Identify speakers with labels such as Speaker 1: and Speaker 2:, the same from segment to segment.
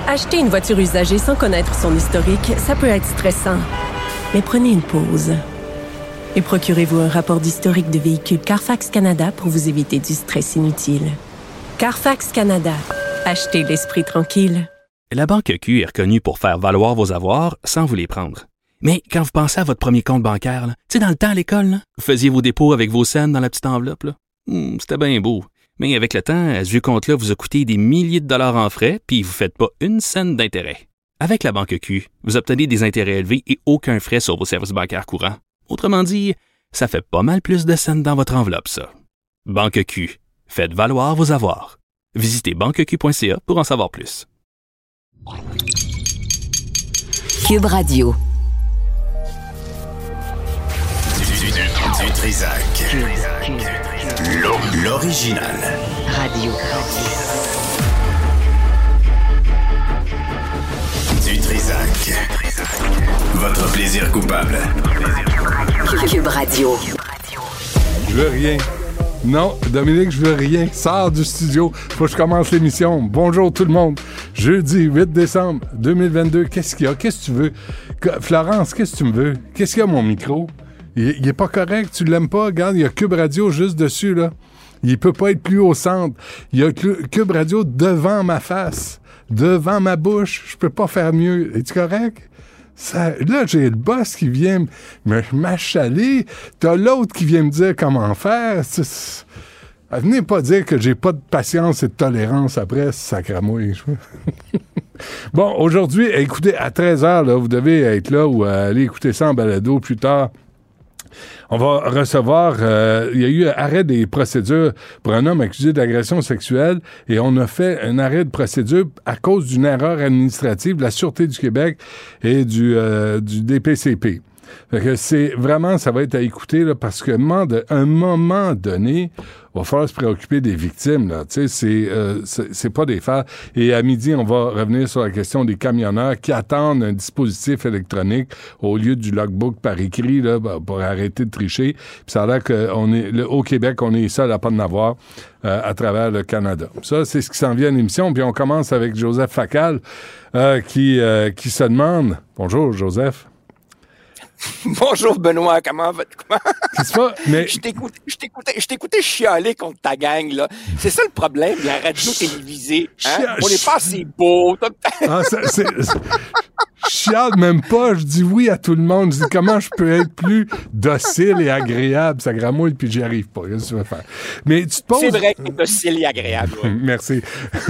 Speaker 1: Acheter une voiture usagée sans connaître son historique, ça peut être stressant. Mais prenez une pause. Et procurez-vous un rapport d'historique de véhicule Carfax Canada pour vous éviter du stress inutile. Carfax Canada. Achetez l'esprit tranquille.
Speaker 2: La Banque Q est reconnue pour faire valoir vos avoirs sans vous les prendre. Mais quand vous pensez à votre premier compte bancaire, tu sais, dans le temps à l'école, là, vous faisiez vos dépôts avec vos scènes dans la petite enveloppe. Là. C'était bien beau. Mais avec le temps, ce vieux compte-là vous a coûté des milliers de dollars en frais, puis vous ne faites pas une scène d'intérêt. Avec la Banque Q, vous obtenez des intérêts élevés et aucun frais sur vos services bancaires courants. Autrement dit, ça fait pas mal plus de scènes dans votre enveloppe, ça. Banque Q. Faites valoir vos avoirs. Visitez banqueq.ca pour en savoir plus.
Speaker 3: Cube Radio.
Speaker 4: Du Trisac. L'original.
Speaker 3: Radio.
Speaker 4: Du Trisac. Votre plaisir coupable.
Speaker 3: Cube Radio.
Speaker 5: Je veux rien. Non, Dominique, je veux rien. Sors du studio. Faut que je commence l'émission. Bonjour tout le monde. Jeudi 8 décembre 2022. Qu'est-ce qu'il y a? Qu'est-ce que tu veux? Florence, qu'est-ce que tu me veux? Qu'est-ce qu'il y a, mon micro? Il est pas correct. Tu l'aimes pas? Regarde, il y a Cube Radio juste dessus, là. Il peut pas être plus au centre. Il y a Cube Radio devant ma face. Devant ma bouche. Je peux pas faire mieux. Es-tu correct? Ça, là, j'ai le boss qui vient m'achaler. T'as l'autre qui vient me dire comment faire. Venez pas dire que j'ai pas de patience et de tolérance après, sacramouille. Bon, aujourd'hui, écoutez, à 13h, là, vous devez être là ou aller écouter ça en balado plus tard. On va recevoir, il y a eu arrêt des procédures pour un homme accusé d'agression sexuelle et on a fait un arrêt de procédure à cause d'une erreur administrative de la Sûreté du Québec et du DPCP. Fait que c'est vraiment, ça va être à écouter, là, parce que un moment donné, il va falloir se préoccuper des victimes, là. Tu sais, c'est pas des faits. Et à midi, on va revenir sur la question des camionneurs qui attendent un dispositif électronique au lieu du logbook par écrit, là, pour arrêter de tricher. Puis ça a l'air au Québec, on est seul à pas en avoir à travers le Canada. Ça, c'est ce qui s'en vient à l'émission. Puis on commence avec Joseph Facal, qui se demande... Bonjour, Joseph.
Speaker 6: Bonjour Benoît, comment vas-tu?
Speaker 5: Qu'est-ce que mais...
Speaker 6: Je t'écoutais chialer contre ta gang, là. C'est ça le problème, la radio télévisée. Hein? On n'est pas assez beau.
Speaker 5: Je chiale même pas, je dis oui à tout le monde. Je dis comment je peux être plus docile et agréable, ça gramouille, puis j'y arrive pas. Qu'est-ce que tu vas faire? Mais tu te poses...
Speaker 6: C'est vrai que t'es docile et agréable. Ouais.
Speaker 5: Merci.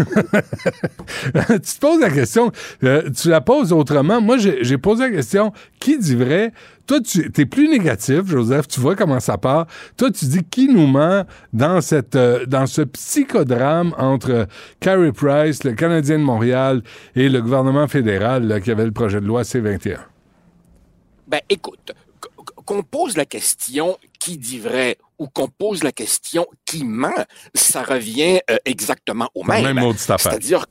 Speaker 5: Tu te poses la question, tu la poses autrement. Moi, j'ai posé la question, qui dit vrai? Toi, t'es plus négatif, Joseph, tu vois comment ça part. Toi, tu dis qui nous ment dans ce psychodrame entre Carey Price, le Canadien de Montréal et le gouvernement fédéral là, qui avait le projet de loi C-21.
Speaker 6: Ben, écoute, qu'on pose la question qui dit vrai ou qu'on pose la question qui ment, ça revient exactement au même.
Speaker 5: Même maudite affaire.
Speaker 6: C'est-à-dire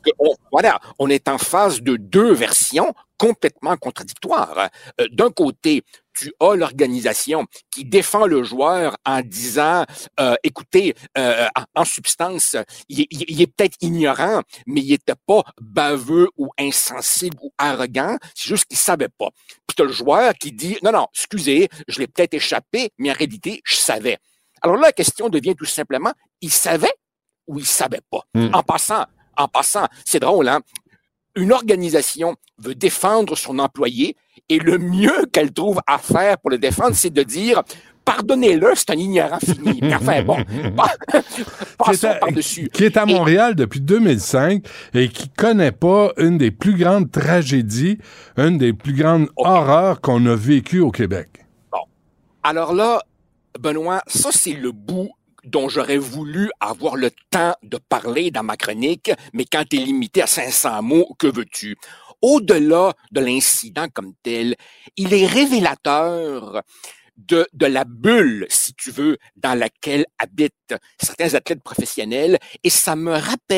Speaker 6: on est en face de deux versions complètement contradictoires. D'un côté, tu as l'organisation qui défend le joueur en disant, écoutez, en substance, il est peut-être ignorant, mais il était pas baveux ou insensible ou arrogant, c'est juste qu'il savait pas. Puis tu as le joueur qui dit, non, excusez, je l'ai peut-être échappé, mais en réalité, je savais. Alors là, la question devient tout simplement, il savait ou il savait pas? En passant, c'est drôle, hein? Une organisation veut défendre son employé et le mieux qu'elle trouve à faire pour le défendre, c'est de dire « Pardonnez-le, c'est un ignorant fini. » Enfin, bon, passons par-dessus.
Speaker 5: Qui est à Montréal depuis 2005 et qui connaît pas une des plus grandes tragédies, une des plus grandes horreurs qu'on a vécues au Québec.
Speaker 6: Bon. Alors là, Benoît, ça, c'est le bout dont j'aurais voulu avoir le temps de parler dans ma chronique, mais quand t'es limité à 500 mots, que veux-tu? Au-delà de l'incident comme tel, il est révélateur de la bulle, si tu veux, dans laquelle habitent certains athlètes professionnels, et ça me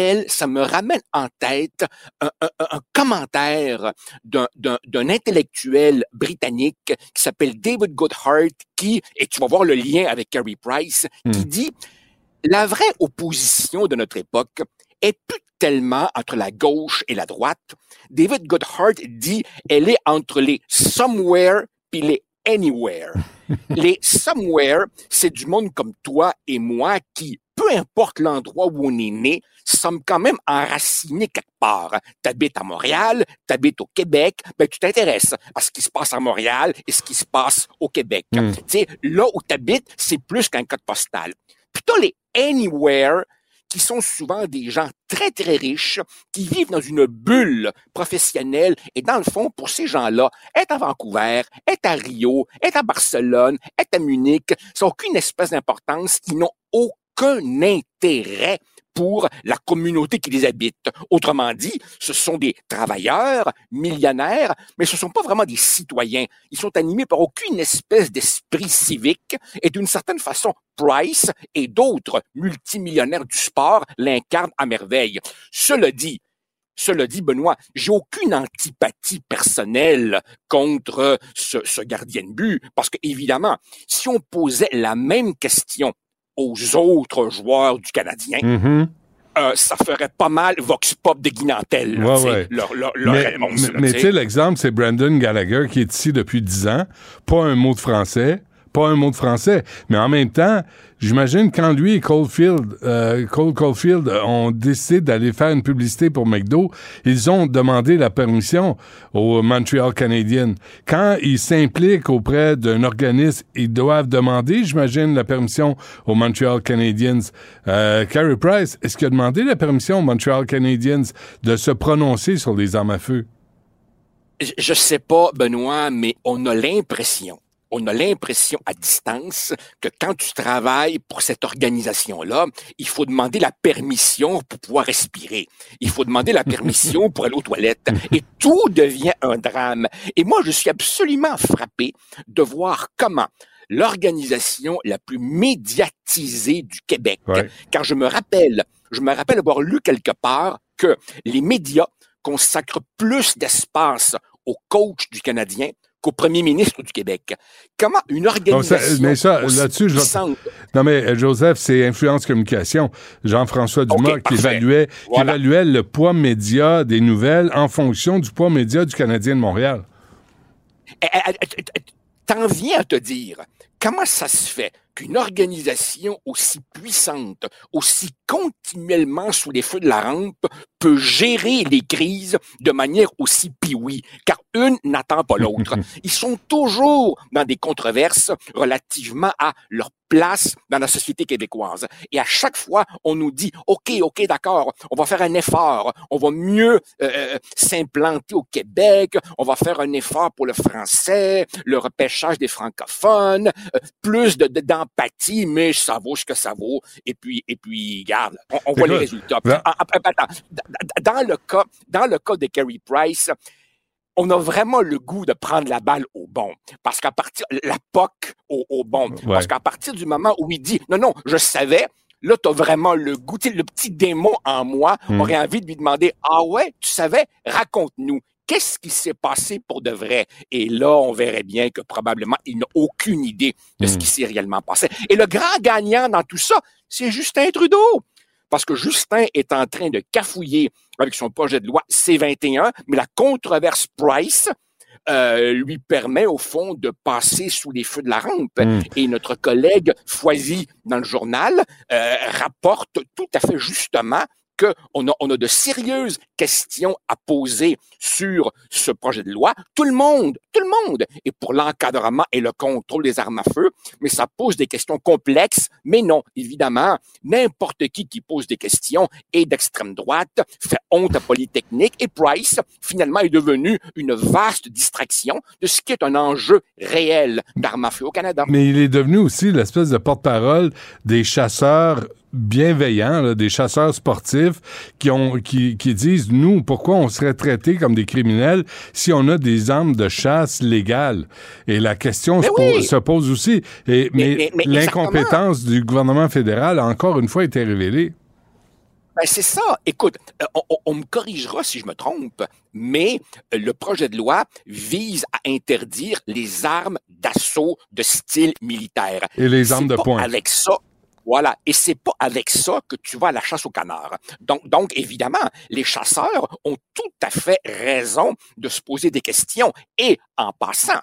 Speaker 6: ramène en tête un commentaire d'un intellectuel britannique qui s'appelle David Goodhart, qui, et tu vas voir le lien avec Carey Price, qui dit « La vraie opposition de notre époque est plus tellement entre la gauche et la droite. David Goodhart dit, elle est entre les somewhere puis les anywhere. Les somewhere, c'est du monde comme toi et moi qui, peu importe l'endroit où on est né, sommes quand même enracinés quelque part. T'habites à Montréal, t'habites au Québec, ben tu t'intéresses à ce qui se passe à Montréal et ce qui se passe au Québec. Tu sais, là où t'habites, c'est plus qu'un code postal. Puis t'as les anywhere, qui sont souvent des gens très, très riches, qui vivent dans une bulle professionnelle. Et dans le fond, pour ces gens-là, être à Vancouver, être à Rio, être à Barcelone, être à Munich, ça n'a aucune espèce d'importance, qui n'ont aucun intérêt pour la communauté qui les habite. Autrement dit, ce sont des travailleurs, millionnaires, mais ce ne sont pas vraiment des citoyens. Ils sont animés par aucune espèce d'esprit civique et d'une certaine façon, Price et d'autres multimillionnaires du sport l'incarnent à merveille. Cela dit, Benoît, j'ai aucune antipathie personnelle contre ce gardien de but, parce que évidemment, si on posait la même question aux autres joueurs du Canadien, ça ferait pas mal Vox Pop de Guinantel, leur réponse.
Speaker 5: Mais tu sais, l'exemple, c'est Brendan Gallagher qui est ici depuis 10 ans, pas un mot de français, mais en même temps, j'imagine quand lui et Cole Caulfield ont décidé d'aller faire une publicité pour McDo, ils ont demandé la permission aux Montreal Canadiens. Quand ils s'impliquent auprès d'un organisme, ils doivent demander, j'imagine, la permission aux Montreal Canadiens. Carey Price, est-ce qu'il a demandé la permission aux Montreal Canadiens de se prononcer sur les armes à feu?
Speaker 6: Je sais pas, Benoît, mais on a l'impression à distance que quand tu travailles pour cette organisation-là, il faut demander la permission pour pouvoir respirer. Il faut demander la permission pour aller aux toilettes. Et tout devient un drame. Et moi, je suis absolument frappé de voir comment l'organisation la plus médiatisée du Québec, car je me rappelle avoir lu quelque part que les médias consacrent plus d'espace au coach du Canadien qu'au premier ministre du Québec. Comment une organisation puissante...
Speaker 5: Non, mais Joseph, c'est Influence Communication. Jean-François Dumas qui évaluait le poids média des nouvelles en fonction du poids média du Canadien de Montréal.
Speaker 6: T'en viens à te dire, comment ça se fait qu'une organisation aussi puissante, aussi continuellement sous les feux de la rampe, peut gérer les crises de manière aussi pioui, car une n'attend pas l'autre. Ils sont toujours dans des controverses relativement à leur place dans la société québécoise. Et à chaque fois, on nous dit, OK, d'accord, on va faire un effort, on va mieux s'implanter au Québec, on va faire un effort pour le français, le repêchage des francophones, plus d'empathie, mais ça vaut ce que ça vaut. Et puis, regarde, on voit les résultats. Dans le cas de Carey Price, on a vraiment le goût de prendre la balle au bon. Parce qu'à partir, la POC au bon. Parce qu'à partir du moment où il dit, non, je savais, là, t'as vraiment le goût. Tu sais, le petit démon en moi aurait envie de lui demander, ah ouais, tu savais? Raconte-nous. Qu'est-ce qui s'est passé pour de vrai? Et là, on verrait bien que probablement, il n'a aucune idée de ce qui s'est réellement passé. Et le grand gagnant dans tout ça, c'est Justin Trudeau. Parce que Justin est en train de cafouiller avec son projet de loi C-21, mais la controverse Price lui permet, au fond, de passer sous les feux de la rampe. Et notre collègue Foisy, dans le journal, rapporte tout à fait justement qu'on a de sérieuses questions à poser sur ce projet de loi. Tout le monde est pour l'encadrement et le contrôle des armes à feu, mais ça pose des questions complexes. Mais non, évidemment, n'importe qui pose des questions est d'extrême droite, fait honte à Polytechnique, et Price, finalement, est devenu une vaste distraction de ce qui est un enjeu réel d'armes à feu au Canada.
Speaker 5: Mais il est devenu aussi l'espèce de porte-parole des chasseurs bienveillants, là, des chasseurs sportifs qui disent, nous, pourquoi on serait traités comme des criminels si on a des armes de chasse légales? Et la question se pose aussi. Mais l'incompétence du gouvernement fédéral a encore une fois été révélée.
Speaker 6: Ben c'est ça. Écoute, on me corrigera si je me trompe, mais le projet de loi vise à interdire les armes d'assaut de style militaire.
Speaker 5: Et les armes de poing.
Speaker 6: Avec ça. Voilà. Et c'est pas avec ça que tu vas à la chasse au canard. Donc, évidemment, les chasseurs ont tout à fait raison de se poser des questions. Et en passant,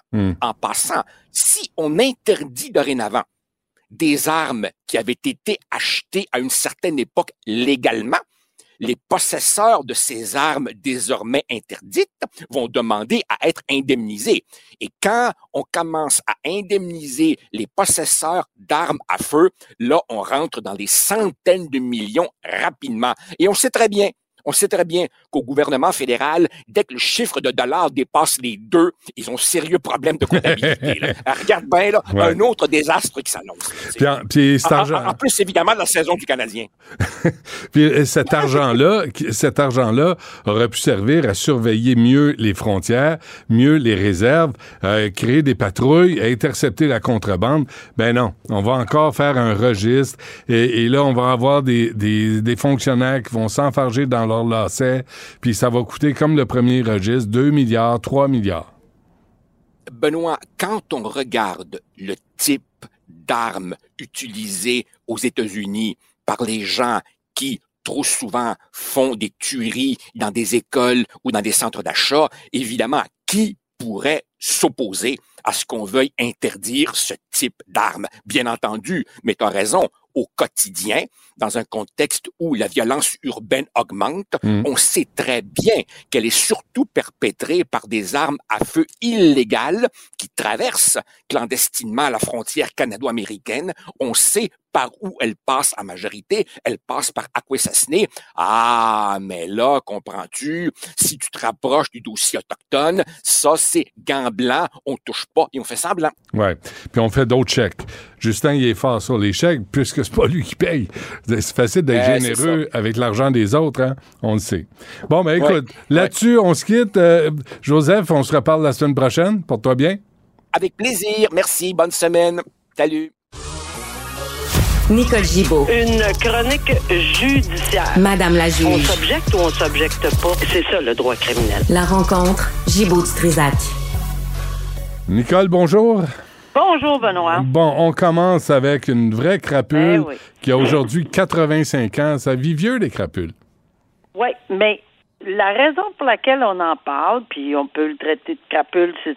Speaker 6: si on interdit dorénavant des armes qui avaient été achetées à une certaine époque légalement, les possesseurs de ces armes désormais interdites vont demander à être indemnisés. Et quand on commence à indemniser les possesseurs d'armes à feu, là, on rentre dans les centaines de millions rapidement. Et on sait très bien qu'au gouvernement fédéral, dès que le chiffre de dollars dépasse les 2, ils ont sérieux problèmes de comptabilité. Là. Regarde bien, là, un autre désastre qui s'annonce.
Speaker 5: Puis cet argent...
Speaker 6: en plus, évidemment, la saison du Canadien.
Speaker 5: Puis cet argent-là aurait pu servir à surveiller mieux les frontières, mieux les réserves, créer des patrouilles, intercepter la contrebande. Ben non, on va encore faire un registre et là, on va avoir des fonctionnaires qui vont s'enfarger dans leur lacet, puis ça va coûter comme le premier registre, 2 milliards, 3 milliards.
Speaker 6: Benoît, quand on regarde le type d'armes utilisées aux États-Unis par les gens qui, trop souvent, font des tueries dans des écoles ou dans des centres d'achat, évidemment, qui pourrait s'opposer à ce qu'on veuille interdire ce type d'armes? Bien entendu, mais tu as raison, au quotidien, dans un contexte où la violence urbaine augmente, on sait très bien qu'elle est surtout perpétrée par des armes à feu illégales qui traversent clandestinement la frontière canado-américaine. On sait par où elle passe en majorité. Elle passe par Akwesasne. Ah, mais là, comprends-tu, si tu te rapproches du dossier autochtone, ça, c'est gants blancs, on touche pas et on fait semblant.
Speaker 5: Ouais. Puis on fait d'autres chèques. Justin, il est fort sur les chèques, puisque c'est pas lui qui paye. C'est facile d'être généreux avec l'argent des autres, hein? On le sait. Bon, ben écoute, là-dessus, on se quitte. Joseph, on se reparle la semaine prochaine. Porte-toi bien.
Speaker 6: Avec plaisir. Merci. Bonne semaine. Salut.
Speaker 3: Nicole Gibaud.
Speaker 7: Une chronique judiciaire.
Speaker 3: Madame la juge.
Speaker 7: On s'objecte ou on s'objecte pas? C'est ça, le droit criminel.
Speaker 3: La rencontre Gibaud-Strisac.
Speaker 5: Nicole, bonjour.
Speaker 7: Bonjour, Benoît.
Speaker 5: Bon, on commence avec une vraie crapule qui a aujourd'hui 85 ans. Ça vit vieux, les crapules. Oui,
Speaker 7: mais la raison pour laquelle on en parle, puis on peut le traiter de crapule, c'est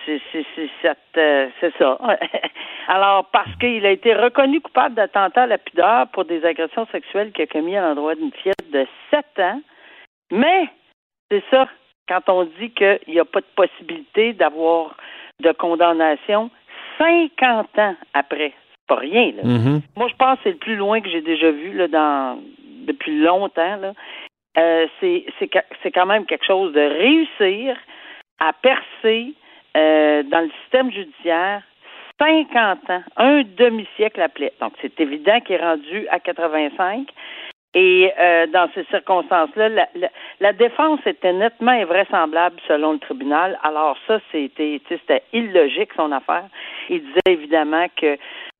Speaker 7: ça. Alors, parce qu'il a été reconnu coupable d'attentat à la pudeur pour des agressions sexuelles qu'il a commis à l'endroit d'une fillette de 7 ans. Mais, c'est ça, quand on dit qu'il n'y a pas de possibilité d'avoir de condamnation 50 ans après. C'est pas rien, là. Mm-hmm. Moi, je pense que c'est le plus loin que j'ai déjà vu là, depuis longtemps. Là. C'est quand même quelque chose de réussir à percer dans le système judiciaire 50 ans, un demi-siècle appelé. Donc, c'est évident qu'il est rendu à 85. Et dans ces circonstances-là, la défense était nettement invraisemblable selon le tribunal. Alors ça, c'était illogique son affaire. Il disait évidemment que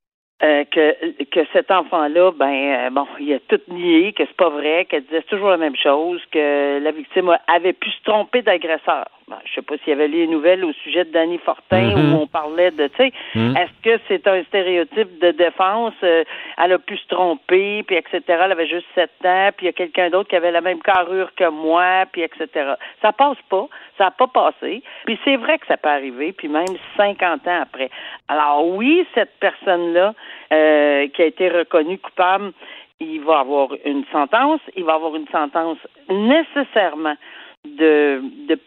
Speaker 7: cet enfant-là, il a tout nié, que c'est pas vrai, qu'elle disait toujours la même chose, que la victime avait pu se tromper d'agresseur. Je sais pas s'il y avait les nouvelles au sujet de Danny Fortin où on parlait de, est-ce que c'est un stéréotype de défense? Elle a pu se tromper, puis etc. Elle avait juste 7 ans, puis il y a quelqu'un d'autre qui avait la même carrure que moi, puis etc. Ça passe pas, ça n'a pas passé. Puis c'est vrai que ça peut arriver, puis même 50 ans après. Alors oui, cette personne-là qui a été reconnue coupable, il va avoir une sentence. Il va avoir une sentence nécessairement de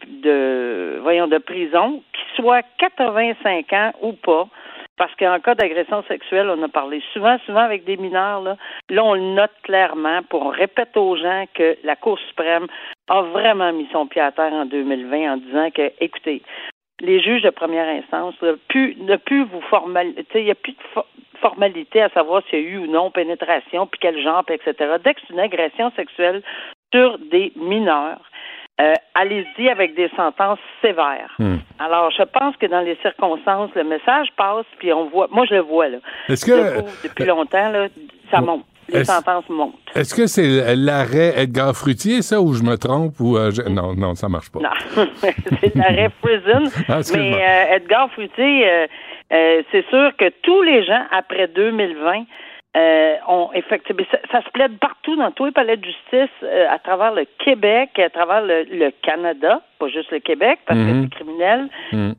Speaker 7: prison, qui soit 85 ans ou pas, parce qu'en cas d'agression sexuelle, on a parlé souvent avec des mineurs, là on le note clairement, on répète aux gens que la Cour suprême a vraiment mis son pied à terre en 2020 en disant que, écoutez, les juges de première instance ne plus vous formaliser, il n'y a plus de formalité à savoir s'il y a eu ou non pénétration, puis quel genre, puis etc. Dès que c'est une agression sexuelle sur des mineurs, allez-y avec des sentences sévères. Alors, je pense que dans les circonstances, le message passe, puis on voit, moi je le vois, là.
Speaker 5: Est-ce que
Speaker 7: depuis longtemps, là, ça monte. Les sentences montent.
Speaker 5: Est-ce que c'est l'arrêt Edgar Fruitier, ça, ou je me trompe? Ou non, ça marche pas.
Speaker 7: Non, c'est l'arrêt Prison. Mais Edgar Fruitier, c'est sûr que tous les gens, après 2020, effectivement, ça se plaide partout dans tous les palais de justice à travers le Québec, à travers le Canada, pas juste le Québec, parce que c'est criminel.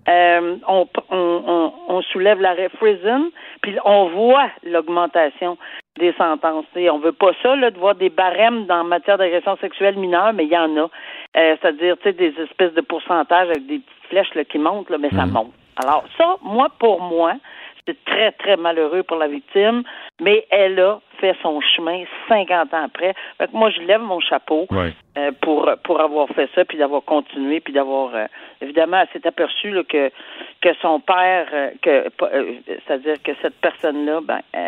Speaker 7: On soulève l'arrêt Friesen, puis on voit l'augmentation des sentences. T'sais, on veut pas ça, là, de voir des barèmes dans matière d'agression sexuelle mineure, mais il y en a. C'est-à-dire, des espèces de pourcentages avec des petites flèches là, qui montent, là, mais ça monte. Alors ça, pour moi, c'est très, très malheureux pour la victime, mais elle a fait son chemin 50 ans après. Fait que moi, je lève mon chapeau pour avoir fait ça, puis d'avoir continué, puis d'avoir, évidemment, elle s'est aperçue là, que son père, c'est-à-dire que cette personne-là,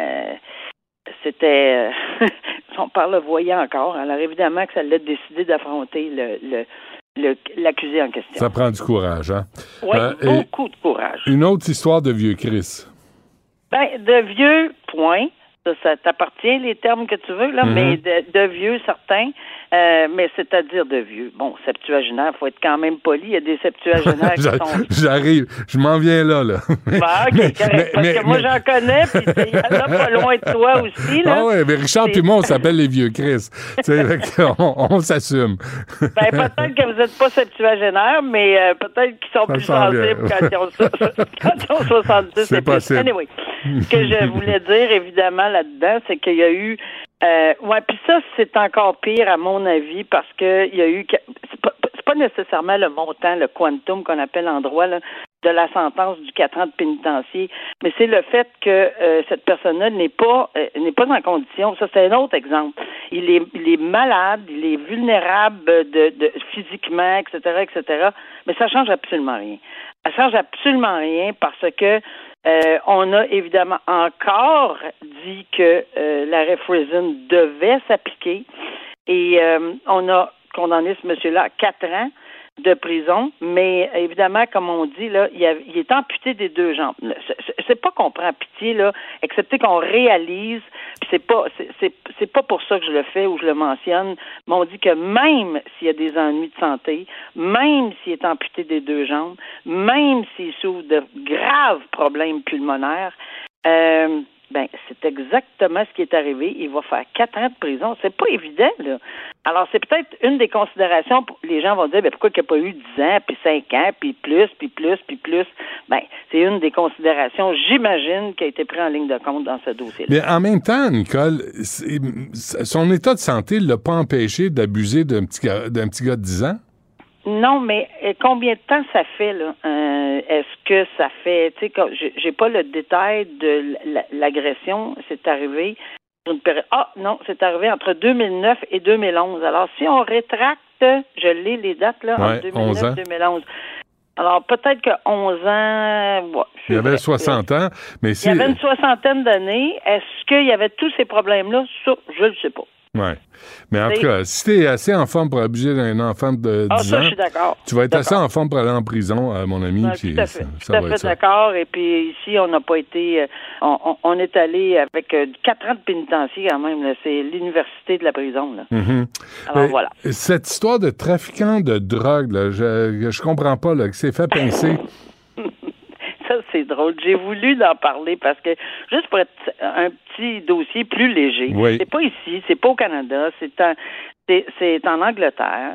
Speaker 7: c'était... son père le voyait encore. Alors, évidemment que ça l'a décidé d'affronter l'accusé en question.
Speaker 5: Ça prend du courage, hein?
Speaker 7: Oui, beaucoup de courage.
Speaker 5: Une autre histoire de vieux Chris.
Speaker 7: De vieux, point. Ça t'appartient, les termes que tu veux, là, mais de vieux, certains, mais c'est-à-dire de vieux. Bon, septuagénaire, il faut être quand même poli. Il y a des septuagénaires qui sont...
Speaker 5: J'arrive, je m'en viens là.
Speaker 7: OK, correct, parce que moi, j'en connais, puis il y en a pas loin de toi aussi, là.
Speaker 5: Ah ouais, mais Richard puis moi, on s'appelle les vieux Chris. on s'assume.
Speaker 7: Peut-être que vous n'êtes pas septuagénaire, mais peut-être qu'ils sont plus sensibles quand ils ont 70.
Speaker 5: C'est possible.
Speaker 7: Anyway, ce que je voulais dire, évidemment, là-dedans, c'est qu'il y a eu... puis ça, c'est encore pire, à mon avis, parce que il y a eu... C'est pas nécessairement le montant, le quantum qu'on appelle en droit, là, de la sentence du 4 ans de pénitencier, mais c'est le fait que cette personne-là n'est pas en condition. Ça, c'est un autre exemple. Il est malade, il est vulnérable de physiquement, etc., mais ça change absolument rien. Ça change absolument rien parce que on a évidemment encore dit que l'arrêt Friesen devait s'appliquer et on a condamné ce monsieur-là à 4 ans de prison, mais évidemment, comme on dit, là, il est amputé des 2 jambes. C'est pas qu'on prend pitié, là, excepté qu'on réalise, puis c'est pas pour ça que je le fais ou je le mentionne, mais on dit que même s'il y a des ennuis de santé, même s'il est amputé des 2 jambes, même s'il souffre de graves problèmes pulmonaires, c'est exactement ce qui est arrivé. Il va faire 4 ans de prison. C'est pas évident, là. Alors, c'est peut-être une des considérations. Les gens vont dire, pourquoi il n'y a pas eu 10 ans, puis 5 ans, puis plus. C'est une des considérations, j'imagine, qui a été prise en ligne de compte dans ce dossier-là.
Speaker 5: Mais en même temps, Nicole, son état de santé ne l'a pas empêché d'abuser d'un petit gars de 10 ans?
Speaker 7: Non, mais combien de temps ça fait, là? Est-ce que ça fait... Tu sais, j'ai pas le détail de l'agression. C'est arrivé sur une période... Ah, non, c'est arrivé entre 2009 et 2011. Alors, si on rétracte, je l'ai, les dates, là, entre 2009 et 2011. Alors, peut-être que 11 ans...
Speaker 5: il y avait 60 ans, mais si...
Speaker 7: Il y avait une soixantaine d'années. Est-ce qu'il y avait tous ces problèmes-là? Ça, je le sais pas.
Speaker 5: Oui. Mais en tout cas, si t'es assez en forme pour abuser d'un enfant de 10 ans,
Speaker 7: je suis d'accord.
Speaker 5: Tu vas être assez en forme pour aller en prison, mon ami.
Speaker 7: Tout à fait. Tout à fait d'accord. Et puis ici, on n'a pas été... on est allé avec 4 ans de pénitencier quand même. Là. C'est l'université de la prison. Là. Alors voilà.
Speaker 5: Cette histoire de trafiquant de drogue, là, je comprends pas, là, que c'est fait pincer.
Speaker 7: Ça, c'est drôle. J'ai voulu en parler parce que, juste pour être un petit dossier plus léger, c'est pas ici, c'est pas au Canada, c'est en Angleterre.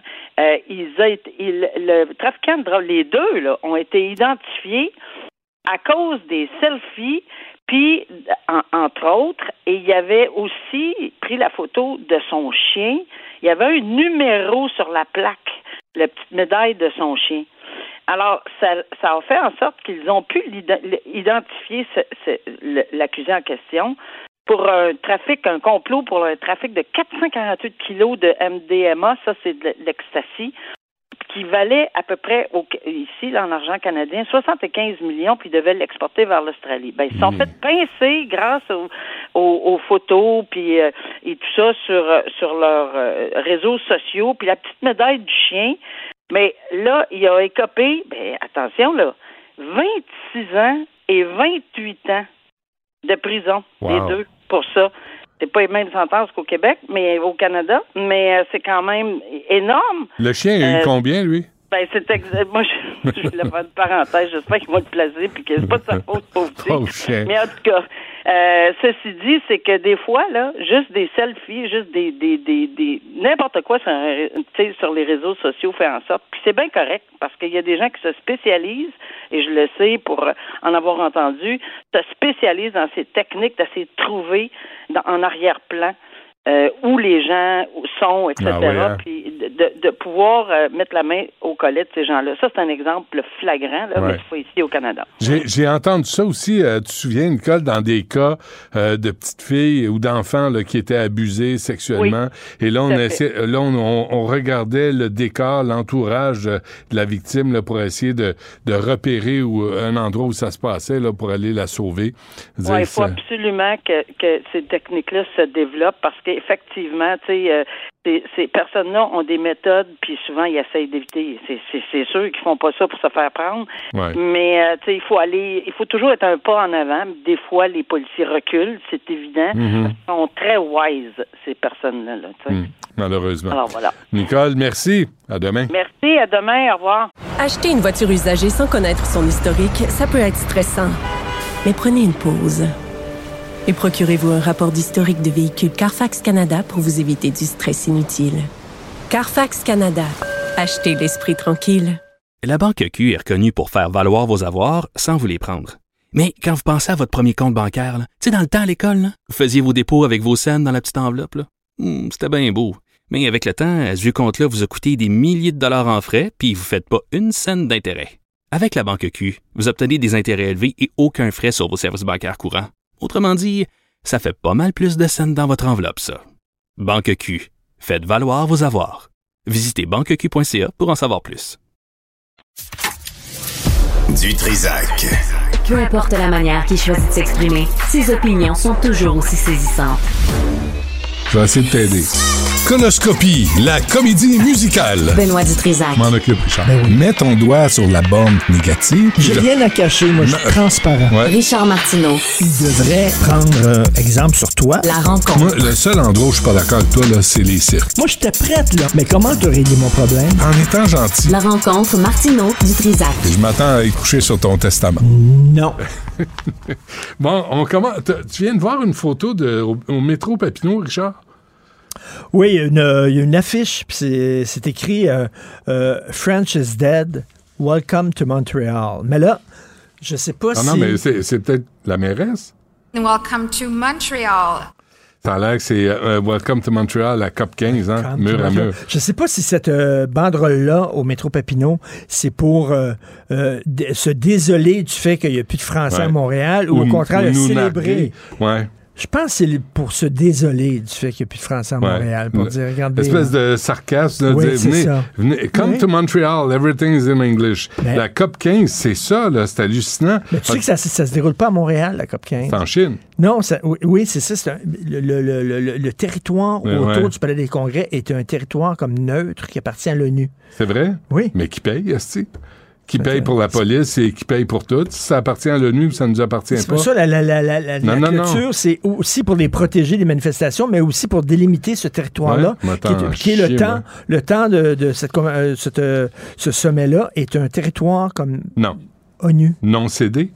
Speaker 7: Le trafiquant de drogue, les deux, là, ont été identifiés à cause des selfies, puis, entre autres, et il y avait aussi pris la photo de son chien. Il y avait un numéro sur la plaque, la petite médaille de son chien. Alors, ça a fait en sorte qu'ils ont pu identifier l'accusé en question pour un complot pour un trafic de 448 kilos de MDMA, ça c'est de l'ecstasy, qui valait à peu près, ici, là, en argent canadien, 75 millions, puis ils devaient l'exporter vers l'Australie. Ils se sont fait pincer grâce aux photos, puis et tout ça sur leurs réseaux sociaux, puis la petite médaille du chien. Mais là, il a écopé, attention là, 26 ans et 28 ans de prison, les deux, pour ça. C'est pas les mêmes sentences qu'au Québec, mais au Canada, mais c'est quand même énorme.
Speaker 5: Le chien a eu combien, lui?
Speaker 7: Moi, je voulais faire une parenthèse, j'espère qu'il va le placer, puis que c'est pas de sa faute, pauvre chien. Mais en tout cas, Ceci dit, c'est que des fois, là, juste des selfies, juste des n'importe quoi sur les réseaux sociaux fait en sorte, puis c'est bien correct, parce qu'il y a des gens qui se spécialisent, et je le sais pour en avoir entendu, se spécialisent dans ces techniques d'essayer de trouver en arrière-plan où les gens sont, etc., puis de pouvoir mettre la main au collet de ces gens-là. Ça, c'est un exemple flagrant, là, mais c'est pas ici au Canada.
Speaker 5: J'ai entendu ça aussi, tu te souviens, Nicole, dans des cas de petites filles ou d'enfants là, qui étaient abusés sexuellement, et là, on regardait le décor, l'entourage de la victime là, pour essayer de repérer un endroit où ça se passait là, pour aller la sauver.
Speaker 7: Oui, il faut absolument que ces techniques-là se développent, parce qu'effectivement, tu sais, ces personnes-là ont des méthodes, puis souvent, ils essayent d'éviter. C'est sûr qu'ils font pas ça pour se faire prendre. Ouais. Mais, tu sais, il faut toujours être un pas en avant. Des fois, les policiers reculent, c'est évident. Ils sont très wise, ces personnes-là.
Speaker 5: Malheureusement.
Speaker 7: Alors, voilà.
Speaker 5: Nicole, merci. À demain.
Speaker 7: Merci. À demain. Au revoir.
Speaker 1: Acheter une voiture usagée sans connaître son historique, ça peut être stressant. Mais prenez une pause. Et procurez-vous un rapport d'historique de véhicule Carfax Canada pour vous éviter du stress inutile. Carfax Canada. Achetez l'esprit tranquille.
Speaker 2: La Banque Q est reconnue pour faire valoir vos avoirs sans vous les prendre. Mais quand vous pensez à votre premier compte bancaire, tu sais, dans le temps à l'école, là, vous faisiez vos dépôts avec vos scènes dans la petite enveloppe. Là. C'était bien beau. Mais avec le temps, ce vieux compte-là vous a coûté des milliers de dollars en frais, puis vous ne faites pas une scène d'intérêt. Avec la Banque Q, vous obtenez des intérêts élevés et aucun frais sur vos services bancaires courants. Autrement dit, ça fait pas mal plus de scènes dans votre enveloppe, ça. Banque Q. Faites valoir vos avoirs. Visitez banqueq.ca pour en savoir plus.
Speaker 4: Du Trizac.
Speaker 3: Peu importe la manière qu'il choisit de s'exprimer, ses opinions sont toujours aussi saisissantes.
Speaker 5: Je vais essayer de t'aider. Conoscopie, la comédie musicale.
Speaker 3: Benoît Dutrizac.
Speaker 5: M'en occupe, Richard. Mets ton doigt sur la borne négative.
Speaker 8: J'ai rien à cacher, moi, je suis transparent.
Speaker 5: Ouais.
Speaker 3: Richard Martineau.
Speaker 8: Il devrait prendre exemple sur toi.
Speaker 3: La rencontre.
Speaker 5: Moi, le seul endroit où je suis pas d'accord avec toi, là, c'est les cirques.
Speaker 8: Moi, j'étais prête, là. Mais comment t'as réglé mon problème?
Speaker 5: En étant gentil.
Speaker 3: La rencontre Martineau-Dutrizac.
Speaker 5: Je m'attends à y coucher sur ton testament.
Speaker 8: Non.
Speaker 5: Bon, on commence. Tu viens de voir une photo au métro Papineau, Richard?
Speaker 8: Oui, il y a une affiche, puis c'est écrit French is dead, welcome to Montreal. Mais là, je sais pas si...
Speaker 5: Non, mais c'est peut-être la mairesse.
Speaker 9: Welcome to Montreal.
Speaker 5: Ça a l'air que c'est Welcome to Montreal, la COP 15, hein, mur à mur.
Speaker 8: Je sais pas si cette banderole-là au métro Papineau, c'est pour se désoler du fait qu'il n'y a plus de Français à Montréal, ou au contraire, le célébrer.
Speaker 5: Ouais.
Speaker 8: Je pense que c'est pour se désoler du fait qu'il n'y a plus de Français à Montréal. Pour dire, regardez.
Speaker 5: Espèce de sarcasme.
Speaker 8: Oui,
Speaker 5: venez, come to Montreal, everything is in English.
Speaker 8: Mais,
Speaker 5: la COP 15, c'est ça, là, c'est hallucinant.
Speaker 8: Mais tu sais que ça se déroule pas à Montréal, la COP 15.
Speaker 5: C'est en Chine.
Speaker 8: Non, oui, c'est ça. Le territoire autour du Palais des Congrès est un territoire comme neutre qui appartient à l'ONU.
Speaker 5: C'est vrai?
Speaker 8: Oui.
Speaker 5: Mais qui paye, est-ce qui paye pour la police et qui paye pour tout. Si ça appartient à l'ONU, ça ne nous appartient pas.
Speaker 8: C'est pour ça la clôture, c'est aussi pour les protéger des manifestations, mais aussi pour délimiter ce territoire-là, qui est le temps de ce sommet-là est un territoire comme ONU.
Speaker 5: Non cédé.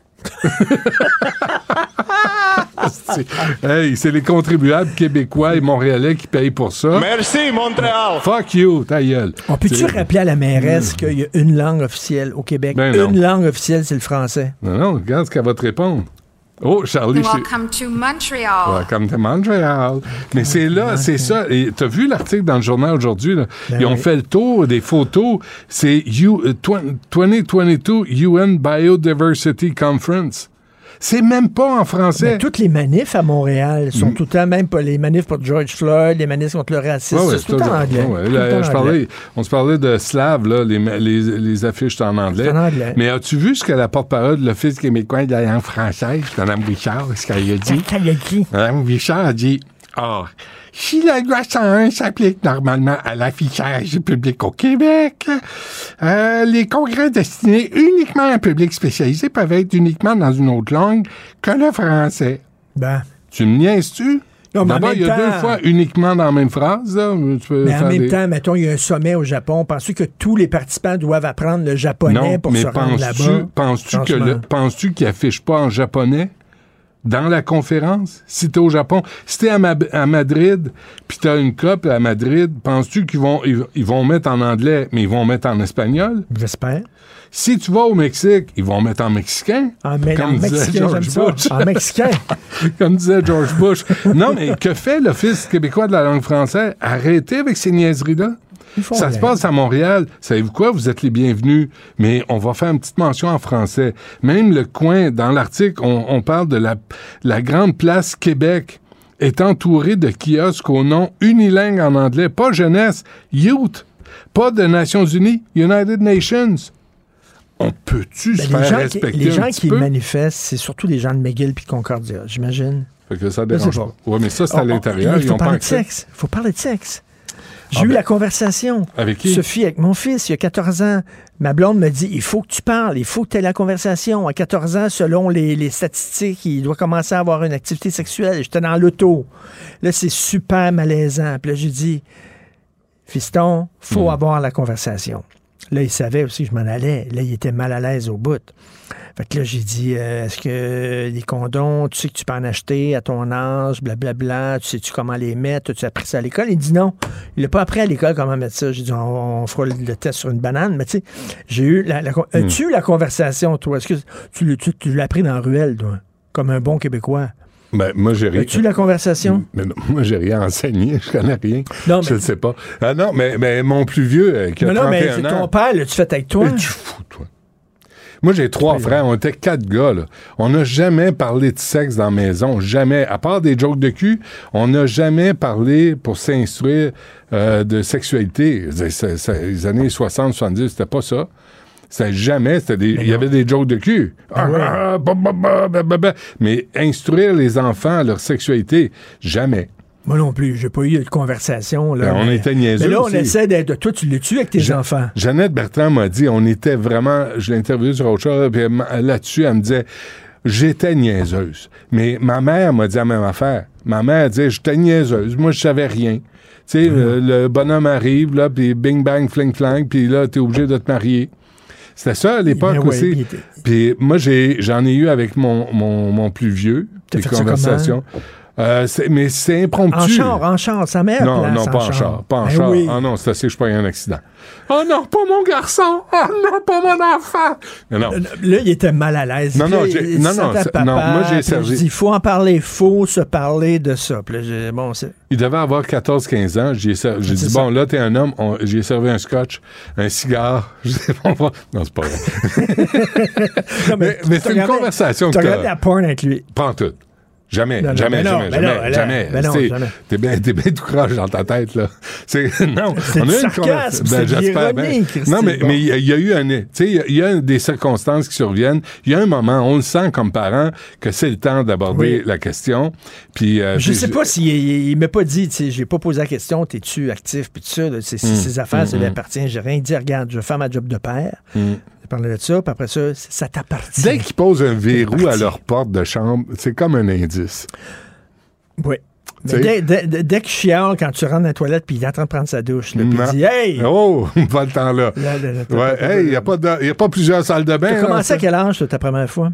Speaker 5: Hey, c'est les contribuables québécois et montréalais qui payent pour ça.
Speaker 10: Merci, Montréal.
Speaker 5: Fuck you, ta gueule.
Speaker 8: On peut-tu rappeler à la mairesse qu'il y a une langue officielle au Québec? Une langue officielle, c'est le français.
Speaker 5: Non, regarde ce qu'elle va te répondre. Oh, Charlie.
Speaker 9: Welcome to Montreal.
Speaker 5: Welcome to Montreal. Mais c'est là, c'est ça. Et t'as vu l'article dans le journal aujourd'hui, là? Ils ont fait le tour des photos. C'est 2022 UN Biodiversity Conference. C'est même pas en français.
Speaker 8: Mais toutes les manifs à Montréal sont tout le temps, même pas les manifs pour George Floyd, les manifs contre le racisme, c'est tout le temps en anglais.
Speaker 5: On se parlait de Slav, là, les affiches sont en anglais. Mais as-tu vu ce que la porte-parole de l'Office québécois de la langue française, Mme Richard, ce qu'elle a dit? Mme Richard a dit, si la loi 101 s'applique normalement à l'affichage public au Québec, les congrès destinés uniquement à un public spécialisé peuvent être uniquement dans une autre langue que le français. Tu me niaises-tu? D'abord, il y a deux fois uniquement dans la même phrase. Là,
Speaker 8: mais en même temps, mettons, il y a un sommet au Japon. Penses-tu que tous les participants doivent apprendre le japonais pour se rendre là-bas?
Speaker 5: Penses-tu qu'ils n'affichent pas en japonais? dans la conférence, si t'es au Japon. Si t'es à Madrid, puis t'as une COP à Madrid, penses-tu qu'ils vont mettre en anglais, mais ils vont mettre en espagnol?
Speaker 8: J'espère.
Speaker 5: Si tu vas au Mexique, ils vont mettre en mexicain.
Speaker 8: Comme disait George Bush. En mexicain.
Speaker 5: Comme disait George Bush. Non, mais que fait l'Office québécois de la langue française? Arrêtez avec ces niaiseries-là. Ça se passe à Montréal. Savez-vous quoi? Vous êtes les bienvenus. Mais on va faire une petite mention en français. Même le coin, dans l'article, on parle de la grande place Québec est entourée de kiosques au nom unilingue en anglais. Pas jeunesse, youth. Pas de Nations Unies, United Nations. On peut-tu se faire respecter
Speaker 8: les gens
Speaker 5: un petit
Speaker 8: qui
Speaker 5: peu?
Speaker 8: manifestent, c'est surtout les gens de McGill puis de Concordia, j'imagine.
Speaker 5: Fait que ça dérange pas. Oui, mais ça, c'est à l'intérieur.
Speaker 8: Il faut parler de sexe. Il faut parler de sexe. J'ai eu la conversation.
Speaker 5: Avec qui?
Speaker 8: Sophie, avec mon fils, il y a 14 ans. Ma blonde me dit, il faut que tu parles, il faut que tu aies la conversation. À 14 ans, selon les statistiques, il doit commencer à avoir une activité sexuelle. J'étais dans l'auto. Là, c'est super malaisant. Puis là, j'ai dit, fiston, faut avoir la conversation. Là, il savait aussi que je m'en allais. Là, il était mal à l'aise au bout. Fait que là, j'ai dit, est-ce que les condoms, tu sais que tu peux en acheter à ton âge, blablabla, tu sais-tu comment les mettre, tu as appris ça à l'école? Il dit non. Il n'a pas appris à l'école comment mettre ça. J'ai dit, on fera le test sur une banane. Mais tu sais, j'ai eu as-tu eu la conversation, toi? Est-ce que tu l'as appris dans la ruelle, toi? Comme un bon Québécois?
Speaker 5: Ben, moi, j'ai rien.
Speaker 8: As-tu eu la conversation?
Speaker 5: Mais non, moi, j'ai rien enseigné. Je connais rien. Non, je ne sais pas. Ah non, mais mon plus vieux, qui a 31 ans... Non, mais c'est
Speaker 8: ton père, là, tu fais avec toi?
Speaker 5: Tu fous, toi. Moi, j'ai 3 frères. On était 4 gars, là. On n'a jamais parlé de sexe dans la maison. Jamais. À part des jokes de cul, on n'a jamais parlé pour s'instruire de sexualité. Les années 60, 70, c'était pas ça. C'était jamais. Il y avait des jokes de cul. Mais instruire les enfants à leur sexualité, jamais.
Speaker 8: Moi non plus, j'ai pas eu de conversation. Là,
Speaker 5: on était niaiseux.
Speaker 8: Mais là, on
Speaker 5: aussi.
Speaker 8: essaie d'être... Toi, tu l'as-tu avec tes enfants?
Speaker 5: Jeannette Bertrand m'a dit, on était vraiment... Je l'ai interviewée sur autre chose, puis là-dessus, elle me disait, j'étais niaiseuse. Mais ma mère m'a dit la même affaire. Ma mère disait, j'étais niaiseuse. Moi, je savais rien. Tu sais, le bonhomme arrive, là, puis bing, bang, fling, flang, puis là, t'es obligé de te marier. C'était ça à l'époque aussi. Puis moi, j'en ai eu avec mon plus vieux, des conversations. Mais c'est impromptu.
Speaker 8: En char, sa mère.
Speaker 5: Non, pas en char. Pas en char. Oui. Ah non, c'est assez que je pas eu un accident. Oh non, pas mon garçon! Oh non, pas mon enfant! Non.
Speaker 8: Là, il était mal à l'aise.
Speaker 5: Non, moi j'ai servi.
Speaker 8: Il faut en parler, il faut se parler de ça. Puis là,
Speaker 5: il devait avoir 14-15 ans. J'ai dit, bon, là, t'es un homme. J'ai servi un scotch, un cigare. Non, c'est pas vrai. Non, mais c'est une conversation.
Speaker 8: Tu regardes la porn avec lui.
Speaker 5: Pas en tout. Jamais. T'es bien tout croche dans ta tête, là.
Speaker 8: C'est on a une conversation. J'espère bien.
Speaker 5: Non, mais il y a eu il y a des circonstances qui surviennent. Il y a un moment, on le sent comme parent, que c'est le temps d'aborder la question. Puis,
Speaker 8: je sais pas s'il m'a pas dit, j'ai pas posé la question, t'es-tu actif, puis tout ça, ses affaires, ça lui appartient. J'ai rien dit, regarde, je vais faire ma job de père. Parler de ça, puis après ça t'appartient.
Speaker 5: Dès qu'ils posent un verrou à leur porte de chambre, c'est comme un indice.
Speaker 8: Oui. Mais dès qu'il chiale quand tu rentres dans la toilette, puis il est en train de prendre sa douche, puis il dit « Hey! »
Speaker 5: Oh, pas le temps là. Hey, il n'y a pas plusieurs salles de bain.
Speaker 8: Tu as commencé à quel âge, ta première fois?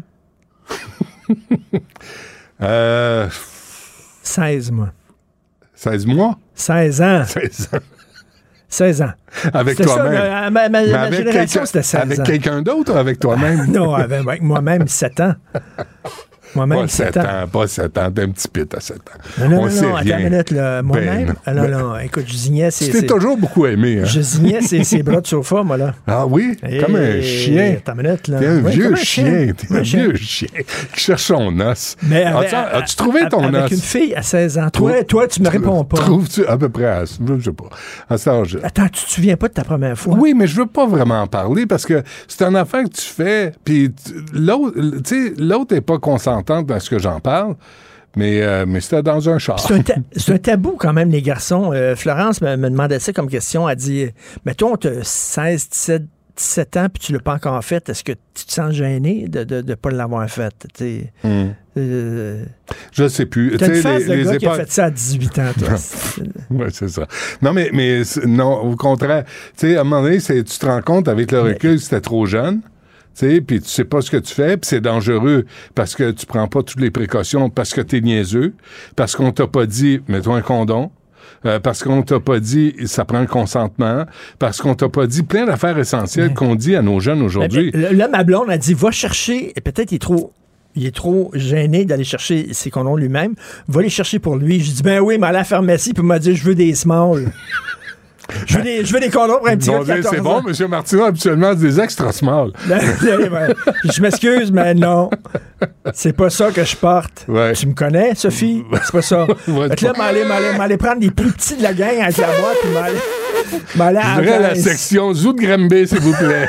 Speaker 8: 16 mois.
Speaker 5: 16 mois?
Speaker 8: 16 ans. 16 ans.
Speaker 5: Avec toi-même.
Speaker 8: Ma génération, c'était 16 ans.
Speaker 5: Avec quelqu'un d'autre ou avec toi-même?
Speaker 8: Non, avec moi-même, 7 ans. Moi-même, 7 ans.
Speaker 5: Pas 7 ans. T'es un petit pit à 7 ans.
Speaker 8: Non, attends une minute, là. Moi-même, non, écoute, je zignais
Speaker 5: Tu t'es toujours beaucoup aimé, hein?
Speaker 8: Je zignais ses bras de sofa, moi, là.
Speaker 5: Ah oui? Comme un chien.
Speaker 8: Attends une minute, là.
Speaker 5: T'es un vieux chien. T'es un vieux chien qui cherche son os.
Speaker 8: Mais
Speaker 5: as-tu trouvé ton os?
Speaker 8: Avec une fille à 16 ans. Toi, tu me réponds pas.
Speaker 5: Trouves-tu à peu près je sais pas. À cet âge.
Speaker 8: Attends, tu te souviens pas de ta première fois?
Speaker 5: Oui, mais je veux pas vraiment en parler parce que c'est une affaire que tu fais, puis l'autre est pas consentante à ce que j'en parle, mais c'était dans un char.
Speaker 8: C'est un tabou quand même, les garçons. Florence me demandait ça comme question. Elle dit, mettons, tu as 16, 17 ans puis tu l'as pas encore fait. Est-ce que tu te sens gêné de ne pas l'avoir fait?
Speaker 5: Je sais plus.
Speaker 8: T'as une face de gars qui a fait ça à 18 ans, toi.
Speaker 5: Oui, c'est ça. Non, mais non, au contraire. Tu sais, à un moment donné, tu te rends compte avec le recul que c'était trop jeune. Puis tu sais pas ce que tu fais, puis c'est dangereux parce que tu prends pas toutes les précautions, parce que t'es niaiseux, parce qu'on t'a pas dit, mets-toi un condom, parce qu'on t'a pas dit, ça prend un consentement, parce qu'on t'a pas dit plein d'affaires essentielles qu'on dit à nos jeunes aujourd'hui.
Speaker 8: Là, ma blonde a dit, va chercher, et peut-être il est trop gêné d'aller chercher ses condoms lui-même, va les chercher pour lui. Je dis, ben oui, mais à la pharmacie, puis il m'a dit, je veux des small. Je veux des condoms pour un petit gars de 14 ans. C'est bon,
Speaker 5: M. Martineau, habituellement, des extra small.
Speaker 8: Je m'excuse, mais non. C'est pas ça que je porte.
Speaker 5: Ouais.
Speaker 8: Tu me connais, Sophie? C'est pas ça. Fait que là, m'aller prendre les plus petits de la gang avec la boîte, puis m'aller à
Speaker 5: la section Zoo de Granby, s'il vous plaît.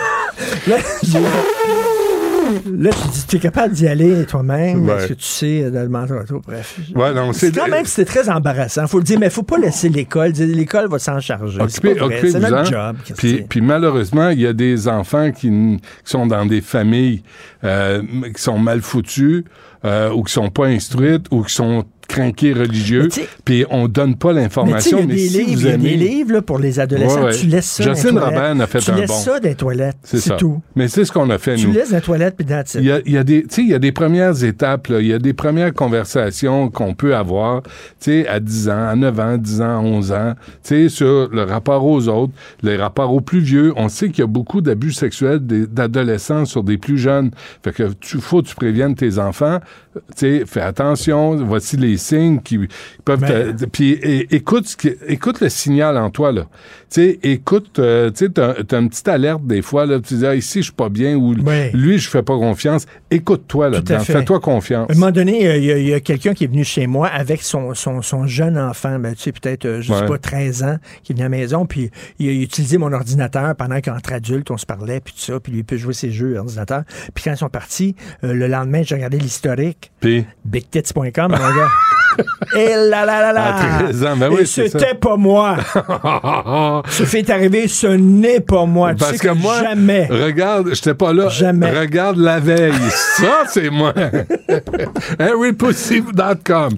Speaker 8: Là, tu dis, tu es capable d'y aller toi-même. Est-ce que tu sais dans le manteau? Bref.
Speaker 5: Ouais, non,
Speaker 8: c'est quand même, c'était très embarrassant. Il faut le dire, mais il ne faut pas laisser l'école. L'école va s'en charger. C'est notre job.
Speaker 5: Puis malheureusement, il y a des enfants qui sont dans des familles qui sont mal foutues ou qui sont pas instruites ou qui sont crinqués religieux, puis on donne pas l'information.
Speaker 8: Mais si il y a des livres là, pour les adolescents, tu laisses ça
Speaker 5: Jocelyne Robin a fait
Speaker 8: tu laisses ça dans les toilettes, c'est tout.
Speaker 5: Mais c'est ce qu'on a fait,
Speaker 8: nous. Tu laisses dans les toilettes, puis that's it.
Speaker 5: Il y a des premières étapes, il y a des premières conversations qu'on peut avoir, à 10 ans, à 9 ans, 10 ans, 11 ans, sur le rapport aux autres, les rapports aux plus vieux. On sait qu'il y a beaucoup d'abus sexuels d'adolescents sur des plus jeunes. Fait que tu préviennes tes enfants, fais attention, voici les signes qui peuvent puis écoute le signal en toi là. Écoute, t'as une petite alerte des fois là, tu dis ici je suis pas bien ou lui je fais pas confiance. Écoute-toi là-dedans, fais-toi confiance.
Speaker 8: À un moment donné, il y a quelqu'un qui est venu chez moi avec son jeune enfant, peut-être je sais pas 13 ans, qui est venu à la maison, puis il a utilisé mon ordinateur pendant qu'entre adultes on se parlait puis tout ça, puis lui il peut jouer ses jeux ordinateur. Puis quand ils sont partis, le lendemain j'ai regardé l'historique.
Speaker 5: Puis
Speaker 8: BigTits.com, mon gars. Et là.
Speaker 5: À 13 ans, ben oui, c'est
Speaker 8: c'était pas moi. Ce fait arrivé, ce n'est pas moi.
Speaker 5: Parce
Speaker 8: tu sais
Speaker 5: que moi,
Speaker 8: jamais.
Speaker 5: Regarde, j'étais pas là.
Speaker 8: Jamais.
Speaker 5: Regarde la veille. Ça, c'est moi. HarryPussy.com.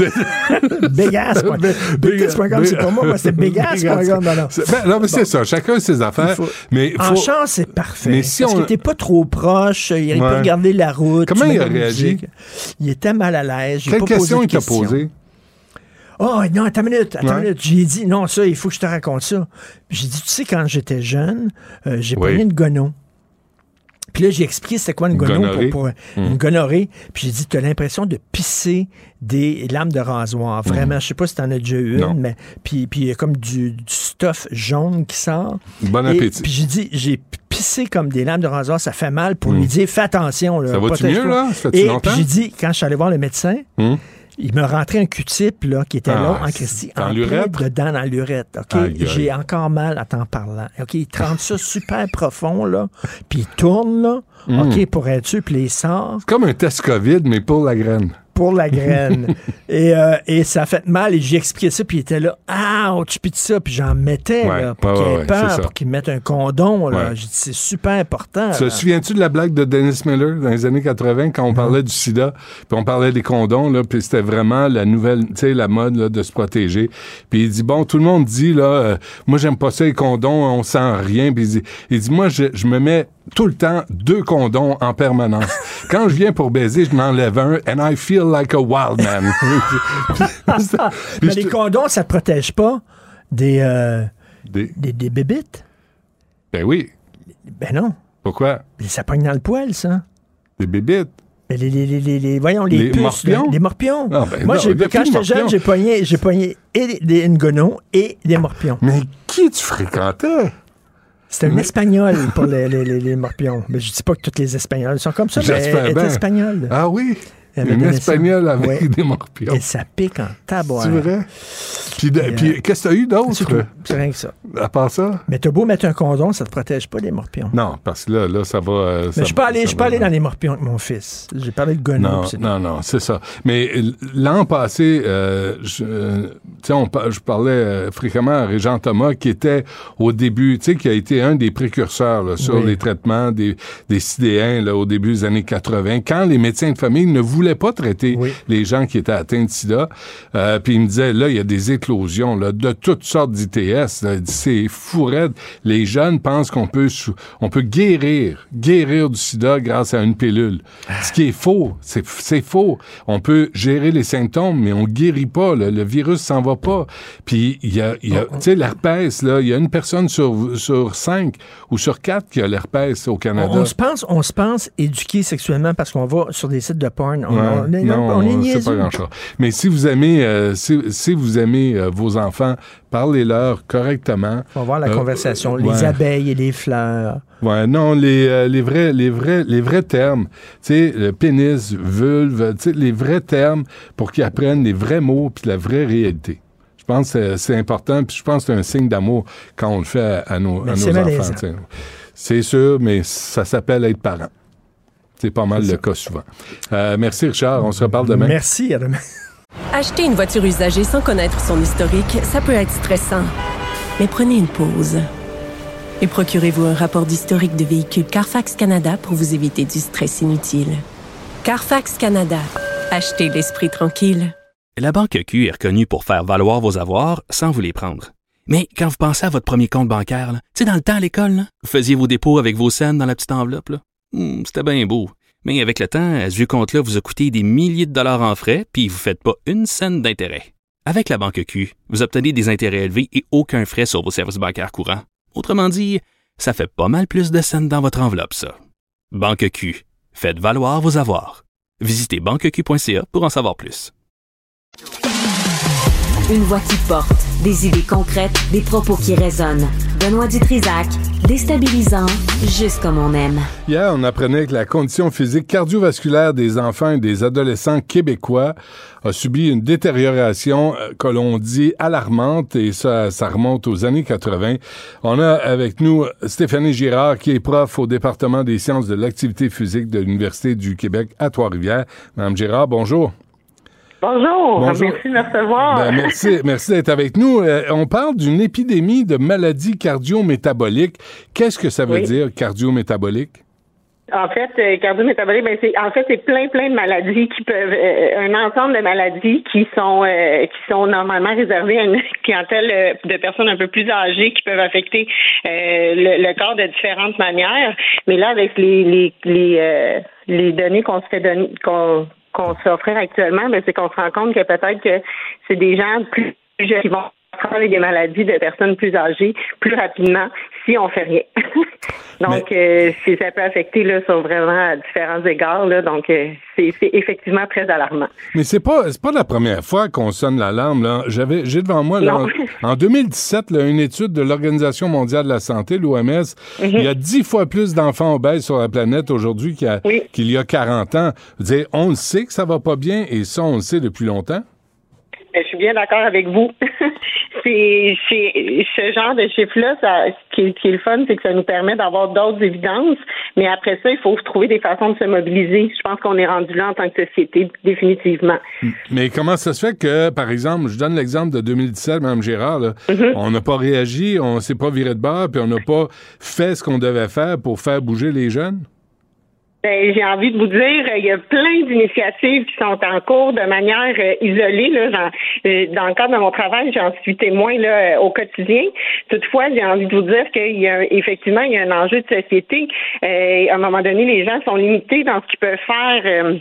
Speaker 8: BigAss.com, c'est pas moi. Moi, c'est BigAss.com.
Speaker 5: Non, mais c'est ça. Chacun ses affaires.
Speaker 8: En chance, c'est parfait.
Speaker 5: Mais si
Speaker 8: parce qu'il était pas trop proche. Il peut regarder la route.
Speaker 5: Comment il a réagi?
Speaker 8: Il était mal à l'aise.
Speaker 5: Quelle question il t'a posée?
Speaker 8: Oh, non, attends une minute. J'ai dit, non, ça, il faut que je te raconte ça. J'ai dit, tu sais, quand j'étais jeune, j'ai pogné une gono. Puis là, j'ai expliqué c'était quoi une gono pour une gonorrhée. Puis j'ai dit, tu as l'impression de pisser des lames de rasoir. Vraiment, je sais pas si tu en as déjà eu une, mais puis il y a comme du stuff jaune qui sort.
Speaker 5: Bon appétit.
Speaker 8: Puis j'ai dit, j'ai pissé comme des lames de rasoir, ça fait mal pour lui dire, fais attention. Là,
Speaker 5: ça va-tu mieux, là?
Speaker 8: Et puis j'ai dit, quand je suis allé voir le médecin, il me rentrait un Q-tip là, qui était long en Christie, en plein dedans dans l'urètre. J'ai encore mal à t'en parlant. Il trempe ça super profond, là, puis il tourne, là, pour être sûr, puis il sort.
Speaker 5: C'est comme un test COVID, mais pour la graine.
Speaker 8: Pour la graine. Et ça a fait mal, et j'ai expliqué ça, puis il était là, tu pites ça, puis j'en mettais, là, pour qu'il ait peur, pour qu'il mette un condom, là. J'ai dit, c'est super important.
Speaker 5: Te souviens-tu de la blague de Dennis Miller dans les années 80, quand on parlait du sida, puis on parlait des condoms, là, puis c'était vraiment la nouvelle, la mode, là, de se protéger. Puis il dit, bon, tout le monde dit, là, moi, j'aime pas ça, les condoms, on sent rien. Puis il dit, moi, je me mets tout le temps 2 condoms en permanence. Quand je viens pour baiser, je m'enlève un, and I feel like a wild man.
Speaker 8: Mais les condoms, ça te protège pas des bébites?
Speaker 5: Ben oui.
Speaker 8: Ben non.
Speaker 5: Pourquoi?
Speaker 8: Ça pogne dans le poil, ça.
Speaker 5: Des bébites?
Speaker 8: Voyons, les puces,
Speaker 5: morpions?
Speaker 8: Les morpions.
Speaker 5: Ah, ben moi,
Speaker 8: quand j'étais jeune, j'ai pogné une gono et des morpions.
Speaker 5: Mais qui tu fréquentais?
Speaker 8: C'était un Espagnol pour les morpions. Mais je dis pas que tous les Espagnols sont comme ça, mais elle est espagnole.
Speaker 5: Ah oui? Une espagnole avec des morpions.
Speaker 8: Et ça pique en tabac.
Speaker 5: C'est vrai? Puis qu'est-ce que tu as eu d'autre?
Speaker 8: C'est rien que ça.
Speaker 5: À part ça?
Speaker 8: Mais t'as beau mettre un condom, ça te protège pas des morpions.
Speaker 5: Non, parce que là ça va...
Speaker 8: mais je suis pas allé dans les morpions avec mon fils. J'ai parlé de gono.
Speaker 5: Non, c'est ça. Mais l'an passé, je parlais fréquemment à Régent Thomas, qui était au début, qui a été un des précurseurs là, sur les traitements des sidéens là, au début des années 80, quand les médecins de famille ne voulaient voulait pas traiter les gens qui étaient atteints de sida. Puis il me disait, là, il y a des éclosions là, de toutes sortes d'ITS. Là. C'est fou raide. Les jeunes pensent qu'on peut guérir du sida grâce à une pilule. Ce qui est faux. C'est faux. On peut gérer les symptômes, mais on guérit pas. Là. Le virus s'en va pas. Puis il y a tu sais, l'herpès, là, il y a une personne sur 5 ou sur 4 qui a l'herpès au Canada.
Speaker 8: On se pense éduqué sexuellement parce qu'on va sur des sites de porn.
Speaker 5: On est niaiseux. C'est pas grand-chose. Mais si vous aimez, vos enfants, parlez-leur correctement.
Speaker 8: On va voir la conversation. Les abeilles et les fleurs.
Speaker 5: Ouais, non, les vrais termes. Tu sais, le pénis, vulve, tu sais, les vrais termes pour qu'ils apprennent les vrais mots puis la vraie réalité. Je pense que c'est important, puis je pense que c'est un signe d'amour quand on le fait à nos enfants. T'sais. C'est sûr, mais ça s'appelle être parent. C'est pas mal le cas souvent. Merci Richard, on se reparle demain.
Speaker 8: Merci, à demain.
Speaker 1: Acheter une voiture usagée sans connaître son historique, ça peut être stressant. Mais prenez une pause. Et procurez-vous un rapport d'historique de véhicule Carfax Canada pour vous éviter du stress inutile. Carfax Canada. Achetez l'esprit tranquille.
Speaker 2: La Banque Q est reconnue pour faire valoir vos avoirs sans vous les prendre. Mais quand vous pensez à votre premier compte bancaire, tu sais, dans le temps à l'école, là, vous faisiez vos dépôts avec vos scènes dans la petite enveloppe. Là. C'était bien beau. Mais avec le temps, ce vieux compte-là vous a coûté des milliers de dollars en frais, puis vous ne faites pas une scène d'intérêt. Avec la Banque Q, vous obtenez des intérêts élevés et aucun frais sur vos services bancaires courants. Autrement dit, ça fait pas mal plus de scènes dans votre enveloppe, ça. Banque Q. Faites valoir vos avoirs. Visitez banqueq.ca pour en savoir plus.
Speaker 3: Une voix qui porte, des idées concrètes, des propos qui résonnent. Benoît Dutrisac, déstabilisant, juste comme on aime.
Speaker 5: Hier, on apprenait que la condition physique cardiovasculaire des enfants et des adolescents québécois a subi une détérioration que l'on dit alarmante, et ça remonte aux années 80. On a avec nous Stéphanie Girard, qui est prof au département des sciences de l'activité physique de l'Université du Québec à Trois-Rivières. Madame Girard, bonjour.
Speaker 10: Bonjour. Merci de me recevoir.
Speaker 5: Merci d'être avec nous. On parle d'une épidémie de maladies cardio-métaboliques. Qu'est-ce que ça veut dire, cardio-métabolique?
Speaker 10: En fait, cardio-métabolique, c'est plein de maladies qui peuvent, un ensemble de maladies qui sont normalement réservées à une clientèle de personnes un peu plus âgées qui peuvent affecter le corps de différentes manières. Mais là, avec les données qu'on se offrir actuellement, c'est qu'on se rend compte que peut-être que c'est des gens plus jeunes qui vont prendre des maladies de personnes plus âgées plus rapidement si on fait rien. Donc, ça peut affecter là, sur vraiment à différents égards. Là, donc, c'est effectivement très alarmant.
Speaker 5: Mais c'est pas la première fois qu'on sonne l'alarme. Là. J'ai devant moi, là, en 2017, là, une étude de l'Organisation mondiale de la santé, l'OMS, il y a 10 fois plus d'enfants obèses sur la planète aujourd'hui qu'il y a 40 ans. On le sait que ça va pas bien, et ça, on le sait depuis longtemps.
Speaker 10: Je suis bien d'accord avec vous. C'est ce genre de chiffre-là, ce qui est le fun, c'est que ça nous permet d'avoir d'autres évidences, mais après ça, il faut trouver des façons de se mobiliser. Je pense qu'on est rendu là en tant que société, définitivement.
Speaker 5: Mais comment ça se fait que, par exemple, je donne l'exemple de 2017, Mme Girard, là, on n'a pas réagi, on s'est pas viré de bord, puis on n'a pas fait ce qu'on devait faire pour faire bouger les jeunes?
Speaker 10: J'ai envie de vous dire, il y a plein d'initiatives qui sont en cours de manière isolée. Là, dans le cadre de mon travail, j'en suis témoin là, au quotidien. Toutefois, j'ai envie de vous dire qu'il y a effectivement il y a un enjeu de société. À un moment donné, les gens sont limités dans ce qu'ils peuvent faire.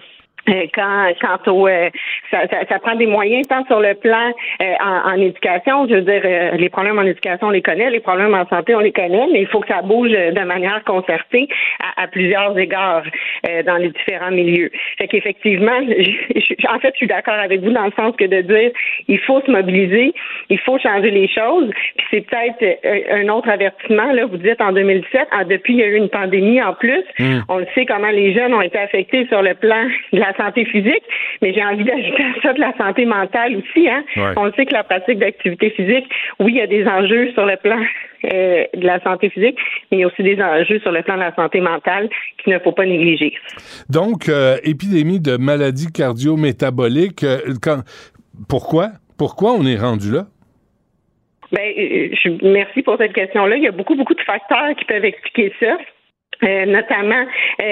Speaker 10: Ça prend des moyens tant sur le plan en éducation, je veux dire les problèmes en éducation on les connaît, les problèmes en santé on les connaît, mais il faut que ça bouge de manière concertée à plusieurs égards dans les différents milieux. Fait qu'effectivement, en fait, je suis d'accord avec vous dans le sens que de dire il faut se mobiliser, il faut changer les choses. Puis c'est peut-être un autre avertissement là. Vous dites en 2017, depuis il y a eu une pandémie en plus. On le sait comment les jeunes ont été affectés sur le plan de la santé physique, mais j'ai envie d'ajouter à ça de la santé mentale aussi. Hein? Ouais. On le sait que la pratique d'activité physique, oui, il y a des enjeux sur le plan de la santé physique, mais il y a aussi des enjeux sur le plan de la santé mentale qu'il ne faut pas négliger.
Speaker 5: Donc, épidémie de maladies cardio-métaboliques, pourquoi on est rendu là?
Speaker 10: Merci pour cette question-là. Il y a beaucoup de facteurs qui peuvent expliquer ça. Notamment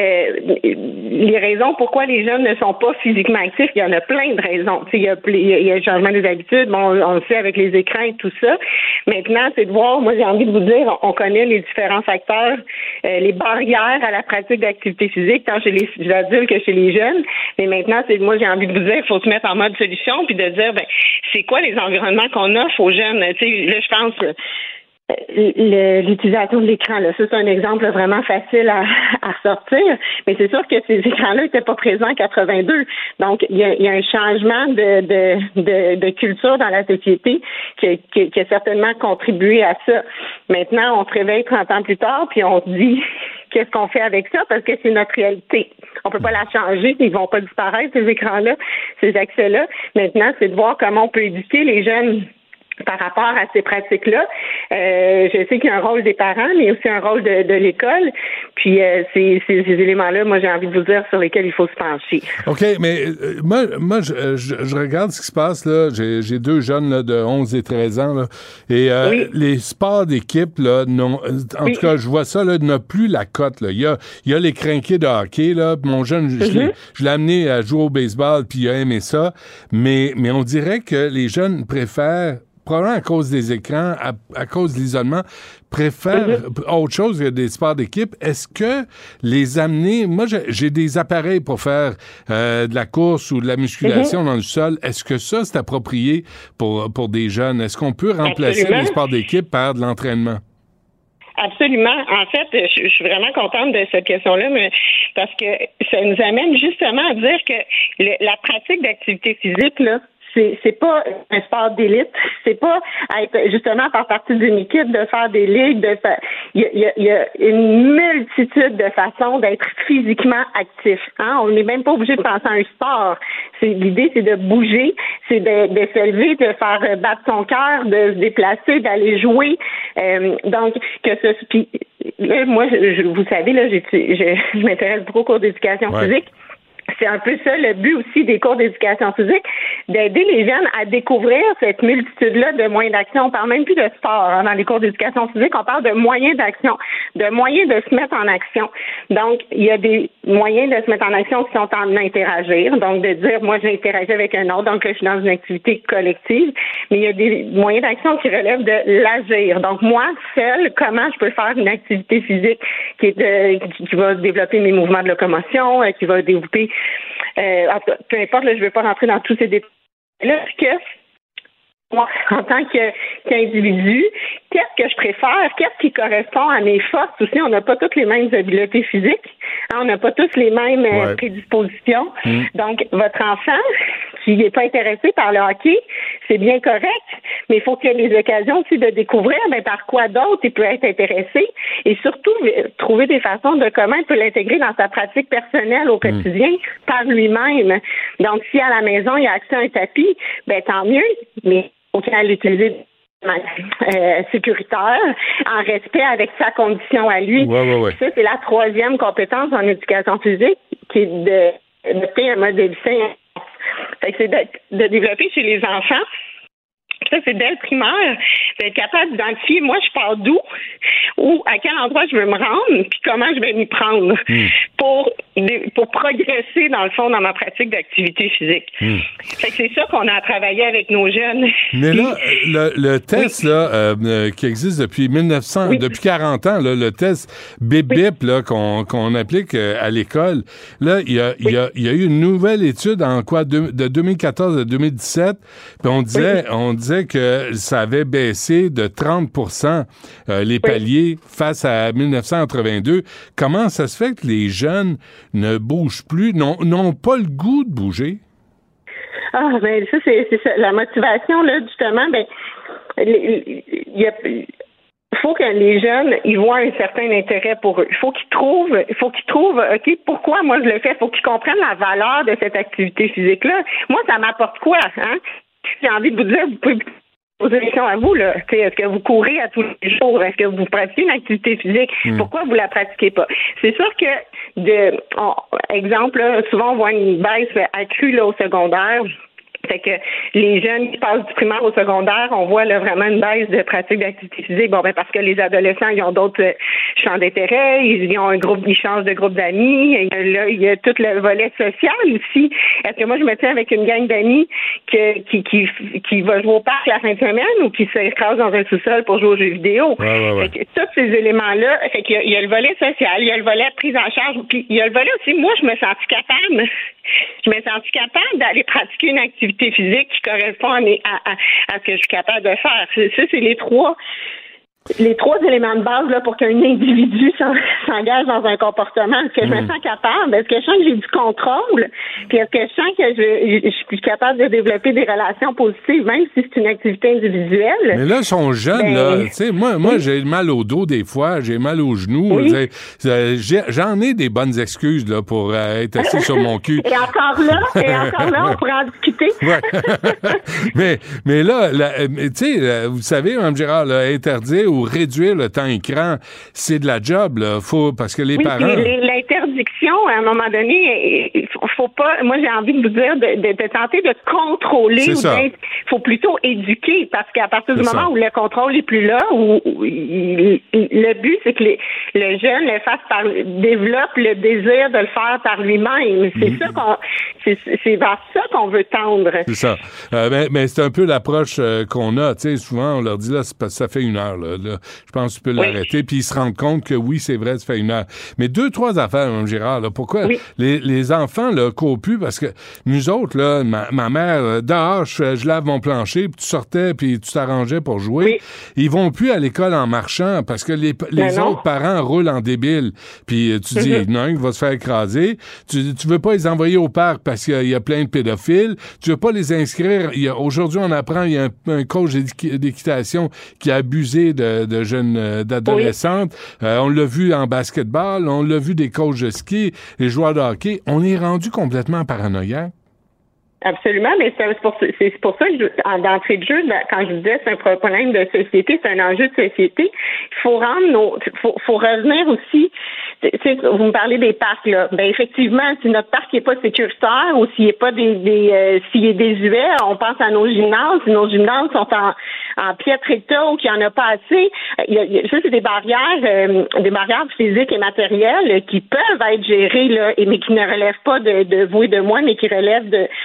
Speaker 10: les raisons pourquoi les jeunes ne sont pas physiquement actifs, il y en a plein de raisons. Il y a le changement des habitudes, on le sait avec les écrans et tout ça. Maintenant, c'est de voir, moi j'ai envie de vous dire, on connaît les différents facteurs, les barrières à la pratique d'activité physique, tant chez les adultes que chez les jeunes. Mais maintenant, moi j'ai envie de vous dire, il faut se mettre en mode solution puis de dire, c'est quoi les environnements qu'on offre aux jeunes? Là, je pense l'utilisation de l'écran, là, ça c'est un exemple vraiment facile à sortir, mais c'est sûr que ces écrans-là n'étaient pas présents en 82. Donc, il y a un changement de culture dans la société qui a certainement contribué à ça. Maintenant, on se réveille 30 ans plus tard, puis on se dit qu'est-ce qu'on fait avec ça, parce que c'est notre réalité. On peut pas la changer, ils vont pas disparaître, ces écrans-là, ces accès-là. Maintenant, c'est de voir comment on peut éduquer les jeunes par rapport à ces pratiques-là. Je sais qu'il y a un rôle des parents, mais aussi un rôle de l'école. Puis ces éléments-là, moi, j'ai envie de vous dire sur lesquels il faut se pencher.
Speaker 5: OK, mais moi je regarde ce qui se passe, là. J'ai deux jeunes là, de 11 et 13 ans, là, et les sports d'équipe, là, en tout cas, je vois ça, là, n'a plus la cote, là. Il y a les crinqués de hockey, là. Mon jeune, je l'ai amené à jouer au baseball, puis il a aimé ça. Mais on dirait que les jeunes préfèrent, probablement à cause des écrans, à cause de l'isolement, préfèrent autre chose que des sports d'équipe. Est-ce que les amener... Moi, j'ai des appareils pour faire de la course ou de la musculation dans le sol. Est-ce que ça, c'est approprié pour des jeunes? Est-ce qu'on peut remplacer les sports d'équipe par de l'entraînement?
Speaker 10: Absolument. En fait, je suis vraiment contente de cette question-là, mais parce que ça nous amène justement à dire que la pratique d'activité physique, là, c'est pas un sport d'élite, c'est pas justement faire partie d'une équipe, de faire des ligues, il y a une multitude de façons d'être physiquement actif. Hein? On n'est même pas obligé de penser à un sport. L'idée, c'est de bouger, c'est de se lever, de faire battre son cœur, de se déplacer, d'aller jouer. Donc, puis là, moi, vous savez, là, je m'intéresse beaucoup aux cours d'éducation physique. C'est un peu ça le but aussi des cours d'éducation physique, d'aider les jeunes à découvrir cette multitude-là de moyens d'action. On parle même plus de sport dans les cours d'éducation physique, on parle de moyens d'action, de moyens de se mettre en action. Donc, il y a des moyens de se mettre en action qui sont en interagir, donc de dire, moi, j'interagis avec un autre, donc là, je suis dans une activité collective, mais il y a des moyens d'action qui relèvent de l'agir. Donc, moi, seule, comment je peux faire une activité physique qui va développer mes mouvements de locomotion, qui va développer peu importe, là, je ne vais pas rentrer dans tous ces détails. Là, que moi, en tant qu'individu, qu'est-ce que je préfère? Qu'est-ce qui correspond à mes forces aussi? On n'a pas toutes les mêmes habiletés physiques. Hein, on n'a pas tous les mêmes prédispositions. Donc, votre enfant qui n'est pas intéressé par le hockey, c'est bien correct, mais il faut qu'il y ait les occasions aussi de découvrir par quoi d'autre il peut être intéressé et surtout trouver des façons de comment il peut l'intégrer dans sa pratique personnelle au quotidien par lui-même. Donc, si à la maison, il y a accès à un tapis, tant mieux, mais il faut qu'il l'utiliser sécuritaire, en respect avec sa condition à lui. Ça, c'est la troisième compétence en éducation physique, qui est de faire un modèle sain. Fait que c'est de développer chez les enfants. Ça, c'est dès le primaire, d'être capable d'identifier, moi, je pars d'où, ou à quel endroit je veux me rendre, puis comment je vais m'y prendre pour progresser, dans le fond, dans ma pratique d'activité physique. Fait que c'est ça qu'on a à travailler avec nos jeunes.
Speaker 5: Mais là, le test qui existe depuis depuis 40 ans, là, le test BIP là, qu'on applique à l'école, là, il y a eu une nouvelle étude de 2014 à 2017, puis on disait que ça avait baissé de 30% les paliers face à 1982. Comment ça se fait que les jeunes ne bougent plus, n'ont pas le goût de bouger?
Speaker 10: Ah, ça, c'est ça. La motivation, là, justement, il faut que les jeunes, ils voient un certain intérêt pour eux. Il faut qu'ils trouvent, OK, pourquoi moi je le fais? Il faut qu'ils comprennent la valeur de cette activité physique-là. Moi, ça m'apporte quoi, hein? J'ai envie de vous dire, vous pouvez poser des questions à vous, là. Est-ce que vous courez à tous les jours? Est-ce que vous pratiquez une activité physique? Pourquoi vous la pratiquez pas? C'est sûr que, exemple, là, souvent on voit une baisse accrue là, au secondaire. Fait que les jeunes qui passent du primaire au secondaire, on voit là vraiment une baisse de pratique d'activité physique. Bon, ben parce que les adolescents, ils ont d'autres champs d'intérêt, ils ont un groupe, ils changent de groupe d'amis. Et là, il y a tout le volet social aussi. Est-ce que moi je me tiens avec une gang d'amis qui va jouer au parc la fin de semaine ou qui s'écrase dans un sous-sol pour jouer aux jeux vidéo?
Speaker 5: Ouais.
Speaker 10: Fait que tous ces éléments-là, fait qu'il y a le volet social, il y a le volet prise en charge, puis il y a le volet aussi, moi je me sens capable d'aller pratiquer une activité physique qui correspond à ce que je suis capable de faire. Ça, c'est les trois éléments de base là, pour qu'un individu s'engage dans un comportement. Est-ce que je me sens capable? Est-ce que je sens que j'ai du contrôle? Puis est-ce que je sens que je suis capable de développer des relations positives, même si c'est une activité individuelle?
Speaker 5: Mais là, ils sont jeunes, là. Tu sais, moi, j'ai mal au dos des fois, j'ai mal aux genoux.
Speaker 10: Oui.
Speaker 5: J'en ai des bonnes excuses là, pour être assis sur mon cul.
Speaker 10: Et encore là, on pourrait en discuter.
Speaker 5: Ouais. mais là, tu sais, vous savez, Mme Girard, là, interdire ou réduire le temps écran, c'est de la job, là. Parce que les parents...
Speaker 10: L'interdiction, à un moment donné, faut pas... Moi, j'ai envie de vous dire de tenter de contrôler. Il faut plutôt éduquer, parce qu'à partir du moment où le contrôle est plus là, où le but, c'est que le jeune développe le désir de le faire par lui-même. C'est vers ça qu'on veut tendre.
Speaker 5: C'est ça. Mais c'est un peu l'approche qu'on a. Tu sais, souvent, on leur dit, là, ça fait 1 heure, là. Je pense que tu peux l'arrêter. Puis ils se rendent compte que oui, c'est vrai, ça fait 1 heure. Mais 2-3 affaires, Mme Girard, là. Pourquoi les enfants, là, courent plus? Parce que nous autres, là, ma mère, dehors, je lave mon plancher, puis tu sortais, puis tu t'arrangeais pour jouer. Oui. Ils vont plus à l'école en marchant parce que les autres parents roulent en débile. Puis tu dis, il y en a un qui va se faire écraser. Tu veux pas les envoyer au parc parce qu'il y a plein de pédophiles. Tu veux pas les inscrire. Aujourd'hui, on apprend, il y a un coach d'équitation qui a abusé de jeunes, d'adolescentes. On l'a vu en basketball, on l'a vu des coachs de ski, les joueurs de hockey. On est rendu complètement paranoïaque.
Speaker 10: Absolument, mais c'est pour ça que d'entrée de jeu, quand je disais c'est un problème de société, c'est un enjeu de société, il faut faut revenir aussi. Vous me parlez des parcs, là. Ben effectivement, si notre parc n'est pas sécuritaire ou s'il n'est pas s'il est désuet, on pense à nos gymnases. Si nos gymnases sont en piètre état ou qu'il n'y en a pas assez, ça c'est des barrières physiques et matérielles qui peuvent être gérées là, mais qui ne relèvent pas de vous et de moi, mais qui relèvent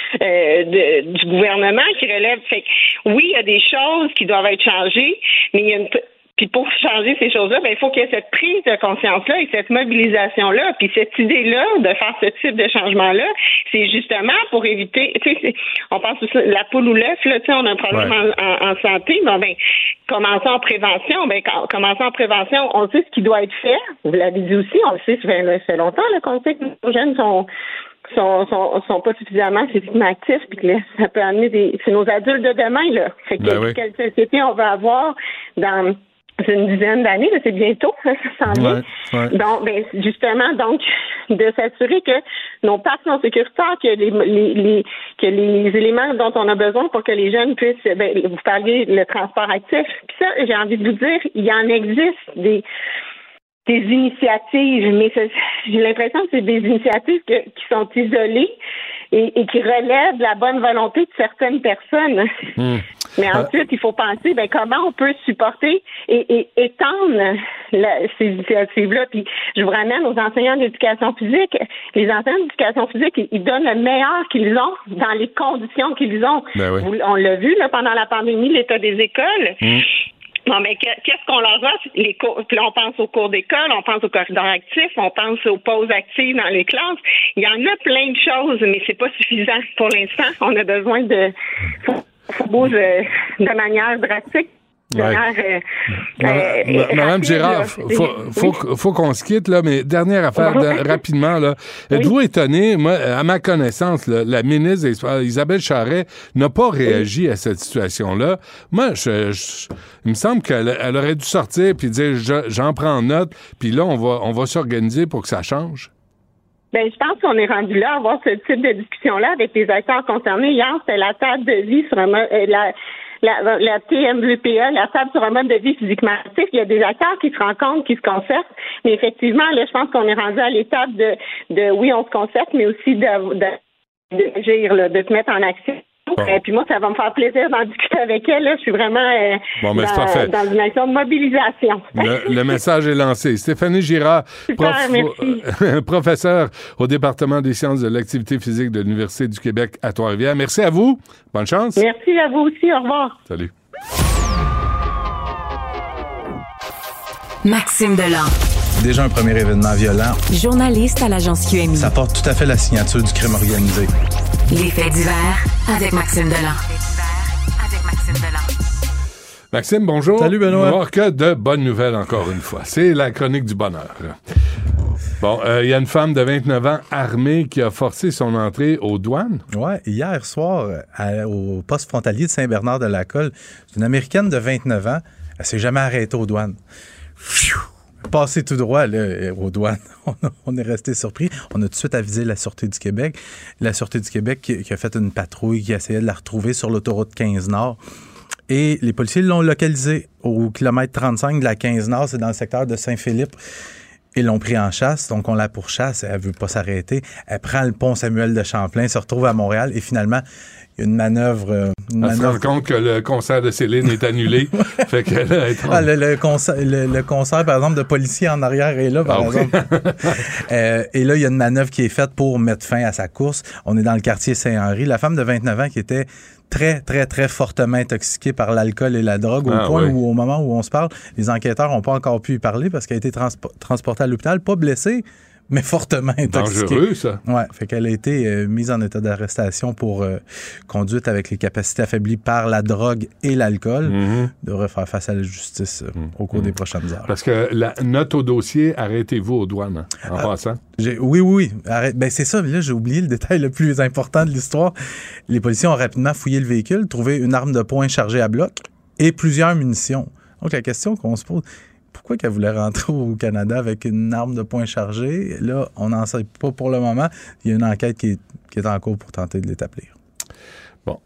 Speaker 10: du gouvernement, qui relèvent. Fait oui, il y a des choses qui doivent être changées, mais il y a Puis pour changer ces choses-là, il faut qu'il y ait cette prise de conscience-là et cette mobilisation-là. Puis cette idée-là de faire ce type de changement-là, c'est justement pour éviter, on pense aussi la poule ou l'œuf, là, on a un problème en santé, commençons en prévention. Commençons en prévention, on sait ce qui doit être fait. Vous l'avez dit aussi, on le sait, ça fait longtemps là, qu'on sait que nos jeunes sont pas suffisamment physiquement actifs, puis que ça peut amener c'est nos adultes de demain, là. Fait que quelle société on va avoir dans une dizaine d'années, là, c'est bientôt, ça s'en vient. Donc, justement, de s'assurer que nos parcs sont sécuritaires, que les éléments dont on a besoin pour que les jeunes puissent, vous parliez le transport actif. Puis ça, j'ai envie de vous dire, il y en existe des initiatives, mais j'ai l'impression que c'est des initiatives qui sont isolées et qui relèvent de la bonne volonté de certaines personnes. Mais ensuite, il faut penser comment on peut supporter et étendre ces initiatives-là. Puis je vous ramène aux enseignants d'éducation physique. Les enseignants d'éducation physique, ils donnent le meilleur qu'ils ont dans les conditions qu'ils ont. On l'a vu là, pendant la pandémie, l'état des écoles. Bon, mais qu'est-ce qu'on leur offre? Les cours, puis là, on pense aux cours d'école, on pense aux corridors actifs, on pense aux pauses actives dans les classes. Il y en a plein de choses, mais c'est pas suffisant pour l'instant. On a besoin faut bouger de manière drastique.
Speaker 5: Madame Girard, faut qu'on se quitte, là, mais dernière affaire, rapidement, là. Êtes-vous étonné? Moi, à ma connaissance, là, la ministre Isabelle Charest n'a pas réagi à cette situation-là. Moi, il me semble qu'elle aurait dû sortir puis dire, j'en prends note, puis là, on va s'organiser pour que ça change.
Speaker 10: Je pense qu'on est rendu là à avoir ce type de discussion-là avec les acteurs concernés. Hier, c'était la table de vie sur la TMVPA, la table sur un mode de vie physiquement actif. Il y a des acteurs qui se rencontrent, qui se concertent, mais effectivement, là, je pense qu'on est rendu à l'étape de oui, on se concerte, mais aussi d'agir, de se mettre en action. Puis moi, ça va me faire plaisir d'en discuter avec elle. Là. Je suis vraiment dans une action de mobilisation.
Speaker 5: Le message est lancé. Stéphanie Girard, professeure au département des sciences de l'activité physique de l'Université du Québec à Trois-Rivières. Merci à vous. Bonne chance.
Speaker 10: Merci à vous aussi. Au revoir.
Speaker 5: Salut.
Speaker 3: Maxime Delan.
Speaker 11: Déjà un premier événement violent.
Speaker 3: Journaliste à l'agence QMI.
Speaker 11: Ça porte tout à fait la signature du crime organisé.
Speaker 3: Les faits divers avec Maxime Delan.
Speaker 5: Maxime, bonjour.
Speaker 8: Salut, Benoît.
Speaker 5: Voir que de bonnes nouvelles encore une fois. C'est la chronique du bonheur. Bon, il y a une femme de 29 ans armée qui a forcé son entrée aux douanes.
Speaker 11: Ouais, hier soir, au poste frontalier de Saint-Bernard-de-la-Colle, c'est une Américaine de 29 ans. Elle s'est jamais arrêtée aux douanes. Passé tout droit là, aux douanes. On est resté surpris. On a tout de suite avisé la Sûreté du Québec. La Sûreté du Québec qui a fait une patrouille, qui essayait de la retrouver sur l'autoroute 15 Nord. Et les policiers l'ont localisée au kilomètre 35 de la 15 Nord. C'est dans le secteur de Saint-Philippe. Ils l'ont pris en chasse. Donc, on la pourchasse. Elle veut pas s'arrêter. Elle prend le pont Samuel de Champlain, se retrouve à Montréal. Et finalement, il y a une manœuvre...
Speaker 5: On se rend compte que le concert de Céline est annulé. Fait que là,
Speaker 11: le concert, par exemple, de policiers en arrière est là, par exemple. Et là, il y a une manœuvre qui est faite pour mettre fin à sa course. On est dans le quartier Saint-Henri. La femme de 29 ans qui était très, très, très fortement intoxiquée par l'alcool et la drogue, au point où, au moment où on se parle, les enquêteurs n'ont pas encore pu y parler parce qu'elle a été transportée à l'hôpital, pas blessée, mais fortement intoxiquée.
Speaker 5: Dangereux, ça.
Speaker 11: Ouais, fait qu'elle a été mise en état d'arrestation pour conduite avec les capacités affaiblies par la drogue et l'alcool. Devrait faire face à la justice au cours des prochaines heures.
Speaker 5: Parce que la note au dossier, arrêtez-vous aux douanes, en passant.
Speaker 11: Oui. Ben, c'est ça, là, j'ai oublié le détail le plus important de l'histoire. Les policiers ont rapidement fouillé le véhicule, trouvé une arme de poing chargée à bloc et plusieurs munitions. Donc, la question qu'on se pose... Pourquoi qu'elle voulait rentrer au Canada avec une arme de poing chargée? Là, on n'en sait pas pour le moment. Il y a une enquête qui est en cours pour tenter de l'établir.
Speaker 5: Bon.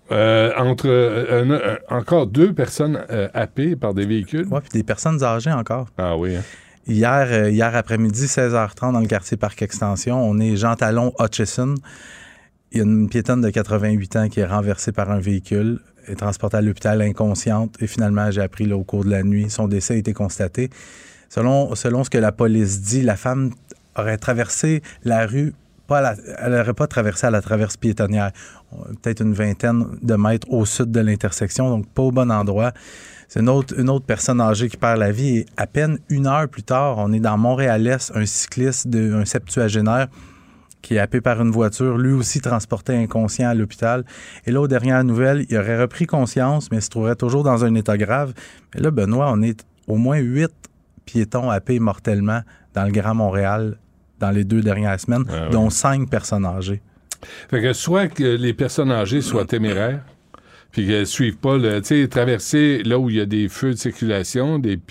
Speaker 5: Encore 2 personnes happées par des véhicules.
Speaker 11: Oui, puis des personnes âgées encore.
Speaker 5: Ah oui, hein?
Speaker 11: Hier après-midi, 16h30, dans le quartier Parc-Extension, on est Jean Talon Hutchison. Il y a une piétonne de 88 ans qui est renversée par un véhicule. Est transportée à l'hôpital inconsciente et finalement, j'ai appris là, au cours de la nuit, son décès a été constaté. Selon ce que la police dit, la femme aurait traversé la rue, elle n'aurait pas traversé à la traverse piétonnière, peut-être une vingtaine de mètres au sud de l'intersection, donc pas au bon endroit. C'est une autre personne âgée qui perd la vie et à peine 1 heure plus tard, on est dans Montréal-Est, un cycliste, un septuagénaire, qui est happé par une voiture, lui aussi transporté inconscient à l'hôpital. Et là, aux dernières nouvelles, il aurait repris conscience, mais se trouverait toujours dans un état grave. Mais là, Benoît, on est au moins 8 piétons happés mortellement dans le Grand Montréal dans les 2 dernières semaines, dont 5 personnes âgées.
Speaker 5: Fait que soit que les personnes âgées soient téméraires, puis qu'elles suivent pas traverser là où il y a des feux de circulation, des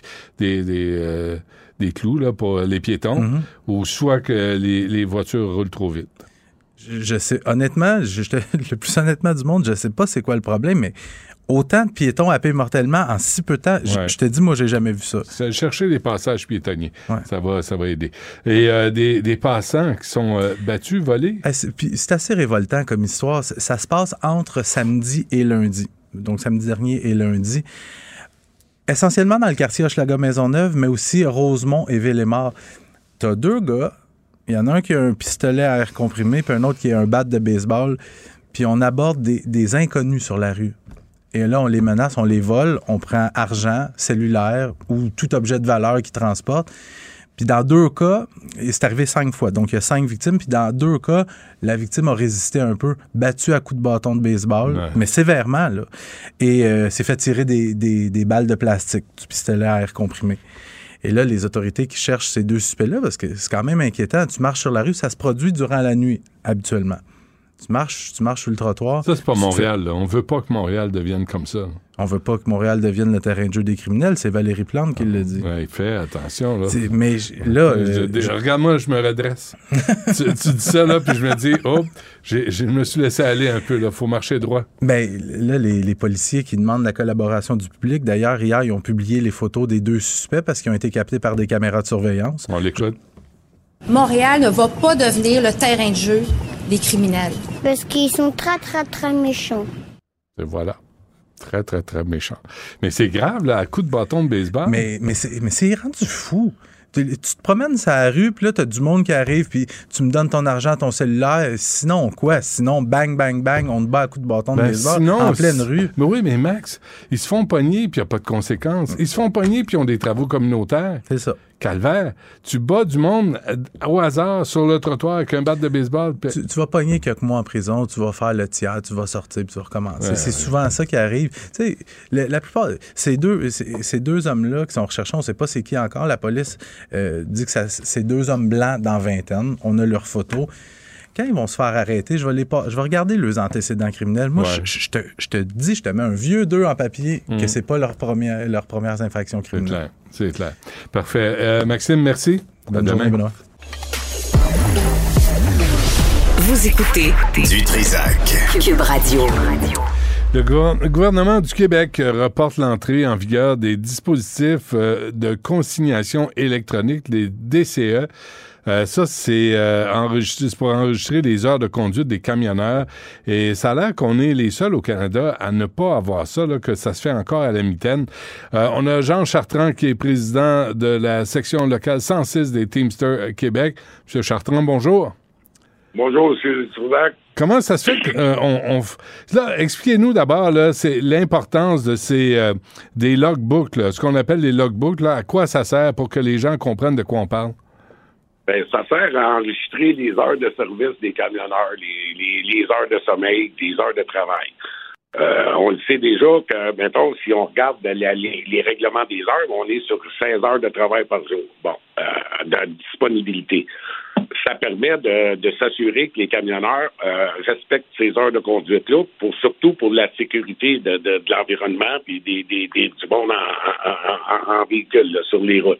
Speaker 5: clous là, pour les piétons, ou soit que les voitures roulent trop vite.
Speaker 11: Je sais, honnêtement, le plus honnêtement du monde, je sais pas c'est quoi le problème, mais autant de piétons happés mortellement en si peu de temps, je te dis, moi, j'ai jamais vu ça.
Speaker 5: Chercher des passages piétonniers, ça va aider. Et des passants qui sont battus, volés.
Speaker 11: C'est assez révoltant comme histoire. Ça se passe entre samedi et lundi. Donc, samedi dernier et lundi. Essentiellement dans le quartier Hochelaga-Maisonneuve, mais aussi Rosemont et Villemort. T'as 2 gars, il y en a un qui a un pistolet à air comprimé, puis un autre qui a un bat de baseball, puis on aborde des inconnus sur la rue. Et là, on les menace, on les vole, on prend argent, cellulaire ou tout objet de valeur qu'ils transportent. Puis dans 2 cas, c'est arrivé 5 fois, donc il y a 5 victimes, puis dans 2 cas, la victime a résisté un peu, battue à coups de bâton de baseball, mais sévèrement, là, et s'est fait tirer des balles de plastique, du pistolet à air comprimé. Et là, les autorités qui cherchent ces 2 suspects-là, parce que c'est quand même inquiétant, tu marches sur la rue, ça se produit durant la nuit, habituellement. Tu marches sur le trottoir.
Speaker 5: Ça, c'est pas Montréal, là. On veut pas que Montréal devienne comme ça.
Speaker 11: On veut pas que Montréal devienne le terrain de jeu des criminels. C'est Valérie Plante qui le dit.
Speaker 5: Oui, fais attention, là.
Speaker 11: Mais là...
Speaker 5: Regarde-moi, je me redresse. tu dis ça, là, puis je me dis, je me suis laissé aller un peu, là. Faut marcher droit.
Speaker 11: Ben là, les policiers qui demandent la collaboration du public, d'ailleurs, hier, ils ont publié les photos des 2 suspects parce qu'ils ont été captés par des caméras de surveillance.
Speaker 5: On l'écoute.
Speaker 12: Montréal ne va pas devenir le terrain de jeu des criminels.
Speaker 13: Parce qu'ils sont très, très, très méchants.
Speaker 5: Et voilà. Très, très, très méchant. Mais c'est grave, là, à coup de bâton de baseball.
Speaker 11: Mais c'est rendu fou. Tu te promènes sur la rue, puis là, t'as du monde qui arrive, puis tu me donnes ton argent, ton cellulaire. Sinon, quoi? Sinon, bang, bang, bang, on te bat à coups de bâton de baseball en pleine rue.
Speaker 5: Mais oui, mais Max, ils se font pogner, puis il n'y a pas de conséquences. Ils se font pogner, puis ils ont des travaux communautaires.
Speaker 11: C'est ça.
Speaker 5: Calvaire. Tu bats du monde au hasard sur le trottoir avec un bat de baseball. Pis...
Speaker 11: Tu vas pogner quelques mois en prison, tu vas faire le tiers, tu vas sortir, puis tu vas recommencer. C'est souvent ça qui arrive. Tu sais, la plupart, ces deux hommes-là qui sont recherchés, on ne sait pas c'est qui encore. La police dit que c'est deux hommes blancs dans vingtaine. On a leurs photos. Quand ils vont se faire arrêter, je vais regarder leurs antécédents criminels. Moi, je te mets un vieux 2 en papier que c'est pas leurs premières infractions criminelles.
Speaker 5: C'est clair. Parfait. Maxime, merci.
Speaker 11: Bonne journée, Benoît.
Speaker 3: Vous écoutez
Speaker 4: du Trisac.
Speaker 3: Cube Radio.
Speaker 5: Le gouvernement du Québec reporte l'entrée en vigueur des dispositifs de consignation électronique, les DCE. Ça, c'est pour enregistrer les heures de conduite des camionneurs. Et ça a l'air qu'on est les seuls au Canada à ne pas avoir ça, là, que ça se fait encore à la mitaine. On a Jean Chartrand, qui est président de la section locale 106 des Teamsters Québec. Monsieur Chartrand, bonjour.
Speaker 13: Bonjour, M. Trisac.
Speaker 5: Comment ça se fait que là, expliquez-nous d'abord, là, c'est l'importance de ces des logbooks, là, ce qu'on appelle les logbooks, là, à quoi ça sert pour que les gens comprennent de quoi on parle?
Speaker 13: Ben, ça sert à enregistrer les heures de service des camionneurs, les heures de sommeil, les heures de travail. On le sait déjà que, mettons, si on regarde les règlements des heures, on est sur 16 heures de travail par jour. Bon, de disponibilité. Ça permet de s'assurer que les camionneurs respectent ces heures de conduite-là, surtout pour la sécurité de l'environnement et du monde en véhicule là, sur les routes.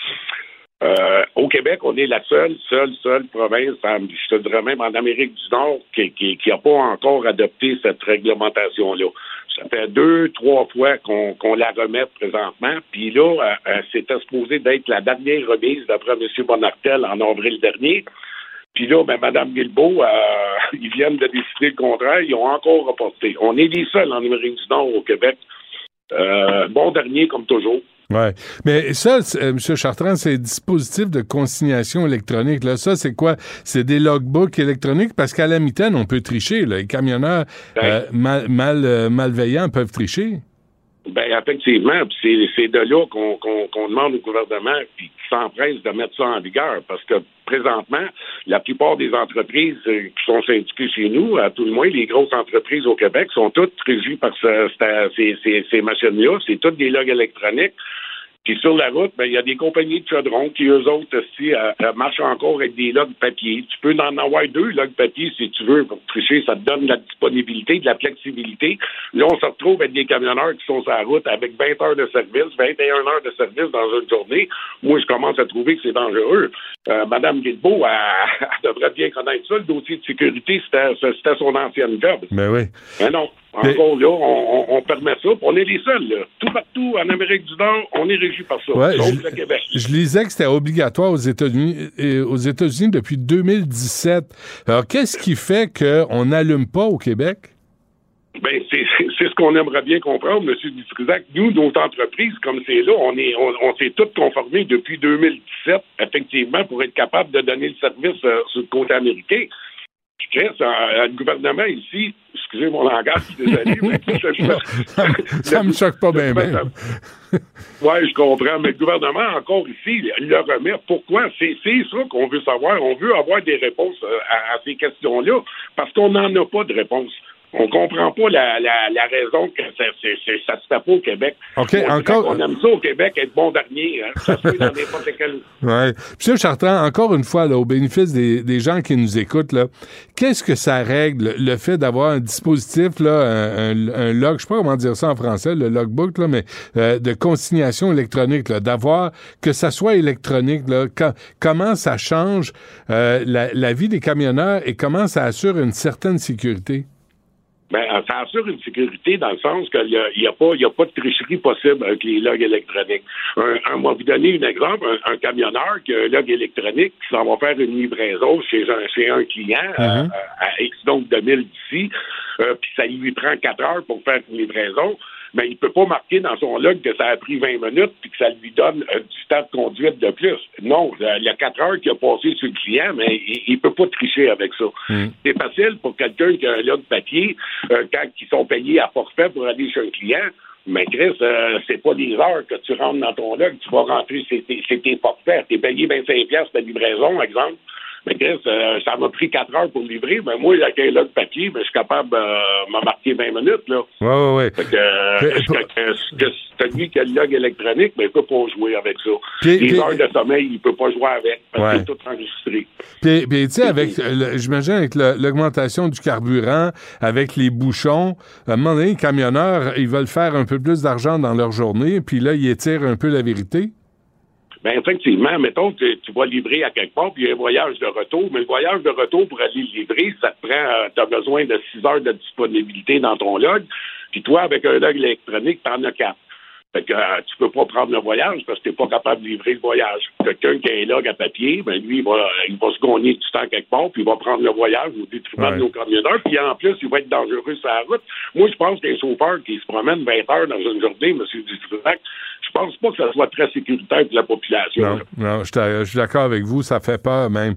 Speaker 13: Au Québec, on est la seule province, je te dirais même en Amérique du Nord, qui n'a pas encore adopté cette réglementation-là. Ça fait 2-3 fois qu'on la remet présentement. Puis là, c'était supposé d'être la dernière remise d'après M. Bonartel en avril dernier. Puis là, Mme Guilbeault, ils viennent de décider le contraire. Ils ont encore reporté. On est les seuls en Amérique du Nord au Québec. Bon dernier, comme toujours.
Speaker 5: Oui. Mais ça, M. Chartrand, c'est des dispositifs de consignation électronique. Là. Ça, c'est quoi? C'est des logbooks électroniques? Parce qu'à la mitaine, on peut tricher. Là. Les camionneurs malveillants peuvent tricher.
Speaker 13: Ben effectivement, puis c'est de là qu'on demande au gouvernement puis qu'il s'empresse de mettre ça en vigueur, parce que présentement, la plupart des entreprises qui sont syndiquées chez nous, à tout le moins les grosses entreprises au Québec, sont toutes régies par ces machines-là. C'est toutes des logs électroniques. Puis sur la route, il y a des compagnies de chaudron qui, eux autres, aussi, marchent encore avec des logs papier. Tu peux en avoir 2 logs papier si tu veux pour tricher. Ça te donne de la disponibilité, de la flexibilité. Là, on se retrouve avec des camionneurs qui sont sur la route avec 20 heures de service, 21 heures de service dans une journée. Moi, je commence à trouver que c'est dangereux. Mme Guilbeault, elle devrait bien connaître ça. Le dossier de sécurité, c'était son ancienne job.
Speaker 5: Mais oui.
Speaker 13: Mais non. Encore là, on permet ça. On est les seuls, là. Tout partout en Amérique du Nord, on est régi par ça.
Speaker 5: Ouais,
Speaker 13: sauf le Québec.
Speaker 5: Je lisais que c'était obligatoire aux États-Unis depuis 2017. Alors, qu'est-ce qui fait qu'on n'allume pas au Québec?
Speaker 13: Ben, c'est ce qu'on aimerait bien comprendre, M. Dutrisac. Nous, nos entreprises, comme c'est là, on s'est toutes conformés depuis 2017, effectivement, pour être capable de donner le service sur le côté américain. Le gouvernement ici, excusez mon langage, je suis désolé, mais
Speaker 5: ça me choque pas bien.
Speaker 13: Oui, je comprends, mais le gouvernement, encore ici, le remet. Pourquoi? C'est ça qu'on veut savoir. On veut avoir des réponses à ces questions-là, parce qu'on n'en a pas de réponse. On comprend pas la raison que ça se fait pas au Québec.
Speaker 5: OK, encore.
Speaker 13: On aime ça au Québec, être bon dernier. Hein. Ça se fait dans n'importe quel.
Speaker 5: Oui. M. Chartrand, encore une fois, là, au bénéfice des gens qui nous écoutent, là, qu'est-ce que ça règle, le fait d'avoir un dispositif, là, un log, je sais pas comment dire ça en français, le logbook, là, mais de consignation électronique, là, d'avoir que ça soit électronique, là, comment ça change la vie des camionneurs et comment ça assure une certaine sécurité?
Speaker 13: Ben, ça assure une sécurité dans le sens qu'il n'y a pas de tricherie possible avec les logs électroniques. On va vous donner un exemple. Un camionneur qui a un log électronique qui s'en va faire une livraison chez un client à X donc de 1000 d'ici, puis ça lui prend 4 heures pour faire une livraison. Mais il ne peut pas marquer dans son log que ça a pris 20 minutes puis que ça lui donne du temps de conduite de plus. Non, il y a 4 heures qu'il a passé sur le client, mais il ne peut pas tricher avec ça. C'est facile pour quelqu'un qui a un log papier, quand ils sont payés à forfait pour aller chez un client. Mais Chris, c'est pas des heures que tu rentres dans ton log, tu vas rentrer, c'est tes forfaits. Tu es payé 25$ de livraison, par exemple. Mais Chris, ça m'a pris 4 heures pour livrer. Mais moi, avec un log papier, je suis capable de m'en marquer 20 minutes. Là.
Speaker 5: Oui.
Speaker 13: Celui qui a le log électronique, il ne peut pas jouer avec ça. Les heures de sommeil, il ne peut pas jouer avec parce que c'est tout enregistré.
Speaker 5: Puis tu sais, j'imagine avec l'augmentation du carburant, avec les bouchons, à un moment donné, les camionneurs, ils veulent faire un peu plus d'argent dans leur journée, puis là, ils étirent un peu la vérité.
Speaker 13: Bien, effectivement, mettons que tu vas livrer à quelque part, puis il y a un voyage de retour, mais le voyage de retour pour aller le livrer, ça te prend, tu as besoin de 6 heures de disponibilité dans ton log, puis toi, avec un log électronique, tu en as 4. Fait que tu peux pas prendre le voyage parce que t'es pas capable de livrer le voyage. Quelqu'un qui a un log à papier, lui, il va se gagner du temps quelque part, puis il va prendre le voyage au détriment de nos camionneurs, puis en plus, il va être dangereux sur la route. Moi, je pense qu'un chauffeur qui se promène 20 heures dans une journée, M. Dutrisac, je pense pas que ça soit très sécuritaire pour la population.
Speaker 5: Non, je suis d'accord avec vous, ça fait peur même.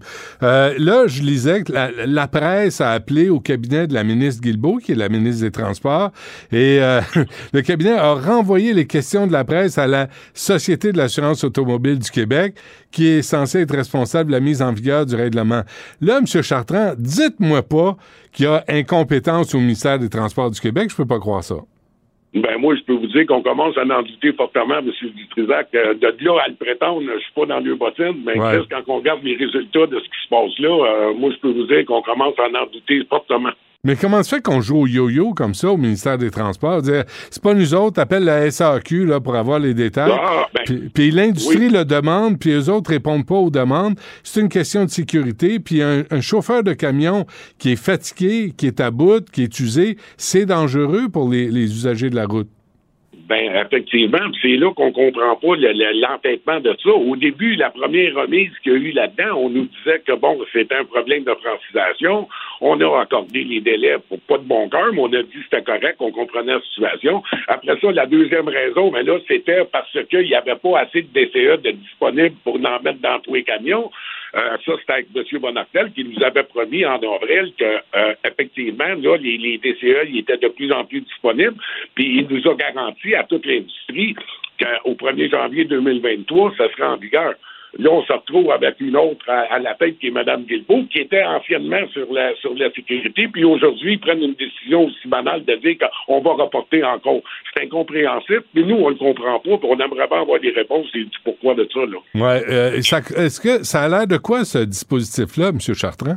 Speaker 5: Là, je lisais que la presse a appelé au cabinet de la ministre Guilbeault, qui est la ministre des Transports, et le cabinet a renvoyé les questions de la presse à la Société de l'assurance automobile du Québec, qui est censée être responsable de la mise en vigueur du règlement. Là, M. Chartrand, dites-moi pas qu'il y a incompétence au ministère des Transports du Québec, je peux pas croire ça.
Speaker 13: Ben moi, je peux vous dire qu'on commence à en douter fortement, M. Dutrisac. De là à le prétendre, je suis pas dans le bottine, mais quand on regarde les résultats de ce qui se passe là, moi, je peux vous dire qu'on commence à en douter fortement.
Speaker 5: Mais comment se fait qu'on joue au yo-yo comme ça au ministère des Transports? Dire, c'est pas nous autres, appelle la SAQ là, pour avoir les détails. Puis l'industrie le demande, puis eux autres répondent pas aux demandes. C'est une question de sécurité. Puis un chauffeur de camion qui est fatigué, qui est à bout, qui est usé, c'est dangereux pour les usagers de la route.
Speaker 13: Ben, effectivement, c'est là qu'on comprend pas l'entêtement de ça. Au début, la première remise qu'il y a eu là-dedans, on nous disait que, c'était un problème de francisation. On a accordé les délais pour pas de bon cœur, mais on a dit que c'était correct, on comprenait la situation. Après ça, la deuxième raison, c'était parce qu'il n'y avait pas assez de DCE disponibles pour en mettre dans tous les camions. Ça, c'était avec M. Bonartel qui nous avait promis en avril que, effectivement, là, les DCE ils étaient de plus en plus disponibles, puis il nous a garanti à toute l'industrie qu'au 1er janvier 2023, ça serait en vigueur. Là, on se retrouve avec une autre à la tête qui est Mme Guilbeault, qui était anciennement sur la sécurité, puis aujourd'hui, ils prennent une décision aussi banale de dire qu'on va reporter encore. C'est incompréhensible, mais nous, on le comprend pas, puis on aimerait bien avoir des réponses et du pourquoi de ça, là.
Speaker 5: Ouais, est-ce que ça a l'air de quoi, ce dispositif-là, M. Chartrand?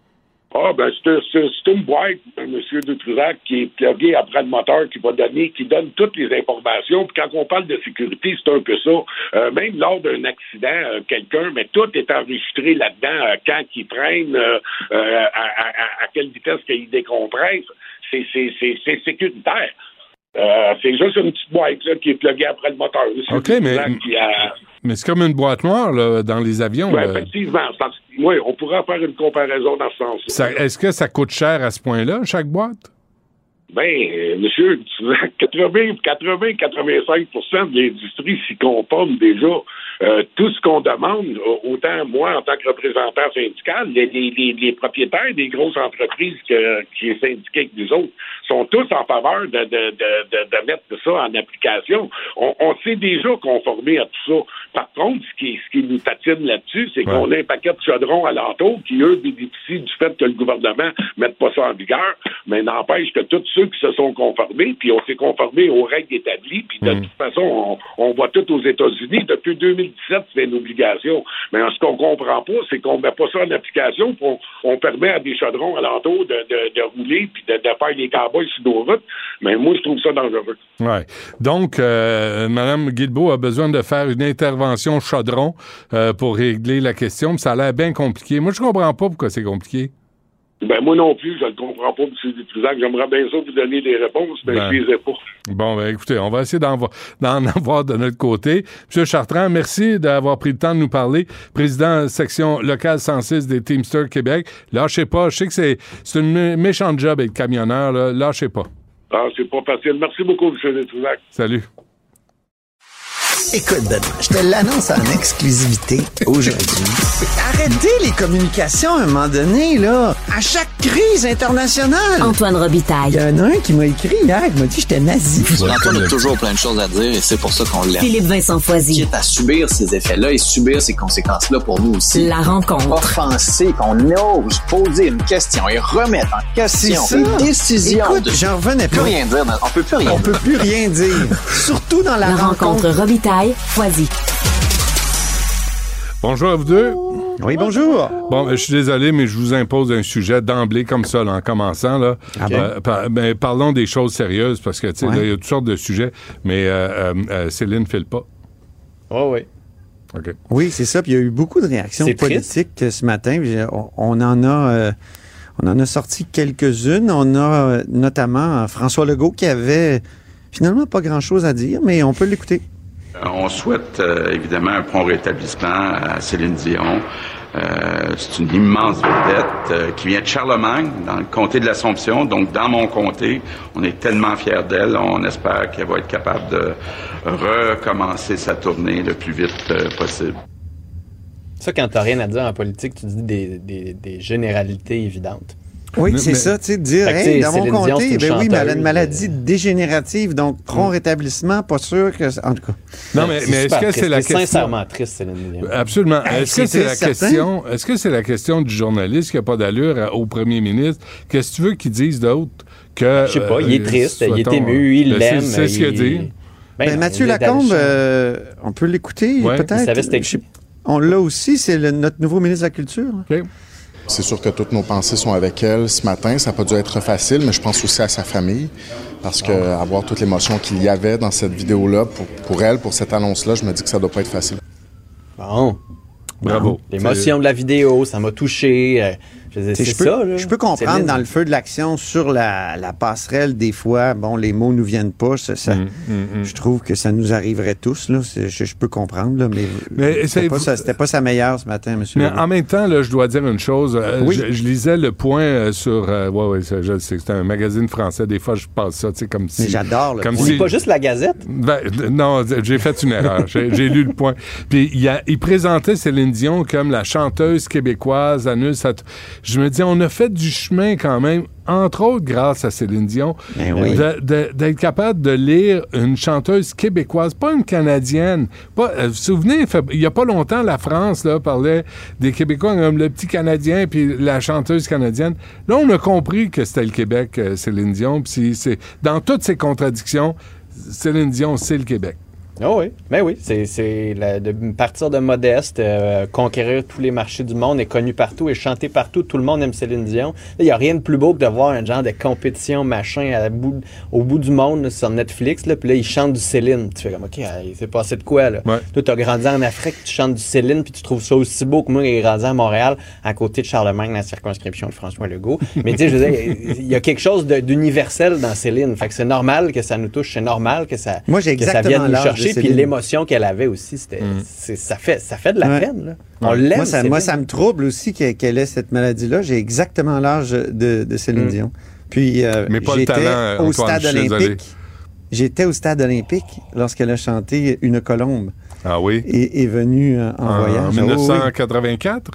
Speaker 13: C'est une boîte, M. Dutrisac, qui est pluguée après le moteur, qui donne toutes les informations. Puis quand on parle de sécurité, c'est un peu ça. Même lors d'un accident, mais tout est enregistré là-dedans. Quand il freine, à quelle vitesse qu'il décompresse, c'est sécuritaire. C'est juste une petite boîte là, qui est pluguée après le moteur.
Speaker 5: OK, mais c'est comme une boîte noire là, dans les avions.
Speaker 13: Oui, effectivement. Oui, on pourrait faire une comparaison dans ce sens-là.
Speaker 5: Est-ce que ça coûte cher à ce point-là, chaque boîte?
Speaker 13: Monsieur, 80-85% de l'industrie s'y conforme déjà. Tout ce qu'on demande, autant moi en tant que représentant syndical, les propriétaires des grosses entreprises qui est syndiqué avec nous autres, sont tous en faveur de mettre ça en application. On s'est déjà conformé à tout ça. Par contre, ce qui nous tatine là-dessus, c'est qu'on a un paquet de chaudrons alentour qui, eux, bénéficient du fait que le gouvernement ne mette pas ça en vigueur, mais n'empêche que tous ceux qui se sont conformés, puis on s'est conformé aux règles établies, puis de toute façon, on voit tout aux États-Unis. Depuis 2017, c'est une obligation. Mais ce qu'on comprend pas, c'est qu'on met pas ça en application, puis on permet à des chaudrons alentour de rouler, puis de faire les cowboys sur nos routes. Mais moi, je trouve ça dangereux.
Speaker 5: Oui. Donc, Mme Guilbeault a besoin de faire une intervention chaudron pour régler la question. Ça a l'air bien compliqué. Moi, je comprends pas pourquoi c'est compliqué.
Speaker 13: Ben, moi non plus, je ne le comprends pas, M. Dutrisac. J'aimerais bien ça vous donner des réponses, mais je les ai pas.
Speaker 5: Bon, ben, écoutez, on va essayer d'en avoir de notre côté. M. Chartrand, merci d'avoir pris le temps de nous parler. Président section locale 106 des Teamsters Québec. Lâchez pas. Je sais que c'est une méchante job être camionneur, là. Lâchez pas.
Speaker 13: Ah, c'est pas facile. Merci beaucoup, M. Dutrisac.
Speaker 5: Salut.
Speaker 14: Écoute, Benoît, je te l'annonce en exclusivité aujourd'hui. Arrêtez les communications à un moment donné, là. À chaque crise internationale.
Speaker 3: Antoine Robitaille.
Speaker 14: Il y en a un qui m'a écrit hier, il m'a dit que j'étais nazi.
Speaker 15: Antoine a toujours plein de choses à dire et c'est pour ça qu'on l'aime.
Speaker 3: Philippe Vincent Foisy.
Speaker 15: Quitte à subir ces effets-là et subir ces conséquences-là pour nous aussi.
Speaker 3: La rencontre.
Speaker 15: Offenser, qu'on ose poser une question et remettre en question des décisions.
Speaker 14: Écoute, j'en revenais pas.
Speaker 15: Rien dire, on peut plus rien dire.
Speaker 14: On peut plus rien dire. Surtout dans la rencontre.
Speaker 3: Robitaille. Foisy.
Speaker 5: Bonjour à vous deux.
Speaker 14: Oui, bonjour.
Speaker 5: Bon, je suis désolé, mais je vous impose un sujet d'emblée comme ça, là, en commençant. Là. Parlons des choses sérieuses, parce que, tu sais, il y a toutes sortes de sujets, mais Céline file pas.
Speaker 16: Oh oui.
Speaker 5: OK.
Speaker 14: Oui, c'est ça. Puis il y a eu beaucoup de réactions politiques ce matin. On en a sorti quelques-unes. On a notamment François Legault qui avait finalement pas grand-chose à dire, mais on peut l'écouter.
Speaker 17: On souhaite évidemment un prompt rétablissement à Céline Dion. C'est une immense vedette qui vient de Charlemagne, dans le comté de l'Assomption. Donc, dans mon comté, on est tellement fiers d'elle. On espère qu'elle va être capable de recommencer sa tournée le plus vite possible.
Speaker 16: Ça, quand t'as rien à dire en politique, tu dis des généralités évidentes.
Speaker 14: Oui, c'est ça, tu sais, de dire, hey, dans mon comté, ben oui, mais elle a une maladie dégénérative, donc prompt rétablissement, pas sûr que... En tout cas.
Speaker 5: Non, mais est-ce que c'est la question...
Speaker 16: sincèrement triste, Céline Dion.
Speaker 5: Absolument. Est-ce que c'est la question du journaliste qui n'a pas d'allure au premier ministre? Qu'est-ce que tu veux qu'il dise d'autre que...
Speaker 16: Je sais pas, il est triste, il est ému, il l'aime.
Speaker 5: C'est ce qu'il a dit.
Speaker 14: Mathieu Lacombe, on peut l'écouter, peut-être? On l'a aussi, c'est notre nouveau ministre de la Culture.
Speaker 5: OK.
Speaker 18: C'est sûr que toutes nos pensées sont avec elle ce matin. Ça n'a pas dû être facile, mais je pense aussi à sa famille. Parce que avoir toute l'émotion qu'il y avait dans cette vidéo-là, pour elle, pour cette annonce-là, je me dis que ça ne doit pas être facile.
Speaker 16: Bon.
Speaker 5: Bravo.
Speaker 16: L'émotion de la vidéo, ça m'a touché.
Speaker 14: Je peux comprendre dans le feu de l'action sur la passerelle, des fois, bon, les mots nous viennent pas. Je trouve que ça nous arriverait tous. Là. Je peux comprendre, là, mais c'était pas sa meilleure ce matin, monsieur.
Speaker 5: Mais en même temps, là, je dois dire une chose. Je lisais Le Point sur... je sais que c'est un magazine français. Des fois, je passe ça, tu sais, comme si...
Speaker 14: Mais j'adore, là.
Speaker 16: Vous lisez pas juste la Gazette?
Speaker 5: Non, j'ai fait une erreur. J'ai lu Le Point. Puis, il présentait Céline Dion comme la chanteuse québécoise. Je me dis, on a fait du chemin quand même, entre autres grâce à Céline Dion, d'être capable de lire une chanteuse québécoise, pas une Canadienne. Vous vous souvenez, il n'y a pas longtemps, la France là, parlait des Québécois comme le petit Canadien puis la chanteuse canadienne. Là, on a compris que c'était le Québec, Céline Dion. Puis c'est dans toutes ces contradictions, Céline Dion, c'est le Québec.
Speaker 16: Oh oui, mais oui, c'est de partir de modeste, conquérir tous les marchés du monde, est connu partout, est chanté partout, tout le monde aime Céline Dion. Il n'y a rien de plus beau que de voir un genre de compétition, machin, au bout du monde là, sur Netflix, là, puis là, ils chantent du Céline. Tu fais comme, OK, il s'est passé de quoi, là? Ouais. Toi, tu as grandi en Afrique, tu chantes du Céline, puis tu trouves ça aussi beau que moi, qui ai grandi à Montréal, à côté de Charlemagne, dans la circonscription de François Legault. Mais tu sais, je veux dire, il y a quelque chose d'universel dans Céline. Fait que c'est normal que ça nous touche, c'est normal que ça vienne nous chercher. Puis l'émotion qu'elle avait aussi, ça fait de la peine. Là. On l'aime.
Speaker 14: Moi, ça me trouble aussi qu'elle ait cette maladie-là. J'ai exactement l'âge de Céline Dion. Puis j'étais au stade olympique. J'étais au stade olympique lorsqu'elle a chanté Une colombe.
Speaker 5: Ah oui?
Speaker 14: Et est venue en voyage.
Speaker 5: En 1984?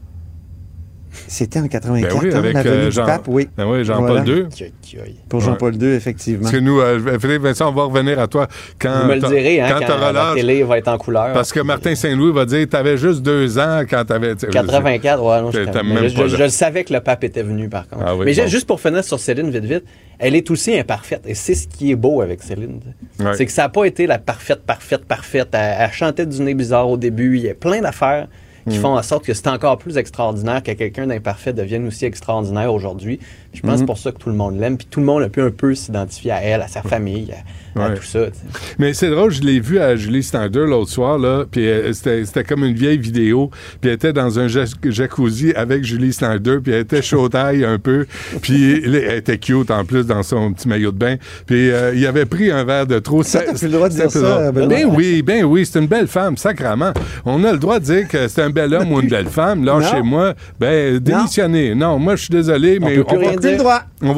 Speaker 14: C'était en 84,
Speaker 5: ben oui, avec
Speaker 14: la venue du pape, oui.
Speaker 5: Ben oui, Jean-Paul II.
Speaker 14: Pour Jean-Paul II, effectivement.
Speaker 5: Parce que nous, Philippe Vincent, on va revenir à toi quand
Speaker 16: vous me le direz, quand la télé va être en couleur.
Speaker 5: Parce que Martin Saint-Louis va dire, t'avais juste 2 ans quand t'avais...
Speaker 16: 84, ouais, non, je le savais que le pape était venu, par contre. Ah, oui, mais juste pour finir sur Céline, vite, elle est aussi imparfaite. Et c'est ce qui est beau avec Céline. Ouais. C'est que ça n'a pas été la parfaite. Elle chantait du nez bizarre au début. Il y a plein d'affaires qui font en sorte que c'est encore plus extraordinaire que quelqu'un d'imparfait devienne aussi extraordinaire aujourd'hui. Puis je pense que c'est pour ça que tout le monde l'aime. Puis tout le monde a pu un peu s'identifier à elle, à sa famille, à tout ça. T'sais.
Speaker 5: Mais c'est drôle, je l'ai vu à Julie Snyder l'autre soir, là, puis c'était comme une vieille vidéo, puis elle était dans un jacuzzi avec Julie Snyder, puis elle était chaud-taille un peu, puis elle était cute en plus dans son petit maillot de bain, puis il avait pris un verre de trop.
Speaker 14: Ça, t'as plus le droit de dire ça,
Speaker 5: Ben oui, c'est une belle femme, sacrément. On a le droit de dire que c'est un bel homme ou une belle femme. Là, chez moi, démissionner. Non, moi, je suis désolé, mais on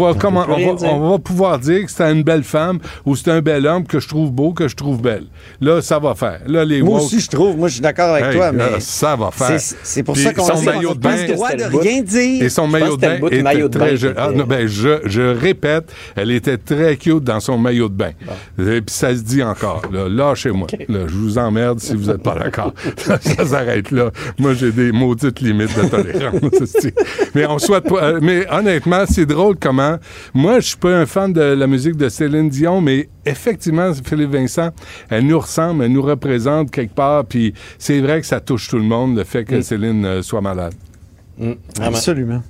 Speaker 5: va pouvoir dire que c'est une belle femme ou c'est un bel homme que je trouve beau, que je trouve belle. Là, ça va faire. Là,
Speaker 14: moi aussi, je trouve. Moi, je suis d'accord avec toi, mais
Speaker 5: là, ça va faire.
Speaker 14: C'est pour ça qu'on a le droit de rien dire.
Speaker 5: Et son maillot de bain était très je répète, elle était très cute dans son maillot de bain. Et puis ça se dit encore. Là, lâchez-moi. Okay. Là, je vous emmerde si vous n'êtes pas d'accord. Ça s'arrête là. Moi, j'ai des maudites limites de tolérance. Mais on souhaite pas. Mais honnêtement, c'est drôle comment. Moi, je suis pas un fan de la musique de Céline Dion, mais effectivement, Philippe Vincent, elle nous ressemble, elle nous représente quelque part. Puis c'est vrai que ça touche tout le monde, le fait que Céline soit malade.
Speaker 14: Absolument.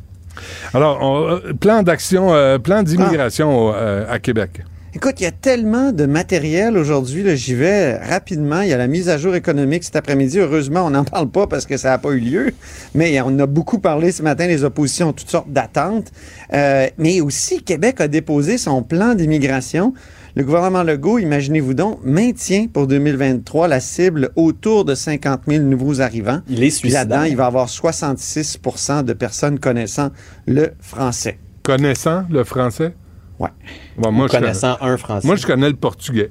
Speaker 5: Alors, plan d'action, plan d'immigration à Québec.
Speaker 14: Écoute, il y a tellement de matériel aujourd'hui, là, j'y vais rapidement. Il y a la mise à jour économique cet après-midi. Heureusement, on n'en parle pas parce que ça n'a pas eu lieu. Mais on a beaucoup parlé ce matin, les oppositions ont toutes sortes d'attentes. Mais aussi, Québec a déposé son plan d'immigration. Le gouvernement Legault, imaginez-vous donc, maintient pour 2023 la cible autour de 50 000 nouveaux arrivants.
Speaker 16: Il est suicidaire.
Speaker 14: Là-dedans, il va y avoir 66 % de personnes connaissant le français.
Speaker 5: Connaissant le français?
Speaker 14: Oui.
Speaker 5: Bon, moi,
Speaker 16: connaissant un français.
Speaker 5: Moi, je connais le portugais.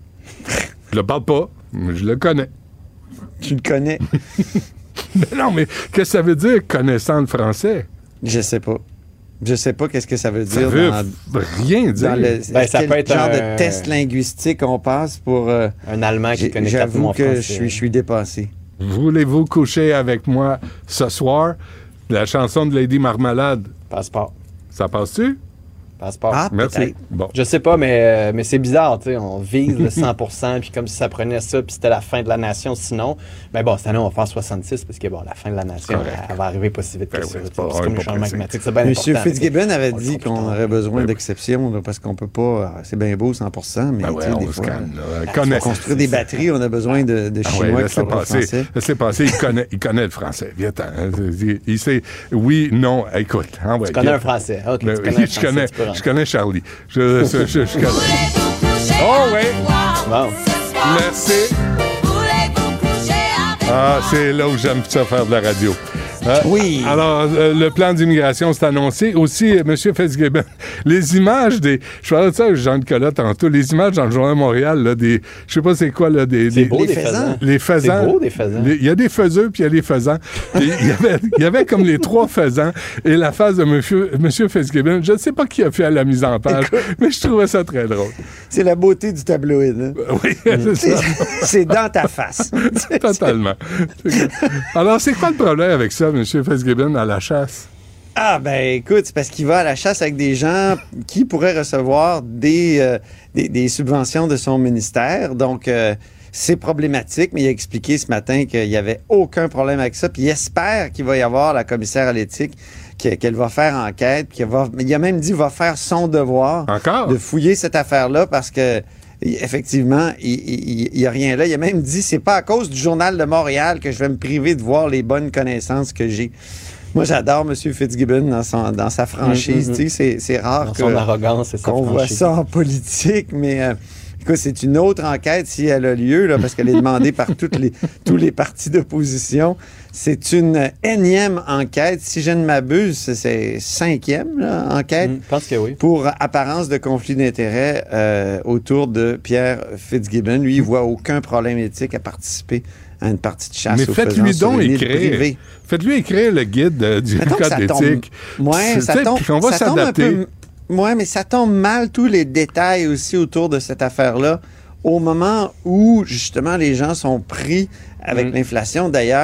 Speaker 5: Je le parle pas, mais je le connais.
Speaker 14: Tu le connais?
Speaker 5: Mais non, mais qu'est-ce que ça veut dire, connaissant le français?
Speaker 14: Je sais pas. Je sais pas qu'est-ce que ça veut dire.
Speaker 5: Ça veut rien dire.
Speaker 14: Ça peut être genre de test linguistique qu'on passe pour...
Speaker 16: un Allemand qui connaît quatre mots français.
Speaker 14: J'avoue que je suis dépassé.
Speaker 5: Voulez-vous coucher avec moi ce soir? La chanson de Lady Marmalade.
Speaker 16: Passeport.
Speaker 5: Ça passe-tu?
Speaker 16: Passeport.
Speaker 5: Merci. Bon.
Speaker 16: Je sais pas, mais c'est bizarre, tu sais, on vise le 100%, puis comme si ça prenait ça, puis c'était la fin de la nation, sinon. Mais bon, cette année, on va faire 66, parce que bon, la fin de la nation, elle va arriver pas si vite que ça. C'est comme le changement climatique, c'est bien
Speaker 14: Monsieur
Speaker 16: important.
Speaker 14: Fitzgibbon avait dit qu'on aurait besoin d'exceptions, parce qu'on peut pas, c'est bien beau 100%, mais des fois, pour construire des batteries, on a besoin de Chinois qui parlent français.
Speaker 5: Laissez passer, il connaît le français. Viens-t'en. Il sait oui, non, écoute.
Speaker 16: Tu connais un français. OK, tu connais un français.
Speaker 5: Je connais Charlie. Je connais. Oh oui!
Speaker 16: Bon.
Speaker 5: Merci. Ah, c'est là où j'aime ça faire de la radio.
Speaker 14: Oui.
Speaker 5: Alors, le plan d'immigration s'est annoncé. Aussi, M. Fitzgibbon, les images des... Je parlais de ça avec Jean-Nicolas tantôt. Les images dans le Journal de Montréal, là, des... Je sais pas c'est quoi, là, des...
Speaker 16: C'est beau, des faisans.
Speaker 5: Les faisans.
Speaker 16: C'est beau, des faisans.
Speaker 5: Il y a des faiseux, puis il y a des faisans. Il y avait comme les 3 faisans et la face de M. Fitzgibbon. Je ne sais pas qui a fait la mise en page, mais je trouvais ça très drôle.
Speaker 14: C'est la beauté du tabloïd. Hein?
Speaker 5: Oui, c'est ça.
Speaker 14: C'est dans ta face.
Speaker 5: Totalement. Alors, c'est quoi le problème avec ça, M. Fitzgibbon, à la chasse?
Speaker 14: Ah, ben écoute, c'est parce qu'il va à la chasse avec des gens qui pourraient recevoir des subventions de son ministère. Donc, c'est problématique, mais il a expliqué ce matin qu'il n'y avait aucun problème avec ça. Puis il espère qu'il va y avoir la commissaire à l'éthique, qu'elle va faire enquête. Il a même dit qu'il va faire son devoir de fouiller cette affaire-là parce que effectivement, il n'y a rien là. Il a même dit, c'est pas à cause du Journal de Montréal que je vais me priver de voir les bonnes connaissances que j'ai. Moi, j'adore M. Fitzgibbon dans sa franchise. Tu sais, c'est rare
Speaker 16: dans son arrogance et sa
Speaker 14: qu'on voit ça en politique, mais écoute, c'est une autre enquête si elle a lieu, là, parce qu'elle est demandée par tous les partis d'opposition. C'est une énième enquête. Si je ne m'abuse, c'est 5e enquête.
Speaker 16: Je pense que oui.
Speaker 14: Pour apparence de conflit d'intérêts autour de Pierre Fitzgibbon. Lui, il voit aucun problème éthique à participer à une partie de chasse.
Speaker 5: Mais faites-lui donc écrire. Faites-lui écrire le guide du code d'éthique.
Speaker 14: Oui, ça tombe.
Speaker 5: On va s'adapter.
Speaker 14: Oui, mais ça tombe mal tous les détails aussi autour de cette affaire-là. Au moment où, justement, les gens sont pris avec l'inflation. D'ailleurs,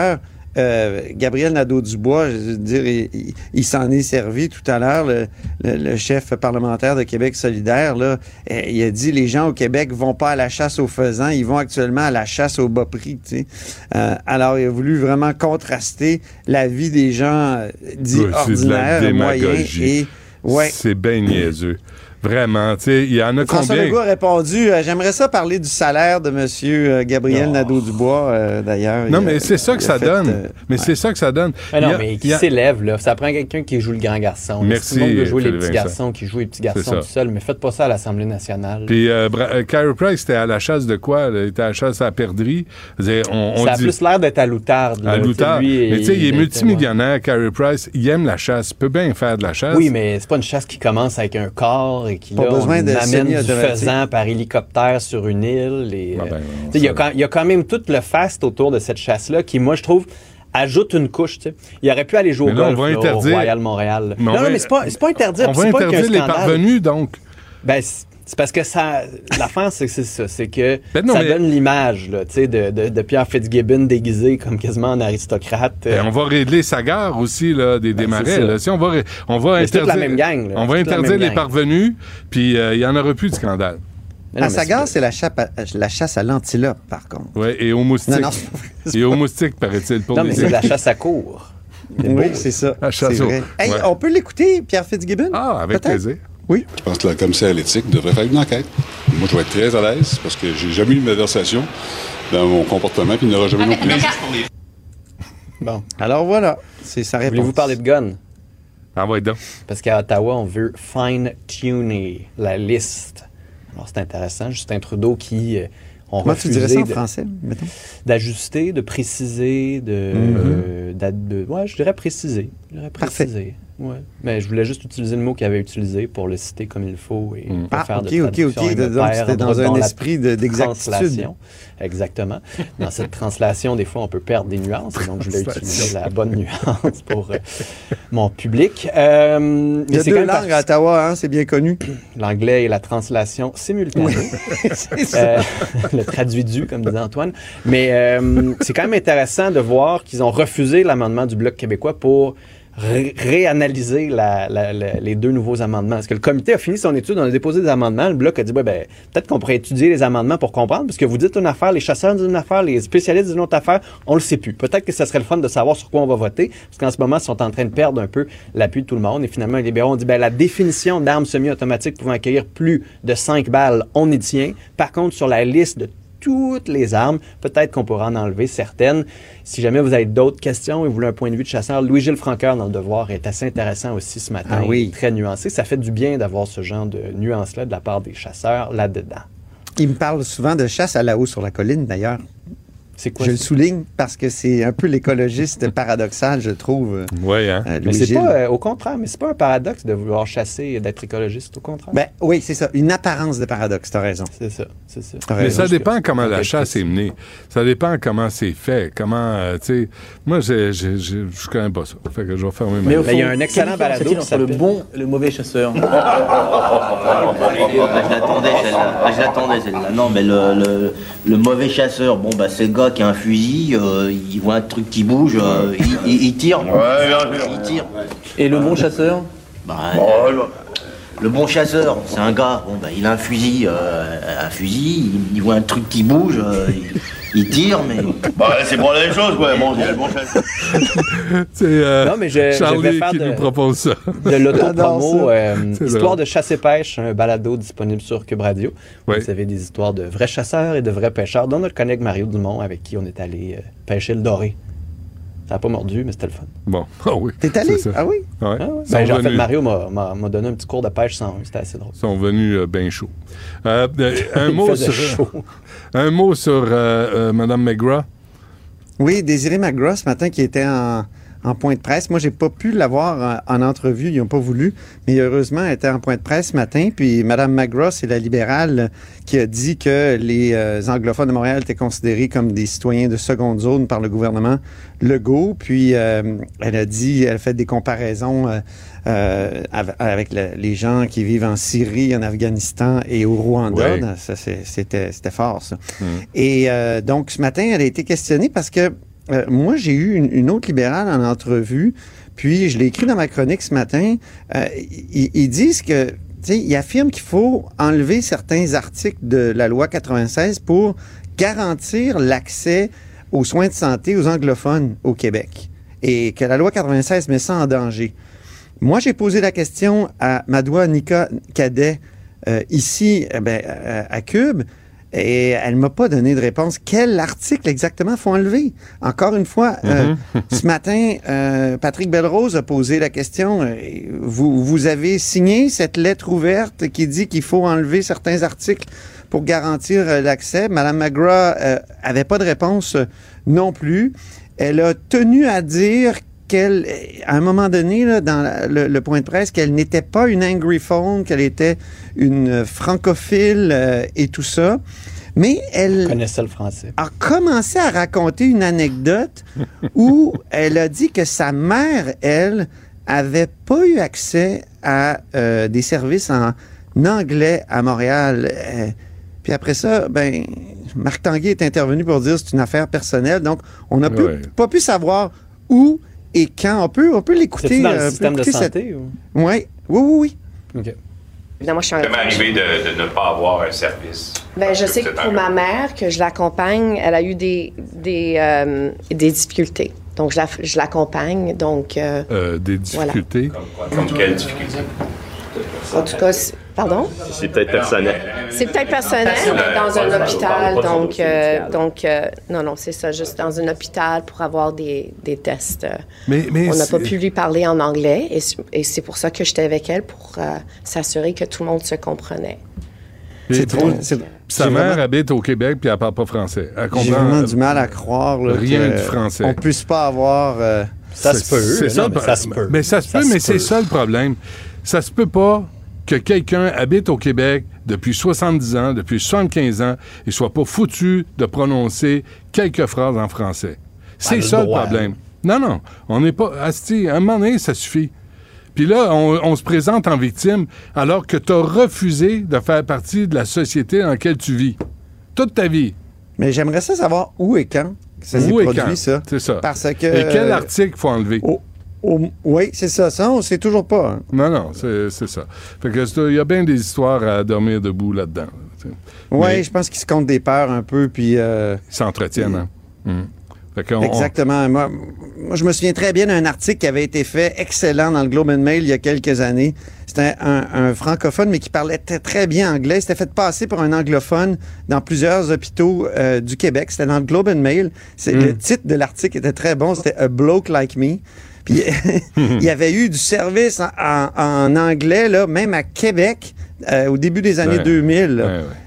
Speaker 14: Gabriel Nadeau-Dubois, je veux dire, il s'en est servi tout à l'heure, le chef parlementaire de Québec solidaire, là, il a dit les gens au Québec vont pas à la chasse aux faisans, ils vont actuellement à la chasse au bas prix. Tu sais. Alors, il a voulu vraiment contraster la vie des gens dits ordinaires, moyens et... Ouais.
Speaker 5: C'est bien niaiseux. Vraiment, tu sais, il y en a
Speaker 14: François
Speaker 5: combien?
Speaker 14: Legault a répondu, j'aimerais ça parler du salaire de M. Gabriel Nadeau-Dubois, d'ailleurs.
Speaker 5: Non, mais c'est ça que ça donne. C'est ça que ça donne.
Speaker 16: Mais qui s'élève, là. Ça prend quelqu'un qui joue le grand garçon.
Speaker 5: Merci.
Speaker 16: Tout le monde veut jouer les petits garçons, qui jouent les petits garçons tout seul, mais faites pas ça à l'Assemblée nationale.
Speaker 5: Puis, Carey Price, était à la chasse de quoi? Là? Il était à la chasse à la perdrix.
Speaker 16: Ça a plus l'air d'être à l'outarde.
Speaker 5: À l'outarde. Mais tu sais, il est multimillionnaire, Carey Price. Il aime la chasse. Il peut bien faire de la chasse.
Speaker 16: Oui, mais c'est pas une chasse qui commence avec un corps et qui, là, on amène du faisan par hélicoptère sur une île. Il y a quand même tout le faste autour de cette chasse-là qui, moi, je trouve, ajoute une couche. T'sais. Il aurait pu aller jouer au golf au Royal Montréal. Non, mais c'est pas interdit.
Speaker 5: On va interdire les parvenus, donc.
Speaker 16: Ben, c'est parce que ça... L'affaire, c'est ça. C'est que ça donne l'image là, de Pierre Fitzgibbon déguisé comme quasiment un aristocrate.
Speaker 5: On va régler sa gare aussi, là, des marais. Là. Si on va interdire...
Speaker 16: C'est toute la même gang. Là.
Speaker 5: On va interdire les parvenus, puis il n'y en aura plus de scandale.
Speaker 14: À Sagar, c'est la chasse à l'antilope, par contre.
Speaker 5: Oui, et aux moustiques. Et aux moustiques, paraît-il.
Speaker 16: Non, mais c'est la chasse à cour.
Speaker 14: Oui, c'est ça. C'est vrai. Hey, on peut l'écouter, Pierre Fitzgibbon?
Speaker 5: Ah, avec plaisir.
Speaker 14: Oui.
Speaker 19: Je pense que la commissaire à l'éthique devrait faire une enquête. Moi, je vais être très à l'aise parce que j'ai jamais eu de malversation dans mon comportement puis il n'y en aura jamais non plus.
Speaker 14: Bon. Alors voilà, c'est sa réponse.
Speaker 16: Voulez-vous parler de gun?
Speaker 5: Envoyez donc.
Speaker 16: Parce qu'à Ottawa, on veut fine-tuner la liste. Alors, c'est intéressant. Justin Trudeau qui ont
Speaker 14: Comment
Speaker 16: refusé...
Speaker 14: tu dirais ça en français, mettons?
Speaker 16: D'ajuster, de préciser, ouais, je dirais préciser.
Speaker 14: Parfait.
Speaker 16: Ouais. Mais je voulais juste utiliser le mot qu'il avait utilisé pour le citer comme il faut et pas faire de traduction.
Speaker 14: Donc, c'était dans un esprit d'exactitude.
Speaker 16: Exactement. Dans cette translation, des fois, on peut perdre des nuances. Donc, je voulais utiliser la bonne nuance pour mon public.
Speaker 14: Il y a deux langues à Ottawa, hein, c'est bien connu.
Speaker 16: L'anglais et la translation simultanée.
Speaker 14: C'est ça.
Speaker 16: Le traduit comme disait Antoine. Mais c'est quand même intéressant de voir qu'ils ont refusé l'amendement du Bloc québécois pour réanalyser les deux nouveaux amendements. Parce que le comité a fini son étude, on a déposé des amendements, le Bloc a dit, peut-être qu'on pourrait étudier les amendements pour comprendre, parce que vous dites une affaire, les chasseurs disent une affaire, les spécialistes disent une autre affaire, on le sait plus. Peut-être que ça serait le fun de savoir sur quoi on va voter, parce qu'en ce moment, ils sont en train de perdre un peu l'appui de tout le monde, et finalement, les libéraux ont dit, la définition d'armes semi-automatiques pouvant accueillir plus de 5 balles, on y tient. Par contre, sur la liste de toutes les armes, peut-être qu'on pourra en enlever certaines. Si jamais vous avez d'autres questions et vous voulez un point de vue de chasseur, Louis-Gilles Francoeur dans le Devoir est assez intéressant aussi ce matin.
Speaker 14: Ah oui.
Speaker 16: Très nuancé. Ça fait du bien d'avoir ce genre de nuances-là de la part des chasseurs là-dedans.
Speaker 14: Il me parle souvent de chasse à la haut sur la colline, d'ailleurs.
Speaker 16: C'est quoi,
Speaker 14: je le souligne parce que c'est un peu l'écologiste paradoxal, je trouve.
Speaker 5: Oui, hein?
Speaker 16: Mais c'est pas, au contraire, mais c'est pas un paradoxe de vouloir chasser et d'être écologiste, au contraire.
Speaker 14: Oui, c'est ça. Une apparence de paradoxe, t'as raison.
Speaker 16: C'est ça.
Speaker 5: Mais ça dépend comment la chasse est menée. Ça dépend comment c'est fait. Comment, tu sais, moi, je connais pas ça. Fait que je vais fermer ma gueule.
Speaker 16: Il y a un excellent balado
Speaker 20: entre le bon et le mauvais chasseur.
Speaker 21: Je l'attendais celle-là. Non, mais le mauvais chasseur, c'est le gars qui a un fusil, il voit un truc qui bouge, il tire.
Speaker 20: Ouais,
Speaker 21: il tire.
Speaker 20: Et le bon chasseur?
Speaker 21: Le bon chasseur, c'est un gars, il a un fusil, il voit un truc qui bouge, il tire, mais...
Speaker 20: c'est pour la même chose, quoi. Bon, c'est le bon chasseur.
Speaker 5: C'est
Speaker 16: non, mais
Speaker 5: Charlie qui nous propose ça.
Speaker 16: De l'auto-promo, Histoire de chasse et pêche, un balado disponible sur Cube Radio. Oui. Vous avez des histoires de vrais chasseurs et de vrais pêcheurs, dont notre collègue Mario Dumont, avec qui on est allé pêcher le doré. Ça n'a pas mordu, mais c'était le fun.
Speaker 5: Bon, oui.
Speaker 14: T'es allé? Ah oui?
Speaker 5: Ouais.
Speaker 16: En fait, Mario m'a donné un petit cours de pêche 101. C'était assez drôle.
Speaker 5: Ils sont venus bien chauds. Un mot sur Mme McGrath.
Speaker 14: Oui, Désirée McGrath, ce matin, qui était en point de presse. Moi, j'ai pas pu l'avoir en entrevue. Ils n'ont pas voulu. Mais heureusement, elle était en point de presse ce matin. Puis Mme McGrath, c'est la libérale qui a dit que les anglophones de Montréal étaient considérés comme des citoyens de seconde zone par le gouvernement Legault. Puis elle a fait des comparaisons avec les gens qui vivent en Syrie, en Afghanistan et au Rwanda. Ouais. Ça, c'était fort, ça. Et donc, ce matin, elle a été questionnée parce que moi, j'ai eu une autre libérale en entrevue, puis je l'ai écrit dans ma chronique ce matin. Ils disent que, tu sais, ils affirment qu'il faut enlever certains articles de la loi 96 pour garantir l'accès aux soins de santé aux anglophones au Québec. Et que la loi 96 met ça en danger. Moi, j'ai posé la question à Madoua Nika Cadet, ici, à Cube, et elle m'a pas donné de réponse. Quel article exactement faut enlever? Encore une fois, ce matin, Patrick Belrose a posé la question. Vous avez signé cette lettre ouverte qui dit qu'il faut enlever certains articles pour garantir l'accès. Mme McGrath avait pas de réponse non plus. Elle a tenu à dire qu'elle, à un moment donné, là, dans le point de presse, qu'elle n'était pas une anglophone, qu'elle était une francophile et tout ça. Mais elle
Speaker 16: connaissait le français.
Speaker 14: A commencé à raconter une anecdote où elle a dit que sa mère, elle, avait pas eu accès à des services en anglais à Montréal. Puis après ça, Marc Tanguay est intervenu pour dire que c'est une affaire personnelle. Donc, on n'a pas pu savoir où et quand. On peut l'écouter.
Speaker 16: C'est-tu dans le système de santé?
Speaker 14: Oui. OK.
Speaker 6: Évidemment,
Speaker 22: ça m'est arrivé de ne pas avoir un service.
Speaker 6: Je sais que pour ma mère, que je l'accompagne, elle a eu des difficultés. Donc, je l'accompagne. Donc,
Speaker 5: des difficultés?
Speaker 22: Voilà. Comme quelles difficultés?
Speaker 6: En tout cas, pardon?
Speaker 22: C'est peut-être personnel.
Speaker 6: C'est peut-être personnel, mais dans un hôpital. Donc, non, c'est ça, juste dans un hôpital pour avoir des tests.
Speaker 5: Mais
Speaker 6: on n'a pas pu lui parler en anglais et c'est pour ça que j'étais avec elle pour s'assurer que tout le monde se comprenait.
Speaker 5: Sa mère habite au Québec puis elle parle pas français.
Speaker 14: J'ai vraiment du mal à croire
Speaker 5: rien du français.
Speaker 14: On puisse pas avoir...
Speaker 16: Ça se peut.
Speaker 5: Ça se peut. Mais ça se peut, mais c'est ça le problème. Ça se peut pas que quelqu'un habite au Québec depuis 70 ans, depuis 75 ans, et soit pas foutu de prononcer quelques phrases en français. C'est ça le problème. Non, on n'est pas... Asti, à un moment donné, ça suffit. Puis là, on se présente en victime alors que tu as refusé de faire partie de la société dans laquelle tu vis. Toute ta vie.
Speaker 14: Mais j'aimerais ça savoir où et quand ça s'est produit, ça.
Speaker 5: C'est ça.
Speaker 14: Parce que...
Speaker 5: Et quel article faut enlever?
Speaker 14: Oui, c'est ça. Ça, on sait toujours pas. Hein.
Speaker 5: Non, c'est ça. Fait que il y a bien des histoires à dormir debout là-dedans.
Speaker 14: Oui, je pense qu'ils se comptent des peurs un peu, puis...
Speaker 5: Ils s'entretiennent, hein?
Speaker 14: Exactement. Moi, je me souviens très bien d'un article qui avait été fait excellent dans le Globe and Mail il y a quelques années. C'était un francophone, mais qui parlait très bien anglais. Il s'était fait passer pour un anglophone dans plusieurs hôpitaux du Québec. C'était dans le Globe and Mail. Le titre de l'article était très bon. C'était « A Bloke Like Me ». Puis il y avait eu du service en anglais, là, même à Québec, au début des années 2000.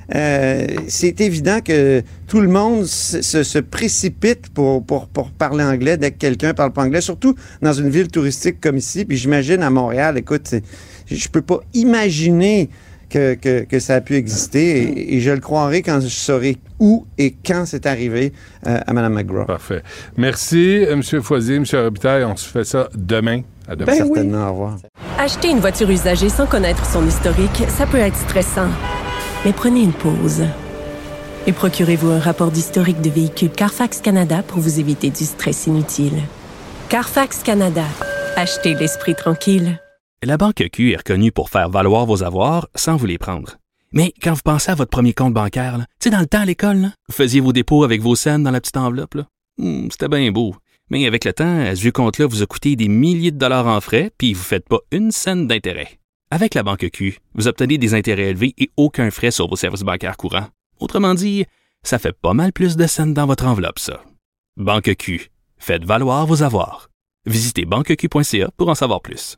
Speaker 14: C'est évident que tout le monde se précipite pour parler anglais dès que quelqu'un parle pas anglais, surtout dans une ville touristique comme ici. Puis j'imagine à Montréal, écoute, je peux pas imaginer que ça a pu exister et je le croirai quand je saurai où et quand c'est arrivé à Mme McGrath.
Speaker 5: Parfait. Merci, M. Foisy, M. Robitaille. On se fait ça demain. À demain.
Speaker 14: Certainement. Au revoir.
Speaker 1: Acheter une voiture usagée sans connaître son historique, ça peut être stressant. Mais prenez une pause. Et procurez-vous un rapport d'historique de véhicule Carfax Canada pour vous éviter du stress inutile. Carfax Canada. Achetez l'esprit tranquille.
Speaker 2: La Banque Q est reconnue pour faire valoir vos avoirs sans vous les prendre. Mais quand vous pensez à votre premier compte bancaire, tu sais, dans le temps à l'école, là, vous faisiez vos dépôts avec vos scènes dans la petite enveloppe. C'était bien beau. Mais avec le temps, ce vieux compte-là vous a coûté des milliers de dollars en frais, puis vous ne faites pas une scène d'intérêt. Avec la Banque Q, vous obtenez des intérêts élevés et aucun frais sur vos services bancaires courants. Autrement dit, ça fait pas mal plus de scènes dans votre enveloppe, ça. Banque Q. Faites valoir vos avoirs. Visitez banqueq.ca pour en savoir plus.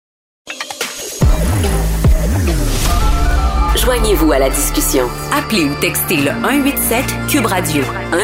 Speaker 3: Joignez-vous à la discussion. Appelez ou textez le 187-CUBE Radio.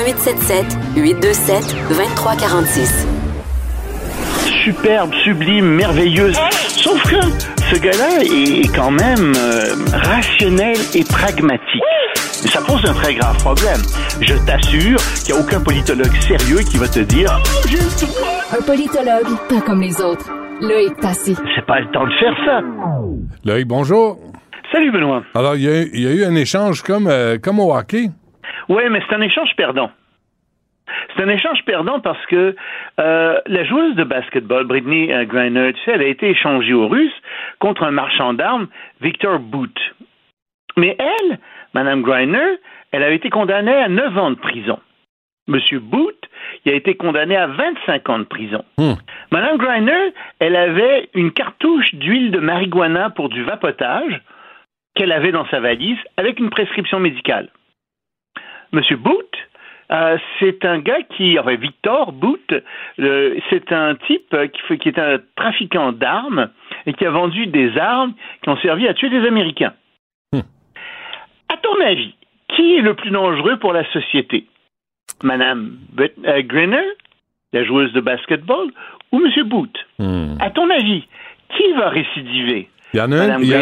Speaker 3: 1877-827-2346.
Speaker 23: Superbe, sublime, merveilleuse. Sauf que ce gars-là est quand même rationnel et pragmatique. Mais ça pose un très grave problème. Je t'assure qu'il n'y a aucun politologue sérieux qui va te dire « Oh, j'ai le droit! »
Speaker 24: Un politologue, pas comme les autres. Loïc Tassé.
Speaker 23: C'est pas le temps de faire ça.
Speaker 5: Loïc, bonjour.
Speaker 23: Salut, Benoît.
Speaker 5: Alors, il y a eu un échange comme au hockey?
Speaker 23: Oui, mais c'est un échange perdant. C'est un échange perdant parce que la joueuse de basketball, Brittney Griner, tu sais, elle a été échangée aux Russes contre un marchand d'armes, Victor Bout. Mais elle, Mme Griner, elle avait été condamnée à 9 ans de prison. Monsieur Bout, il a été condamné à 25 ans de prison. Mme Griner, elle avait une cartouche d'huile de marijuana pour du vapotage qu'elle avait dans sa valise avec une prescription médicale. Monsieur Bout, c'est un gars Victor Bout, c'est un type qui est un trafiquant d'armes et qui a vendu des armes qui ont servi à tuer des Américains. À ton avis, qui est le plus dangereux pour la société? Madame Griner, la joueuse de basketball, ou Monsieur Bout? À ton avis, qui va récidiver?
Speaker 5: Il y en a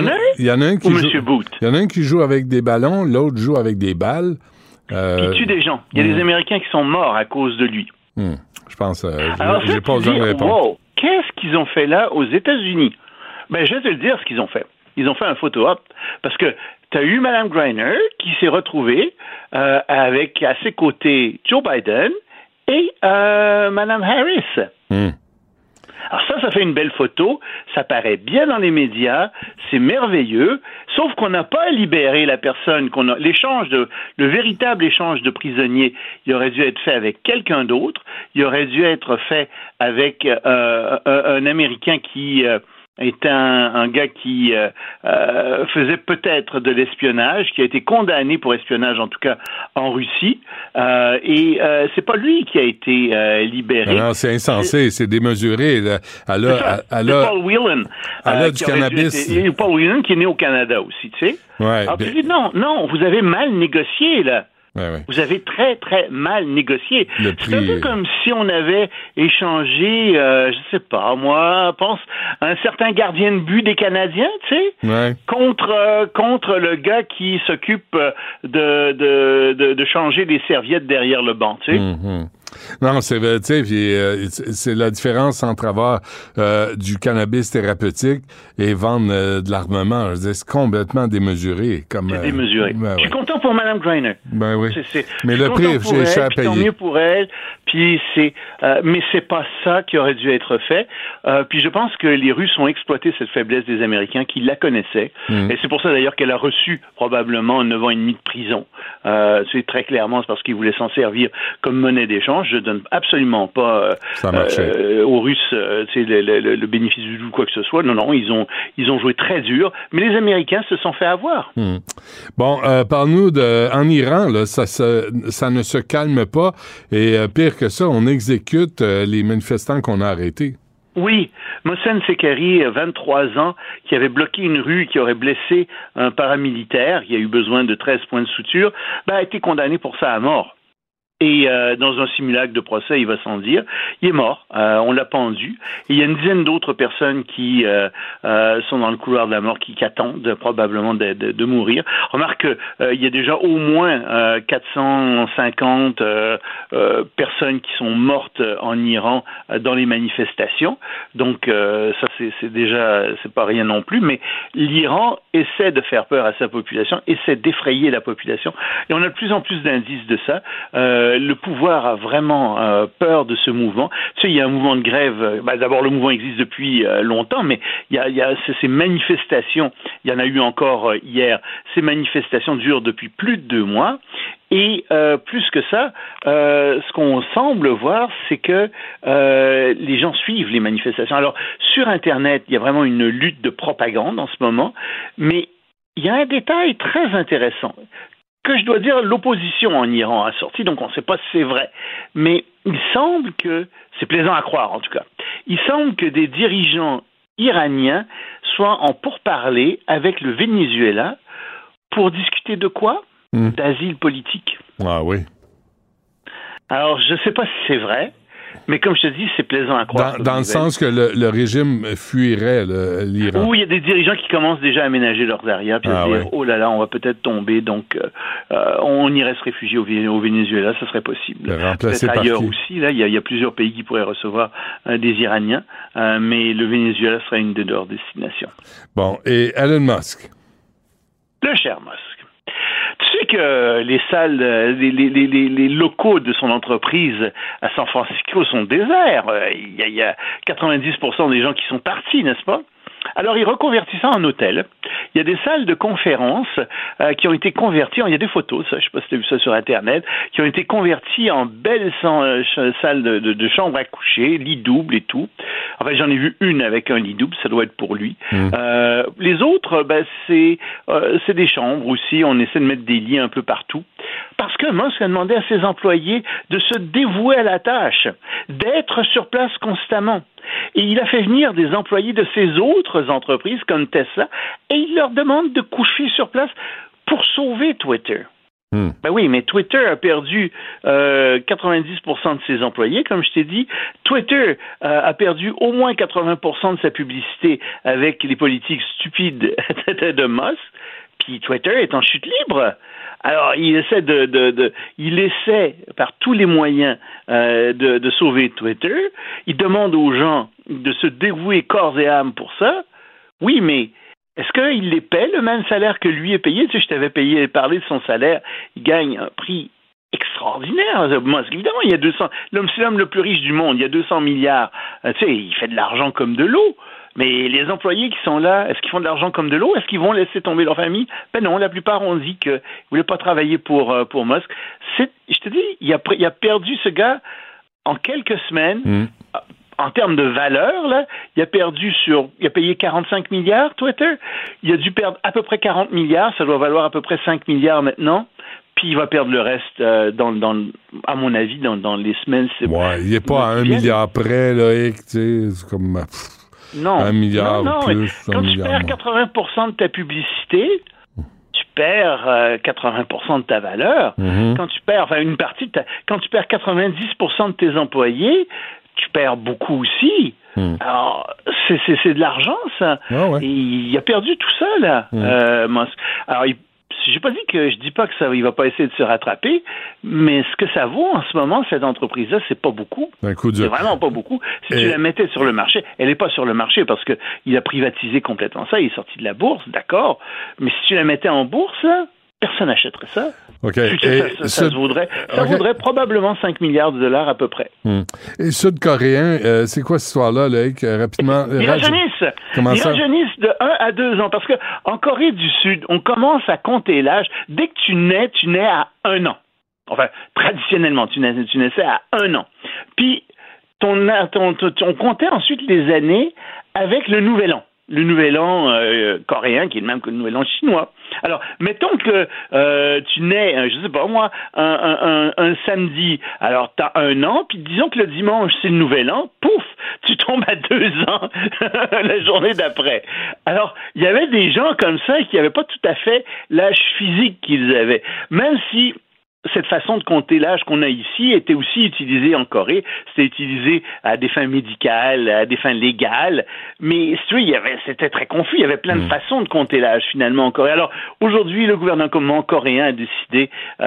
Speaker 5: un qui joue avec des ballons, l'autre joue avec des balles.
Speaker 23: Qui tue des gens. Il y a des Américains qui sont morts à cause de lui.
Speaker 5: Je pense.
Speaker 23: J'ai
Speaker 5: pas besoin de répondre.
Speaker 23: Wow, qu'est-ce qu'ils ont fait là aux États-Unis? Ben, je vais te le dire ce qu'ils ont fait. Ils ont fait un photo-op parce que tu as eu Mme Griner qui s'est retrouvée avec à ses côtés Joe Biden et Mme Harris. Alors ça fait une belle photo, ça paraît bien dans les médias, c'est merveilleux, sauf qu'on n'a pas libéré la personne, le véritable échange de prisonniers, il aurait dû être fait avec quelqu'un d'autre, il aurait dû être fait avec un Américain qui est un gars qui faisait peut-être de l'espionnage, qui a été condamné pour espionnage, en tout cas en Russie, et c'est pas lui qui a été libéré.
Speaker 5: Non, c'est insensé, c'est démesuré.
Speaker 23: C'est Paul Whelan.
Speaker 5: Elle a du cannabis.
Speaker 23: Paul Whelan qui est né au Canada aussi, tu sais.
Speaker 5: Ouais,
Speaker 23: alors, tu dis, non, vous avez mal négocié, là.
Speaker 5: Ouais.
Speaker 23: Vous avez très, très mal négocié. C'est un peu comme si on avait échangé, je sais pas, moi, pense, un certain gardien de but des Canadiens, tu sais, contre le gars qui s'occupe de changer les serviettes derrière le banc, tu sais.
Speaker 5: Non, c'est vrai, tu sais, c'est la différence entre avoir du cannabis thérapeutique et vendre de l'armement. Je veux dire, c'est complètement démesuré. C'est
Speaker 23: démesuré. Je suis content pour Mme Griner.
Speaker 5: Ben oui. Mais le prix, j'ai cher à payer.
Speaker 23: Tant mieux pour elle. Puis mais c'est pas ça qui aurait dû être fait. Puis je pense que les Russes ont exploité cette faiblesse des Américains qui la connaissaient. Et c'est pour ça d'ailleurs qu'elle a reçu probablement 9 ans et demi de prison. C'est très clairement, c'est parce qu'ils voulaient s'en servir comme monnaie d'échange. Je donne absolument pas aux Russes le bénéfice du doute ou quoi que ce soit. Non, ils ont joué très dur, mais les Américains se sont fait avoir.
Speaker 5: Bon, parle-nous en Iran, là, ça ne se calme pas et pire que ça, on exécute les manifestants qu'on a arrêtés.
Speaker 23: Oui, Mohsen Sekari, 23 ans, qui avait bloqué une rue, qui aurait blessé un paramilitaire, qui a eu besoin de 13 points de suture, a été condamné pour ça à mort. Et dans un simulacre de procès, il va sans dire, il est mort. On l'a pendu. Et il y a une dizaine d'autres personnes qui sont dans le couloir de la mort, qui attendent probablement de mourir. Remarque qu'il y a déjà au moins 450 personnes qui sont mortes en Iran dans les manifestations. Donc ça, c'est pas rien non plus. Mais l'Iran essaie de faire peur à sa population, essaie d'effrayer la population. Et on a de plus en plus d'indices de ça. Le pouvoir a vraiment peur de ce mouvement. Tu sais, il y a un mouvement de grève. D'abord, le mouvement existe depuis longtemps, mais il y a ces manifestations. Il y en a eu encore hier. Ces manifestations durent depuis plus de 2 mois. Et plus que ça, ce qu'on semble voir, c'est que les gens suivent les manifestations. Alors, sur Internet, il y a vraiment une lutte de propagande en ce moment, mais il y a un détail très intéressant que je dois dire, l'opposition en Iran a sorti, donc on ne sait pas si c'est vrai. Mais il semble que, c'est plaisant à croire en tout cas, il semble que des dirigeants iraniens soient en pourparlers avec le Venezuela pour discuter de quoi? D'asile politique.
Speaker 5: Ah oui.
Speaker 23: Alors, je ne sais pas si c'est vrai, mais comme je te dis, c'est plaisant à croire.
Speaker 5: Dans le sens que le régime fuirait l'Iran.
Speaker 23: Oui, il y a des dirigeants qui commencent déjà à aménager leurs arrières, puis à se dire, oh là là, on va peut-être tomber, donc on irait se réfugier au Venezuela, ça serait possible. Peut-être ailleurs aussi, là, il y a plusieurs pays qui pourraient recevoir des Iraniens, mais le Venezuela serait une de leurs destinations.
Speaker 5: Bon, et Elon Musk?
Speaker 23: Le cher Musk. Tu sais que les salles, les locaux de son entreprise à San Francisco sont déserts. Il y a 90% des gens qui sont partis, n'est-ce pas? Alors, il reconvertit ça en hôtel. Il y a des salles de conférences qui ont été converties, il y a des photos, ça, je ne sais pas si tu as vu ça sur Internet, qui ont été converties en belles salles de chambres à coucher, lit double et tout. En fait, j'en ai vu une avec un lit double, ça doit être pour lui. Les autres, c'est des chambres aussi, on essaie de mettre des lits un peu partout. Parce que Musk a demandé à ses employés de se dévouer à la tâche, d'être sur place constamment. Et il a fait venir des employés de ses autres entreprises comme Tesla et il leur demande de coucher sur place pour sauver Twitter. Ben oui, mais Twitter a perdu 90% de ses employés, comme je t'ai dit. Twitter a perdu au moins 80% de sa publicité avec les politiques stupides de Musk. Puis Twitter est en chute libre. Alors, il essaie par tous les moyens de sauver Twitter. Il demande aux gens de se dévouer corps et âme pour ça. Oui, mais est-ce qu'il les paie le même salaire que lui est payé? Tu sais, je t'avais parlé de son salaire. Il gagne un prix extraordinaire. Musk, évidemment, c'est l'homme le plus riche du monde. Il y a 200 milliards. Tu sais, il fait de l'argent comme de l'eau. Mais les employés qui sont là, est-ce qu'ils font de l'argent comme de l'eau? Est-ce qu'ils vont laisser tomber leur famille? Ben non, la plupart ont dit qu'ils ne voulaient pas travailler pour Musk. Je te dis, il a perdu ce gars en quelques semaines. En termes de valeur, là, il a payé 45 milliards, Twitter. Il a dû perdre à peu près 40 milliards. Ça doit valoir à peu près 5 milliards maintenant. Puis il va perdre le reste, à mon avis, dans les semaines.
Speaker 5: Il n'est pas à 1 milliard près, là, tu sais, c'est comme...
Speaker 23: Non.
Speaker 5: 1 milliard plus,
Speaker 23: quand tu perds 80% de ta publicité, tu perds 80% de ta valeur. Quand tu perds, quand tu perds 90% de tes employés, tu perds beaucoup aussi. Alors, c'est de l'argent, ça. Et il a perdu tout ça, là. Alors, je dis pas que ça, il va pas essayer de se rattraper, mais ce que ça vaut en ce moment, cette entreprise-là, c'est pas beaucoup. C'est vraiment pas beaucoup. Si tu la mettais sur le marché, elle est pas sur le marché parce que il a privatisé complètement ça, il est sorti de la bourse, d'accord. Mais si tu la mettais en bourse, là, personne n'achèterait ça. Ça vaudrait probablement 5 milliards de dollars à peu près.
Speaker 5: Et Sud-Coréen, c'est quoi cette histoire-là, Loïc, rapidement?
Speaker 23: Ils rajeunissent de 1 à 2 ans. Parce que en Corée du Sud, on commence à compter l'âge. Dès que tu nais à 1 an. Enfin, traditionnellement, tu naissais à 1 an. Puis, on comptait ensuite les années avec le Nouvel An. Le Nouvel An coréen, qui est le même que le Nouvel An chinois. Alors, mettons que tu nais, je sais pas moi, un samedi, alors t'as 1 an, puis disons que le dimanche, c'est le Nouvel An, pouf, tu tombes à 2 ans la journée d'après. Alors, il y avait des gens comme ça qui n'avaient pas tout à fait l'âge physique qu'ils avaient, même si cette façon de compter l'âge qu'on a ici était aussi utilisée en Corée. C'était utilisé à des fins médicales, à des fins légales. Mais c'était très confus. Il y avait plein de façons de compter l'âge finalement en Corée. Alors aujourd'hui, le gouvernement coréen a décidé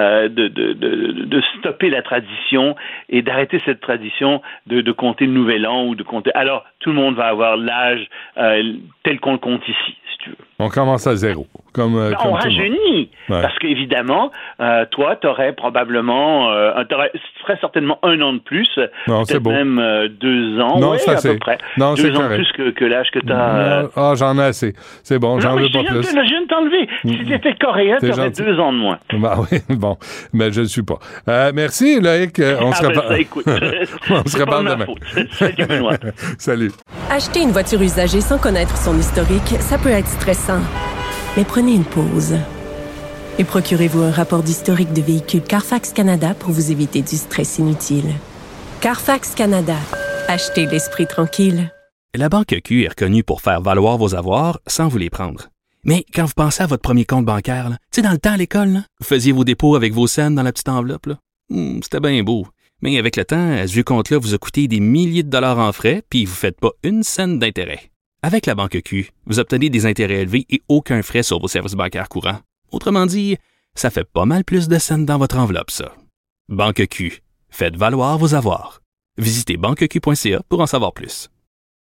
Speaker 23: de stopper la tradition et d'arrêter cette tradition de compter le Nouvel An ou de compter. Alors tout le monde va avoir l'âge tel qu'on le compte ici, si tu veux.
Speaker 5: On commence à 0.
Speaker 23: On rajeunit. Parce qu'évidemment, toi, t'aurais probablement, très certainement 1 an de plus.
Speaker 5: Non, c'est beau.
Speaker 23: Même 2 ans.
Speaker 5: Non, ça,
Speaker 23: à peu près.
Speaker 5: Non,
Speaker 23: 2 ans
Speaker 5: correct.
Speaker 23: plus que l'âge que t'as.
Speaker 5: J'en ai assez. C'est bon, j'en veux pas plus.
Speaker 23: Je viens de t'enlever. Si t'étais coréen, t'aurais 2 ans de moins.
Speaker 5: Oui, bon. Mais je ne le suis pas. Merci, Loïc. On se reparle. On se reparle demain.
Speaker 23: Salut, Benoît.
Speaker 5: Salut.
Speaker 1: Acheter une voiture usagée sans connaître son historique, ça peut être stressant. Mais prenez une pause. Et procurez-vous un rapport d'historique de véhicule Carfax Canada pour vous éviter du stress inutile. Carfax Canada. Achetez l'esprit tranquille.
Speaker 2: La Banque Q est reconnue pour faire valoir vos avoirs sans vous les prendre. Mais quand vous pensez à votre premier compte bancaire, tu sais, dans le temps à l'école, là, vous faisiez vos dépôts avec vos scènes dans la petite enveloppe. C'était bien beau. Mais avec le temps, ce vieux compte-là vous a coûté des milliers de dollars en frais, puis vous ne faites pas une scène d'intérêt. Avec la Banque Q, vous obtenez des intérêts élevés et aucun frais sur vos services bancaires courants. Autrement dit, ça fait pas mal plus de scènes dans votre enveloppe, ça. Banque Q. Faites valoir vos avoirs. Visitez banqueq.ca pour en savoir plus.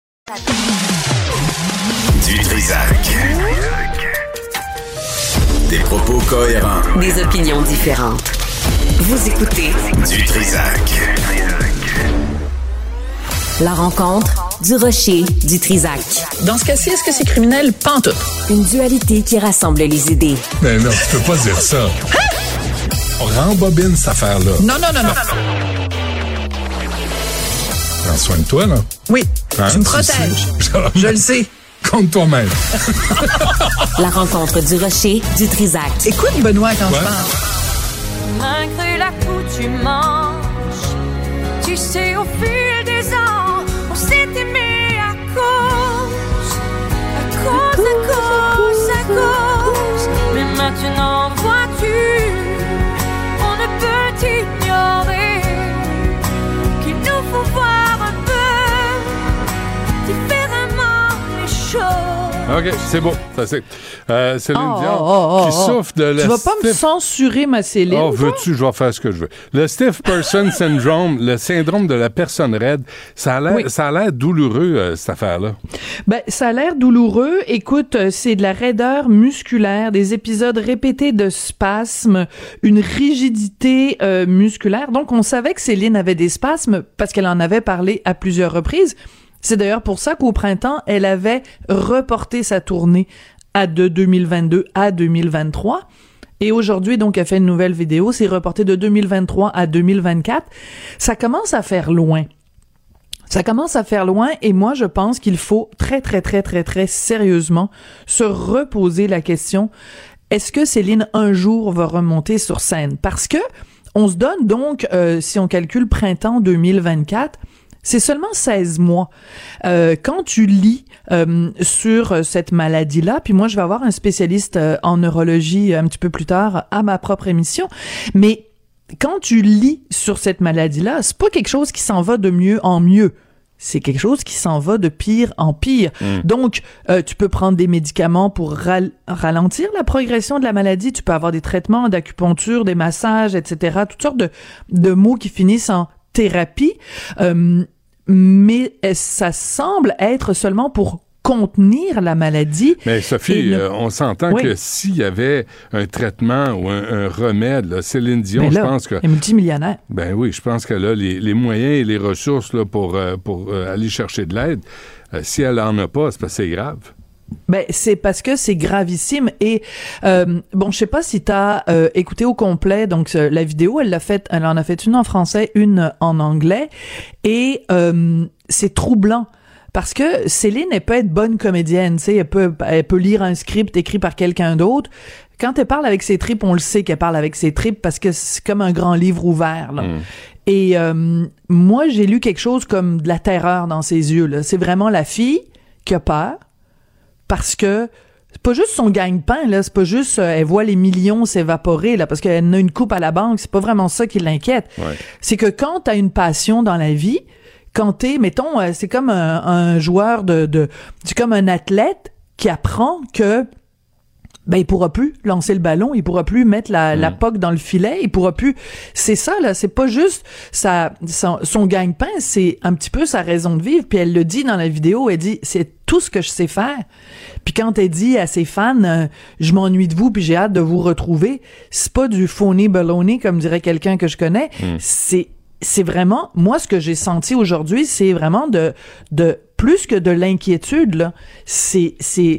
Speaker 4: Du Trisac. Des propos cohérents.
Speaker 3: Des opinions différentes. Vous écoutez
Speaker 4: Du Trisac.
Speaker 3: La rencontre du Rocher du Trisac.
Speaker 7: Dans ce cas-ci, est-ce que c'est criminel? Pantoute.
Speaker 3: Une dualité qui rassemble les idées.
Speaker 5: Mais non, tu peux pas dire ça. On rembobine cette affaire-là.
Speaker 7: Non.
Speaker 5: Prends soin de toi, là.
Speaker 7: Oui, tu me protèges. Je le sais.
Speaker 5: Contre toi-même.
Speaker 3: La rencontre du Rocher du Trisac.
Speaker 7: Écoute Benoît quand je parle.
Speaker 8: Malgré l'accoutumance, tu sais, au fil des ans, on s'est aimé à cause. Mais maintenant, vois-tu, on ne peut ignorer qu'il nous faut voir un peu différemment les choses.
Speaker 5: OK, c'est beau. Ça, c'est Céline Dion qui souffre de la...
Speaker 7: Tu vas pas me censurer, ma Céline.
Speaker 5: Oh, veux-tu? Je vais faire ce que je veux. Le Stiff Person Syndrome, le syndrome de la personne raide, ça a l'air douloureux, cette affaire-là.
Speaker 7: Ben, ça a l'air douloureux. Écoute, c'est de la raideur musculaire, des épisodes répétés de spasmes, une rigidité musculaire. Donc, on savait que Céline avait des spasmes parce qu'elle en avait parlé à plusieurs reprises. C'est d'ailleurs pour ça qu'au printemps, elle avait reporté sa tournée de 2022 à 2023. Et aujourd'hui, donc, elle fait une nouvelle vidéo. C'est reporté de 2023 à 2024. Ça commence à faire loin. Et moi, je pense qu'il faut très, très, très, très, très sérieusement se reposer la question, est-ce que Céline, un jour, va remonter sur scène? Parce que on se donne donc, si on calcule printemps 2024, c'est seulement 16 mois. Quand tu lis sur cette maladie-là, puis moi, je vais avoir un spécialiste en neurologie un petit peu plus tard à ma propre émission, mais quand tu lis sur cette maladie-là, c'est pas quelque chose qui s'en va de mieux en mieux. C'est quelque chose qui s'en va de pire en pire. Donc, tu peux prendre des médicaments pour ralentir la progression de la maladie. Tu peux avoir des traitements d'acupuncture, des massages, etc. Toutes sortes de mots qui finissent en thérapie. Mais ça semble être seulement pour contenir la maladie.
Speaker 5: Mais Sophie, on s'entend que s'il y avait un traitement ou un remède, là, Céline Dion, je pense que...
Speaker 7: Elle est multimillionnaire.
Speaker 5: Ben oui, je pense qu'elle a les moyens et les ressources là, pour aller chercher de l'aide. Si elle en a pas, c'est parce que c'est grave.
Speaker 7: Ben, c'est parce que c'est gravissime et bon, je sais pas si t'as écouté au complet donc la vidéo, elle en a fait une en français, une en anglais et c'est troublant parce que Céline, elle peut être bonne comédienne, tu sais, elle peut lire un script écrit par quelqu'un d'autre. Quand elle parle avec ses tripes, on le sait qu'elle parle avec ses tripes parce que c'est comme un grand livre ouvert là. Et moi, j'ai lu quelque chose comme de la terreur dans ses yeux là. C'est vraiment la fille qui a peur. Parce que c'est pas juste son gagne-pain, là, c'est pas juste elle voit les millions s'évaporer, là, parce qu'elle a une coupe à la banque, c'est pas vraiment ça qui l'inquiète. Ouais. C'est que quand t'as une passion dans la vie, quand t'es, mettons, c'est comme un joueur c'est comme un athlète qui apprend que ben il pourra plus lancer le ballon, il pourra plus mettre la puck dans le filet, il pourra plus. C'est ça là, c'est pas juste son gagne-pain, c'est un petit peu sa raison de vivre. Puis elle le dit dans la vidéo, elle dit c'est tout ce que je sais faire. Puis quand elle dit à ses fans je m'ennuie de vous puis j'ai hâte de vous retrouver, c'est pas du phony baloney comme dirait quelqu'un que je connais, c'est vraiment moi ce que j'ai senti aujourd'hui, c'est vraiment de plus que de l'inquiétude là, c'est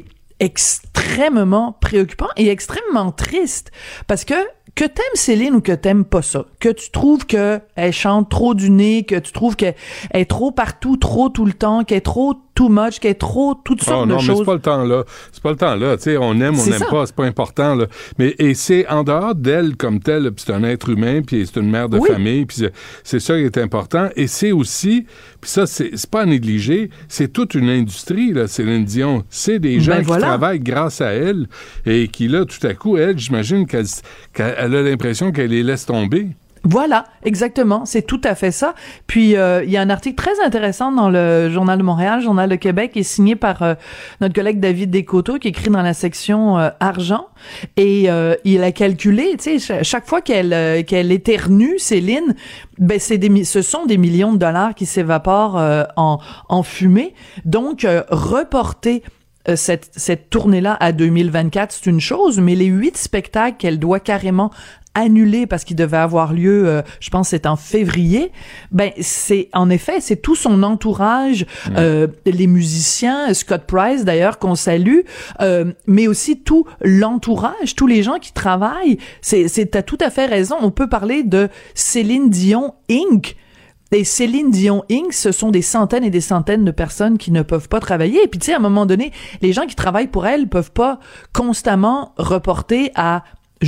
Speaker 7: extrêmement préoccupant et extrêmement triste parce que t'aimes Céline ou que t'aimes pas ça, que tu trouves que elle chante trop du nez, que tu trouves qu'elle est trop partout, trop tout le temps, qu'elle est trop too much, qu'elle est trop toutes sortes de choses.
Speaker 5: Non, mais c'est pas le temps là. Tu sais, on aime, on n'aime pas, c'est pas important là. Mais et c'est en dehors d'elle comme telle, puis c'est un être humain, puis c'est une mère de famille, puis c'est ça qui est important. Et c'est aussi, puis ça c'est pas à négliger, c'est toute une industrie là, Céline Dion. C'est des gens qui travaillent grâce à elle et qui là tout à coup, elle, j'imagine qu'elle a l'impression qu'elle les laisse tomber.
Speaker 7: Voilà, exactement, c'est tout à fait ça. Puis il y a un article très intéressant dans le Journal de Montréal, Journal de Québec, qui est signé par notre collègue David Descoteaux, qui écrit dans la section argent. Et il a calculé, tu sais, chaque fois qu'elle éternue, Céline, ben ce sont des millions de dollars qui s'évaporent en fumée. Donc reporter cette tournée-là à 2024, c'est une chose, mais les 8 spectacles qu'elle doit carrément annulé parce qu'il devait avoir lieu, je pense c'est en février, ben c'est en effet, c'est tout son entourage, les musiciens, Scott Price d'ailleurs qu'on salue, mais aussi tout l'entourage, tous les gens qui travaillent. T'as tout à fait raison. On peut parler de Céline Dion Inc. Et Céline Dion Inc., ce sont des centaines et des centaines de personnes qui ne peuvent pas travailler. Et puis, tu sais, à un moment donné, les gens qui travaillent pour elle peuvent pas constamment reporter à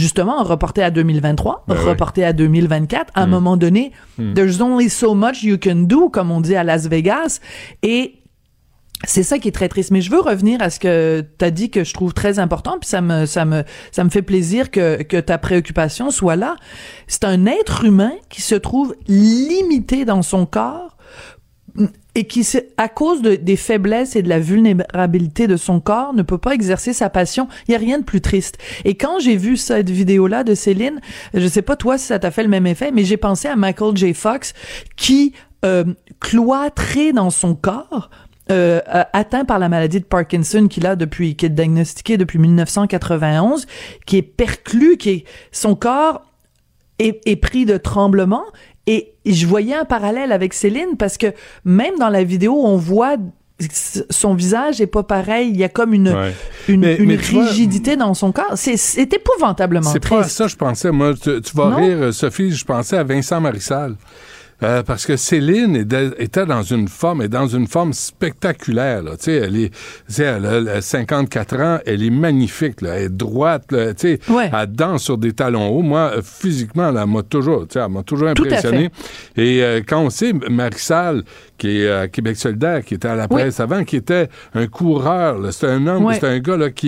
Speaker 7: 2023, reporter à 2024. À un moment donné, there's only so much you can do, comme on dit à Las Vegas. Et c'est ça qui est très triste. Mais je veux revenir à ce que t'as dit que je trouve très important, puis ça me fait plaisir que ta préoccupation soit là. C'est un être humain qui se trouve limité dans son corps et qui, à cause des faiblesses et de la vulnérabilité de son corps, ne peut pas exercer sa passion. Il y a rien de plus triste. Et quand j'ai vu cette vidéo-là de Céline, je sais pas toi si ça t'a fait le même effet, mais j'ai pensé à Michael J. Fox qui, cloîtré dans son corps, atteint par la maladie de Parkinson qui est diagnostiqué depuis 1991, qui est perclus, son corps est pris de tremblements. Et je voyais un parallèle avec Céline parce que même dans la vidéo, on voit son visage est pas pareil. Il y a comme une rigidité dans son corps. C'est épouvantablement triste.
Speaker 5: C'est pas à ça que je pensais. Moi, tu vas rire, Sophie, je pensais à Vincent Marissal. Parce que Céline était dans une forme spectaculaire, là. Tu sais, elle a 54 ans, elle est magnifique, là. Elle est droite, là. Tu sais, elle danse sur des talons hauts. Moi, physiquement, elle m'a toujours impressionné. Et quand on sait Marissal, qui est à Québec solidaire, qui était à la presse avant, qui était un coureur, là. C'était un homme, c'était un gars, là,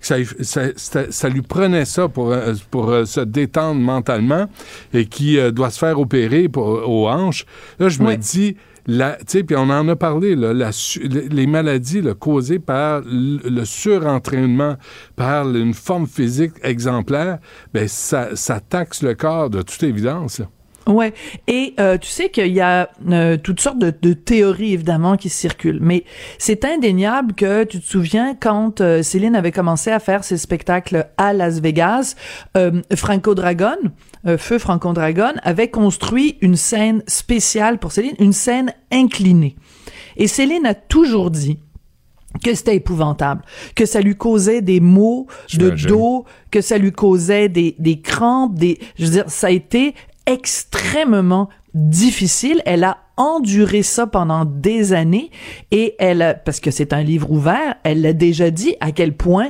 Speaker 5: ça lui prenait ça pour se détendre mentalement et qui doit se faire opérer aux hanches. Là, je me dis, tu sais, puis on en a parlé, là, les maladies là, causées par le surentraînement, par une forme physique exemplaire, ben ça taxe le corps de toute évidence, là.
Speaker 7: Ouais, et tu sais qu'il y a toutes sortes de théories évidemment qui circulent, mais c'est indéniable que tu te souviens quand Céline avait commencé à faire ses spectacles à Las Vegas, Franco Dragon, Feu Franco Dragon avait construit une scène spéciale pour Céline, une scène inclinée. Et Céline a toujours dit que c'était épouvantable, que ça lui causait des maux de dos, que ça lui causait des crampes, je veux dire, ça a été extrêmement difficile. Elle a enduré ça pendant des années et parce que c'est un livre ouvert, elle l'a déjà dit à quel point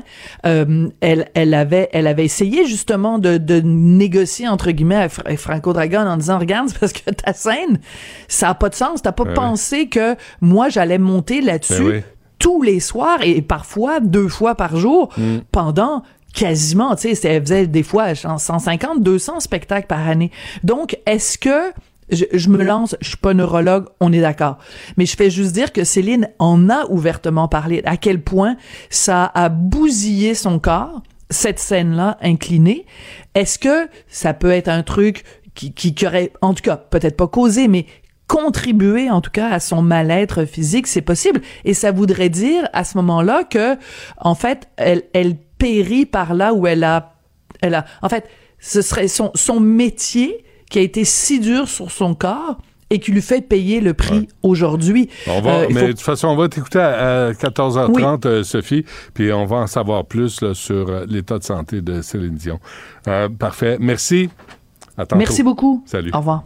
Speaker 7: elle avait essayé justement de négocier entre guillemets avec Franco Dragon en disant regarde, c'est parce que ta scène ça a pas de sens, t'as pas pensé que moi j'allais monter là-dessus tous les soirs et parfois 2 fois par jour pendant quasiment, tu sais, elle faisait des fois 150, 200 spectacles par année. Donc, est-ce que je me lance, je suis pas neurologue, on est d'accord. Mais je fais juste dire que Céline en a ouvertement parlé, à quel point ça a bousillé son corps, cette scène-là inclinée. Est-ce que ça peut être un truc qui aurait, en tout cas, peut-être pas causé, mais contribuer en tout cas à son mal-être physique, c'est possible. Et ça voudrait dire à ce moment-là que, en fait, elle périt par là où elle a, en fait, ce serait son métier qui a été si dur sur son corps et qui lui fait payer le prix aujourd'hui.
Speaker 5: De toute façon, on va t'écouter à 14h30, Sophie, puis on va en savoir plus là, sur l'état de santé de Céline Dion. Parfait. Merci. À tantôt.
Speaker 7: Merci beaucoup.
Speaker 5: Salut.
Speaker 7: Au revoir.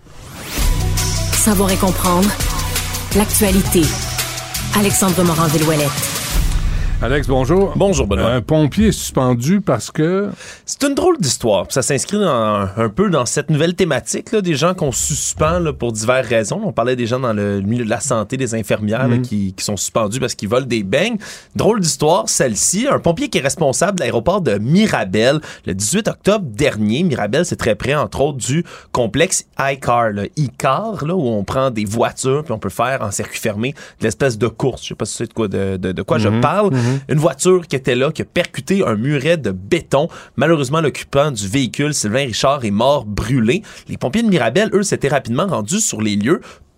Speaker 3: Savoir et comprendre l'actualité. Alexandre Morin-Villouellette.
Speaker 5: Alex, bonjour.
Speaker 9: Bonjour, Benoît.
Speaker 5: Un pompier suspendu parce que...
Speaker 9: C'est une drôle d'histoire. Ça s'inscrit un peu dans cette nouvelle thématique, là, des gens qu'on suspend là, pour diverses raisons. On parlait des gens dans le milieu de la santé, des infirmières là, qui sont suspendus parce qu'ils volent des beignes. Drôle d'histoire, celle-ci. Un pompier qui est responsable de l'aéroport de Mirabel le 18 octobre dernier. Mirabel, c'est très près, entre autres, du complexe iCar. iCar, là, où on prend des voitures puis on peut faire en circuit fermé de l'espèce de course. Je sais pas si c'est de quoi je parle. Une voiture qui était là, qui a percuté un muret de béton. Malheureusement, l'occupant du véhicule, Sylvain Richard, est mort brûlé. Les pompiers de Mirabel, eux, s'étaient rapidement rendus sur les lieux.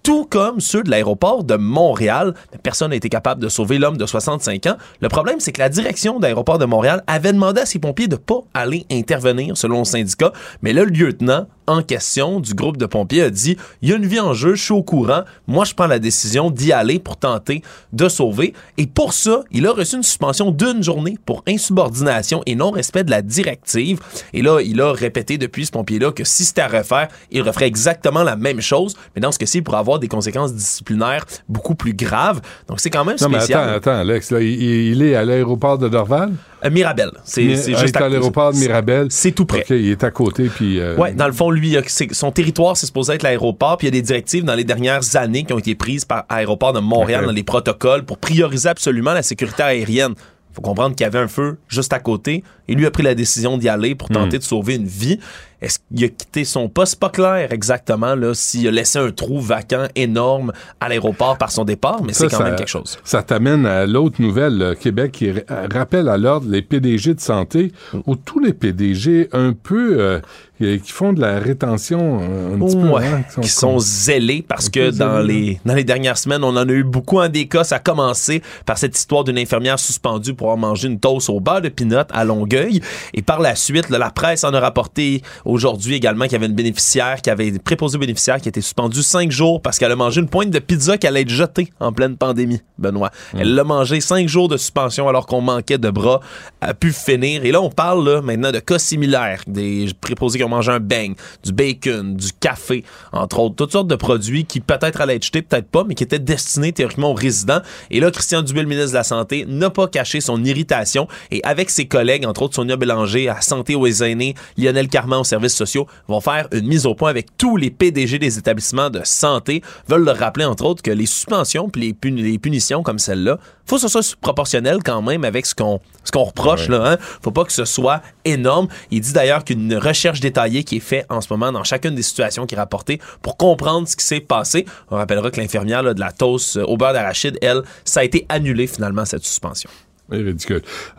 Speaker 9: tout comme ceux de l'aéroport de Montréal. Personne n'a été capable de sauver l'homme de 65 ans. Le problème, c'est que la direction de l'aéroport de Montréal avait demandé à ses pompiers de ne pas aller intervenir, selon le syndicat. Mais le lieutenant en question du groupe de pompiers a dit « Il y a une vie en jeu, je suis au courant. Moi, je prends la décision d'y aller pour tenter de sauver. » Et pour ça, il a reçu une suspension d'1 journée pour insubordination et non-respect de la directive. Et là, il a répété depuis, ce pompier-là, que si c'était à refaire, il referait exactement la même chose. Mais dans ce cas-ci, il pourrait avoir des conséquences disciplinaires beaucoup plus graves. Donc, c'est quand même spécial.
Speaker 5: Non, mais attends, Alex, là, il est à l'aéroport de Dorval?
Speaker 9: Mirabel. C'est juste
Speaker 5: à l'aéroport de Mirabel.
Speaker 9: C'est tout près.
Speaker 5: OK, il est à côté. Puis
Speaker 9: ouais, dans le fond, lui, son territoire, c'est supposé être l'aéroport. Puis il y a des directives dans les dernières années qui ont été prises par Aéroport de Montréal dans les protocoles pour prioriser absolument la sécurité aérienne. Il faut comprendre qu'il y avait un feu juste à côté. Et lui a pris la décision d'y aller pour tenter de sauver une vie. Est-ce qu'il a quitté son poste? Pas clair exactement là, s'il a laissé un trou vacant énorme à l'aéroport par son départ, mais c'est quand même quelque chose.
Speaker 5: Ça t'amène à l'autre nouvelle, Québec, qui rappelle à l'ordre les PDG de santé, ou tous les PDG un peu qui font de la rétention un petit peu.
Speaker 9: Hein, qui sont zélés parce que dans les dernières semaines, on en a eu beaucoup en des cas. Ça a commencé par cette histoire d'une infirmière suspendue pour avoir mangé une toast au beurre de pinot à Longueuil. Et par la suite, là, la presse en a rapporté aujourd'hui également qu'il y avait une bénéficiaire qui avait préposée bénéficiaire qui a été suspendue 5 jours parce qu'elle a mangé une pointe de pizza qu'elle allait être jetée en pleine pandémie, Benoît. Elle l'a mangé 5 jours de suspension alors qu'on manquait de bras, a pu finir. Et là, on parle là, maintenant de cas similaires, des préposés qui ont mangé un beigne, du bacon, du café, entre autres, toutes sortes de produits qui peut-être allaient être jetés, peut-être pas, mais qui étaient destinés théoriquement aux résidents. Et là, Christian Dubé, le ministre de la Santé, n'a pas caché son irritation et avec ses collègues, entre autres Sonia Bélanger à Santé aux aînés, Lionel Carman aux services sociaux, vont faire une mise au point avec tous les PDG des établissements de santé, veulent leur rappeler, entre autres, que les suspensions puis les punitions comme celle-là, faut que ce soit proportionnel quand même avec ce qu'on reproche, là, hein. Faut pas que ce soit énorme. Il dit d'ailleurs qu'une recherche détaillée qui est faite en ce moment dans chacune des situations qui est rapportée pour comprendre ce qui s'est passé. On rappellera que l'infirmière là, de la toast au beurre d'arachide, elle, ça a été annulé finalement, cette suspension.
Speaker 5: C'est ridicule.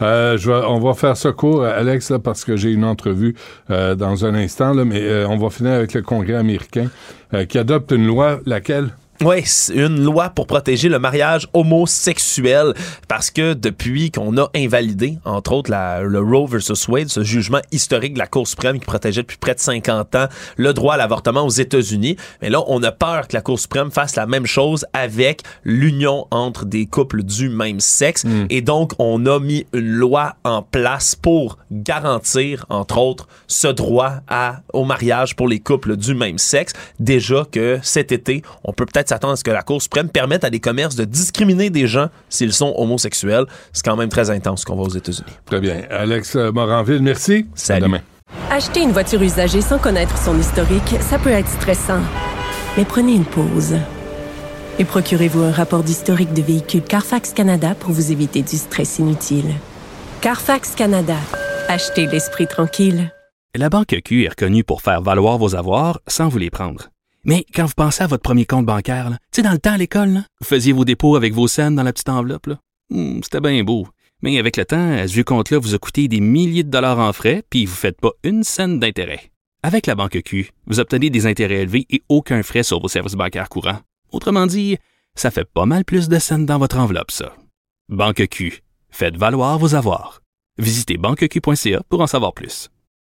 Speaker 5: On va faire ça court, Alex, là, parce que j'ai une entrevue dans un instant, là, mais on va finir avec le Congrès américain qui adopte une loi, laquelle?
Speaker 9: Oui, une loi pour protéger le mariage homosexuel parce que depuis qu'on a invalidé, entre autres, le Roe versus Wade, ce jugement historique de la Cour suprême qui protégeait depuis près de 50 ans le droit à l'avortement aux États-Unis, mais là, on a peur que la Cour suprême fasse la même chose avec l'union entre des couples du même sexe et donc on a mis une loi en place pour garantir, entre autres, ce droit au mariage pour les couples du même sexe. Déjà que cet été, on peut peut-être s'attendre à ce que la Cour suprême permette à des commerces de discriminer des gens s'ils sont homosexuels. C'est quand même très intense ce qu'on voit aux États-Unis.
Speaker 5: Très bien. Alex Moranville, merci.
Speaker 9: Salut.
Speaker 5: À demain.
Speaker 1: Acheter une voiture usagée sans connaître son historique, ça peut être stressant. Mais prenez une pause. Et procurez-vous un rapport d'historique de véhicule Carfax Canada pour vous éviter du stress inutile. Carfax Canada. Achetez l'esprit tranquille.
Speaker 2: La Banque Q est reconnue pour faire valoir vos avoirs sans vous les prendre. Mais quand vous pensez à votre premier compte bancaire, tu sais, dans le temps à l'école, là, vous faisiez vos dépôts avec vos scènes dans la petite enveloppe. Là. C'était bien beau. Mais avec le temps, ce vieux compte-là vous a coûté des milliers de dollars en frais, puis vous ne faites pas une scène d'intérêt. Avec la Banque Q, vous obtenez des intérêts élevés et aucun frais sur vos services bancaires courants. Autrement dit, ça fait pas mal plus de scènes dans votre enveloppe, ça. Banque Q. Faites valoir vos avoirs. Visitez banqueq.ca pour en savoir plus.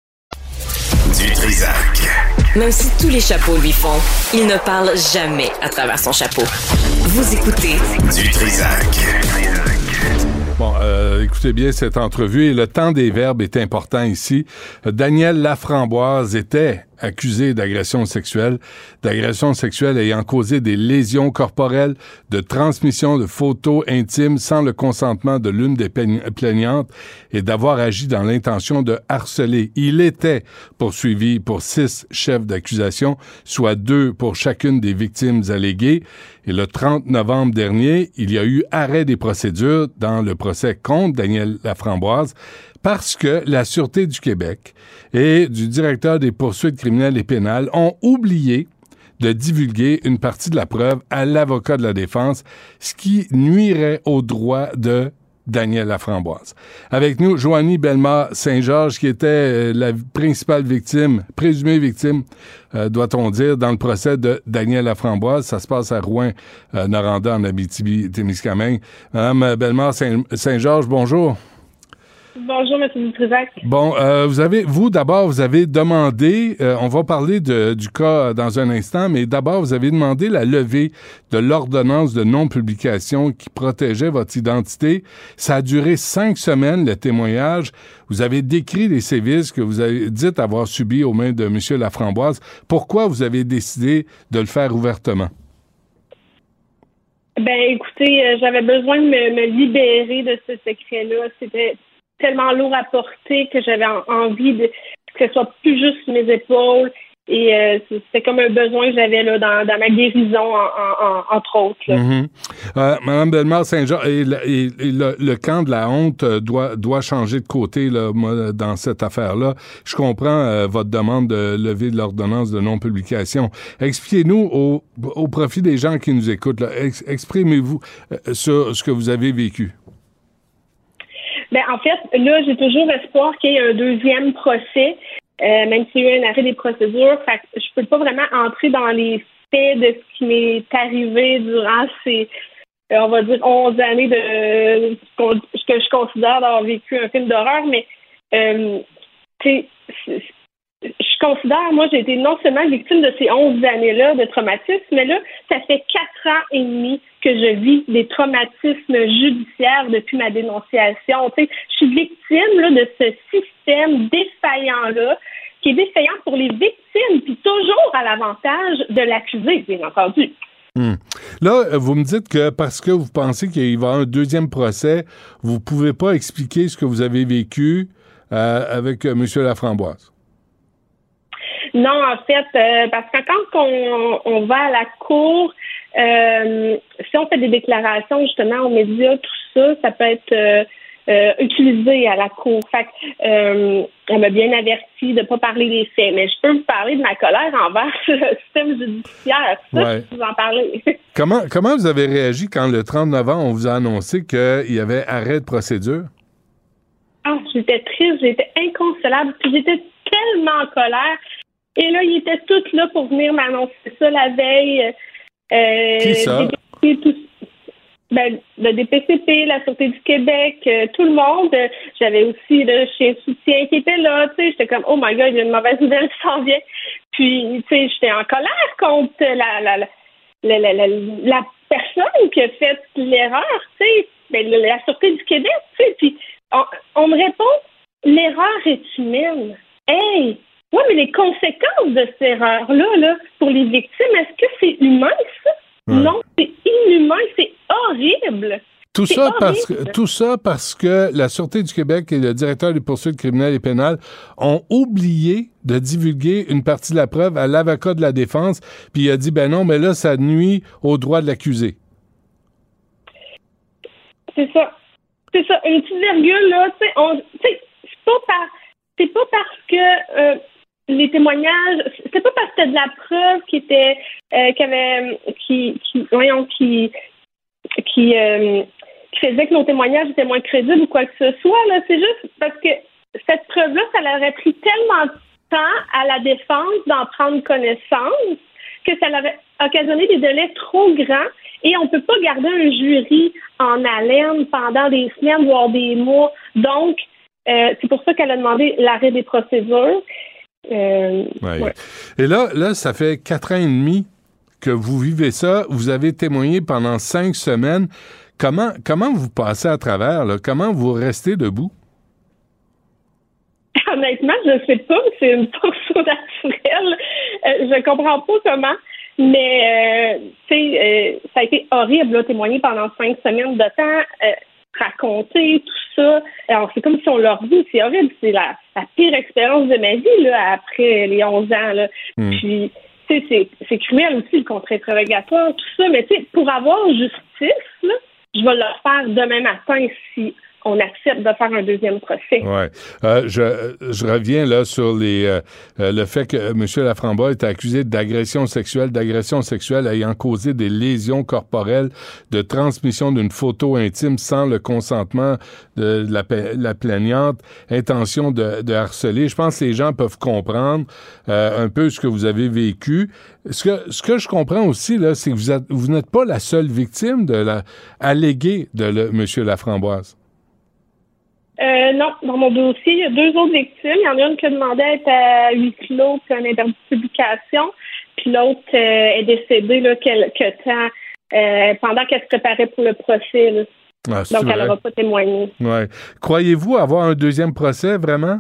Speaker 4: Du Trisac.
Speaker 3: Même si tous les chapeaux lui font, il ne parle jamais à travers son chapeau. Vous écoutez
Speaker 4: Du Trisac.
Speaker 5: Bon, écoutez bien cette entrevue et le temps des verbes est important ici. Daniel Laframboise était accusé d'agression sexuelle ayant causé des lésions corporelles, de transmission de photos intimes sans le consentement de l'une des plaignantes et d'avoir agi dans l'intention de harceler. Il était poursuivi pour 6 chefs d'accusation, soit 2 pour chacune des victimes alléguées. Et le 30 novembre dernier, il y a eu arrêt des procédures dans le procès contre Daniel Laframboise parce que la Sûreté du Québec et du directeur des poursuites criminelles et pénales ont oublié de divulguer une partie de la preuve à l'avocat de la défense, ce qui nuirait au droit de Daniel Laframboise. Avec nous, Joanie Bellemare-Saint-Georges, qui était la principale victime, présumée victime, doit-on dire, dans le procès de Daniel Laframboise. Ça se passe à Rouyn-Noranda, en Abitibi-Témiscamingue. Madame Bellemare-Saint-Georges, bonjour.
Speaker 10: Bonjour, M. Dutrisac.
Speaker 5: Bon, vous avez demandé, on va parler du cas dans un instant, mais d'abord, vous avez demandé la levée de l'ordonnance de non-publication qui protégeait votre identité. Ça a duré 5 semaines, le témoignage. Vous avez décrit les sévices que vous avez dit avoir subis aux mains de M. Laframboise. Pourquoi vous avez décidé de le faire ouvertement?
Speaker 10: Ben, écoutez, j'avais besoin de me libérer de ce secret-là. C'était tellement lourd à porter que j'avais envie que ce soit plus juste sur mes épaules. Et c'était comme un besoin que j'avais là, dans ma guérison, entre autres. Là.
Speaker 5: Madame Bellemare-Saint-Georges, le camp de la honte doit changer de côté là, moi, dans cette affaire-là. Je comprends votre demande de lever de l'ordonnance de non-publication. Expliquez-nous au profit des gens qui nous écoutent, là, exprimez-vous sur ce que vous avez vécu.
Speaker 10: Ben, en fait, là, j'ai toujours espoir qu'il y ait un deuxième procès, même s'il y a eu un arrêt des procédures. Fait que je peux pas vraiment entrer dans les faits de ce qui m'est arrivé durant ces, on va dire, 11 années de ce que je considère d'avoir vécu un film d'horreur, mais je considère, moi, j'ai été non seulement victime de ces 11 années-là de traumatisme, mais là, ça fait 4 ans et demi que je vis des traumatismes judiciaires depuis ma dénonciation. Tu sais, je suis victime là, de ce système défaillant-là, qui est défaillant pour les victimes, puis toujours à l'avantage de l'accusé, bien entendu.
Speaker 5: Là, vous me dites que parce que vous pensez qu'il va y avoir un deuxième procès, vous ne pouvez pas expliquer ce que vous avez vécu avec M. Laframboise.
Speaker 10: Non, en fait, parce que quand on va à la cour, si on fait des déclarations justement aux médias, tout ça peut être utilisé à la cour. Fait que, on m'a bien averti de ne pas parler des faits, mais je peux vous parler de ma colère envers le système judiciaire. Ça, ouais. Je peux vous en parler.
Speaker 5: Comment vous avez réagi quand le 30 novembre, on vous a annoncé qu'il y avait arrêt de procédure?
Speaker 10: Ah, j'étais triste, j'étais inconsolable, puis j'étais tellement en colère. Et là, ils étaient tous là pour venir m'annoncer ça la veille.
Speaker 5: Qui ça?
Speaker 10: Le DPCP, la Sûreté du Québec, tout le monde. J'avais aussi le chien soutien qui était là. Tu sais, j'étais comme, oh my God, il y a une mauvaise nouvelle qui s'en vient. Puis, tu sais, j'étais en colère contre la personne qui a fait l'erreur. Tu sais, la Sûreté du Québec. Tu sais, puis on me répond, l'erreur est humaine. Hey! Oui, mais les conséquences de cette erreur-là, là, pour les victimes, est-ce que c'est humain, ça? Ouais. Non, c'est inhumain, c'est horrible.
Speaker 5: Tout ça parce que la Sûreté du Québec et le directeur des poursuites criminelles et pénales ont oublié de divulguer une partie de la preuve à l'avocat de la défense, puis il a dit, ben non, mais là, ça nuit aux droits de l'accusé.
Speaker 10: C'est ça. C'est ça. Une petite virgule, là, tu sais, c'est pas parce que les témoignages, c'était pas parce que c'était de la preuve qui faisait que nos témoignages étaient moins crédibles ou quoi que ce soit, là. C'est juste parce que cette preuve-là, ça leur aurait pris tellement de temps à la défense d'en prendre connaissance que ça leur aurait occasionné des délais trop grands et on peut pas garder un jury en haleine pendant des semaines, voire des mois. Donc, c'est pour ça qu'elle a demandé l'arrêt des procédures.
Speaker 5: Ouais. Et là, ça fait 4 ans et demi que vous vivez ça. Vous avez témoigné pendant 5 semaines. Comment vous passez à travers, là? Comment vous restez debout?
Speaker 10: Honnêtement, je sais pas. C'est une fonction naturelle. Je comprends pas comment. Mais, ça a été horrible, là, témoigner pendant 5 semaines de temps. Raconter tout ça. Alors, c'est comme si on leur dit, c'est horrible, c'est la pire expérience de ma vie, là, après les 11 ans, là. Puis, tu sais, c'est cruel aussi, le contre-interrogatoire, tout ça, mais tu sais, pour avoir justice, là, je vais le faire demain matin si on accepte de faire un deuxième procès.
Speaker 5: Ouais. Je reviens là sur le fait que M. Laframboise est accusé d'agression sexuelle ayant causé des lésions corporelles, de transmission d'une photo intime sans le consentement de la plaignante, intention de harceler. Je pense que les gens peuvent comprendre un peu ce que vous avez vécu. Ce que je comprends aussi, là, c'est que vous n'êtes pas la seule victime alléguée de M. Laframboise.
Speaker 10: Non, dans mon dossier, il y a 2 autres victimes. Il y en a une qui a demandé à être à huis clos puis un interdit de publication. Puis l'autre est décédée là, quelque temps pendant qu'elle se préparait pour le procès. Là.
Speaker 5: Ah,
Speaker 10: donc, elle n'aura pas témoigné.
Speaker 5: Ouais. Croyez-vous avoir un deuxième procès, vraiment?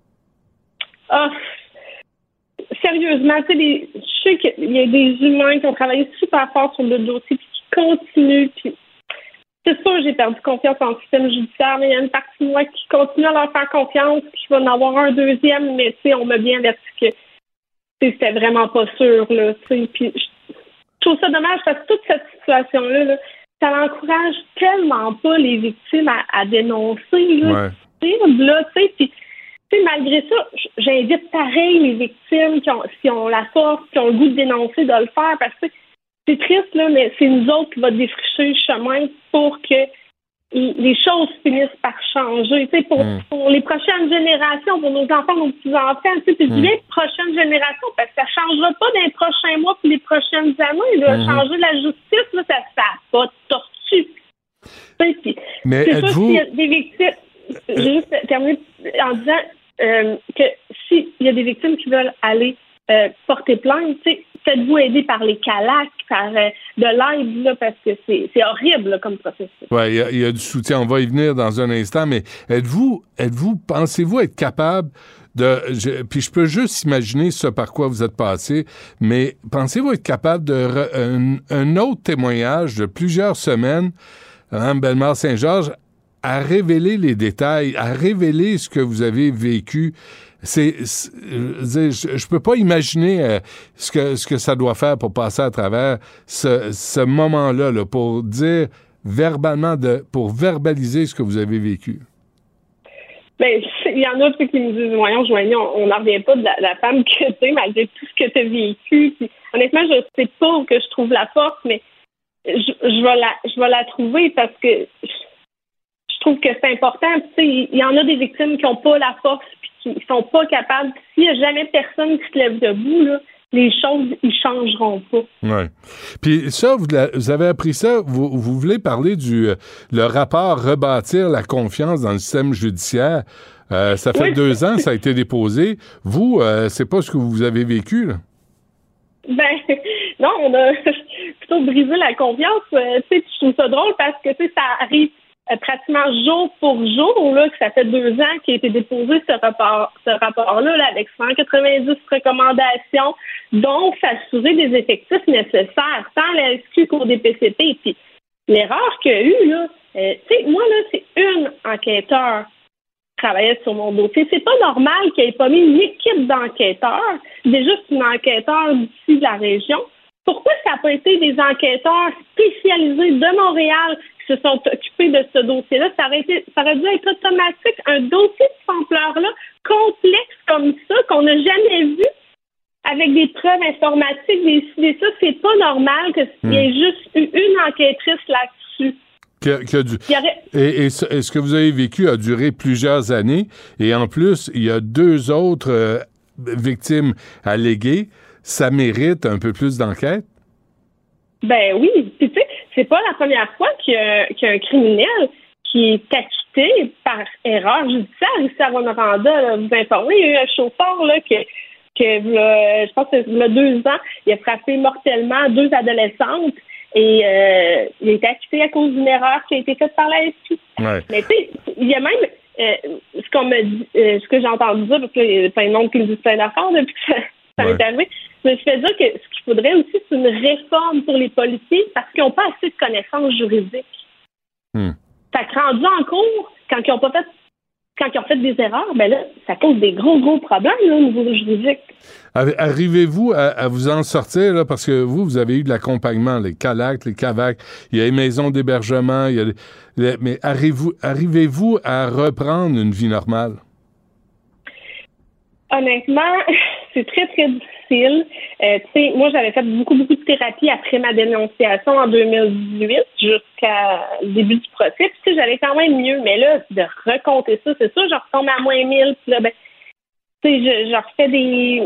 Speaker 10: Ah, sérieusement, tu sais, je sais qu'il y a des humains qui ont travaillé super fort sur le dossier puis qui continuent. Puis c'est sûr, j'ai perdu confiance en le système judiciaire, mais il y a une partie de moi qui continue à leur faire confiance, puis qui va en avoir un deuxième, mais tu sais, on m'a bien averti que c'était vraiment pas sûr, là, tu sais. Puis je trouve ça dommage parce que toute cette situation-là, là, ça n'encourage tellement pas les victimes à dénoncer, là. Ouais. Là, tu sais, puis malgré ça, j'invite pareil les victimes qui ont la force, qui ont le goût de dénoncer, de le faire, parce que c'est triste, là, mais c'est nous autres qui va défricher le chemin pour que les choses finissent par changer. Tu sais, pour les prochaines générations, pour nos enfants, nos petits-enfants, tu sais, puis je dis bien prochaines générations, parce que ça ne changera pas dans les prochains mois puis les prochaines années. Là. Changer la justice, là, ça n'a pas de tortue. Mais c'est sûr qu'il y a des victimes. J'ai juste terminé en disant que s'il y a des victimes qui veulent aller porter plainte, tu sais, faites-vous aider par les CALAC, par de l'aide, là, parce que c'est horrible là, comme processus. Oui,
Speaker 5: il y a du soutien. On va y venir dans un instant, mais pensez-vous être capable puis je peux juste imaginer ce par quoi vous êtes passé, mais pensez-vous être capable un autre témoignage de plusieurs semaines, Mme Bellemare-Saint-Georges, à révéler les détails, à révéler ce que vous avez vécu? Je peux pas imaginer ce que ça doit faire pour passer à travers ce moment-là, là, pour dire verbalement, pour verbaliser ce que vous avez vécu.
Speaker 10: Ben, il y en a qui me disent, voyons, Joanie, on n'en revient pas de la femme que tu es, malgré tout ce que tu as vécu. Puis, honnêtement, je sais pas où que je trouve la force, mais je vais la trouver parce que je trouve que c'est important. Tu sais, il y en a des victimes qui n'ont pas la force puis qui sont pas capables. S'il n'y a jamais personne qui se lève debout, là, les choses, ils changeront pas.
Speaker 5: Oui. Puis ça, vous avez appris ça, vous voulez parler le rapport Rebâtir la confiance dans le système judiciaire. Ça fait 2 ans, ça a été déposé. Vous, c'est pas ce que vous avez vécu, là?
Speaker 10: Ben, non, on a plutôt brisé la confiance. Tu sais, je trouve ça drôle parce que, tu sais, ça arrive pratiquement jour pour jour, là, que ça fait 2 ans qu'il a été déposé ce rapport-là, là, avec 190 recommandations, donc s'assurer des effectifs nécessaires, tant la SQ qu'au DPCP. Puis l'erreur qu'il y a eu, là, tu sais, moi, là, c'est une enquêteur qui travaillait sur mon dossier. C'est pas normal qu'il ait pas mis une équipe d'enquêteurs, déjà c'est une enquêteur d'ici de la région. Pourquoi ça n'a pas été des enquêteurs spécialisés de Montréal qui se sont occupés de ce dossier-là? Ça aurait dû être automatique. Un dossier de cette ampleur-là, complexe comme ça, qu'on n'a jamais vu, avec des preuves informatiques, des ça, c'est pas normal qu'il y ait juste eu une enquêtrice là-dessus.
Speaker 5: Et ce que vous avez vécu a duré plusieurs années, et en plus, il y a 2 autres victimes alléguées. Ça mérite un peu plus d'enquête? Ben oui. Puis tu sais, c'est pas la première fois qu'il y a un criminel qui est acquitté par erreur judiciaire ici à Rwanda. Là, vous informez, il y a eu un chauffeur là, que je pense que il y a 2 ans, il a frappé mortellement 2 adolescentes et il a été acquitté à cause d'une erreur qui a été faite par la SQ. Ouais. Mais tu sais, il y a même ce qu'on me dit, ce que j'ai entendu dire, parce qu'il y a plein de monde qui me disent plein d'affaires depuis que ça m'est arrivé. Je me suis fait dire que ce qu'il faudrait aussi, c'est une réforme pour les policiers parce qu'ils n'ont pas assez de connaissances juridiques. Fait que rendu en cours, quand ils n'ont pas fait
Speaker 10: quand ils ont fait des erreurs, ben là, ça cause des gros problèmes là, au niveau juridique.
Speaker 5: Arrivez-vous à vous en sortir, là, parce que vous avez eu de l'accompagnement, les CALAC, les CAVAC, il y a les maisons d'hébergement, mais arrivez-vous à reprendre une vie normale?
Speaker 10: Honnêtement, c'est très, très difficile. Tu sais, moi, j'avais fait beaucoup de thérapie après ma dénonciation en 2018 jusqu'à le début du procès. Puis, tu sais, j'allais quand même mieux. Mais là, de recompter ça, c'est sûr, je retombe à moins 1000. Puis là, ben, tu sais, je refais des...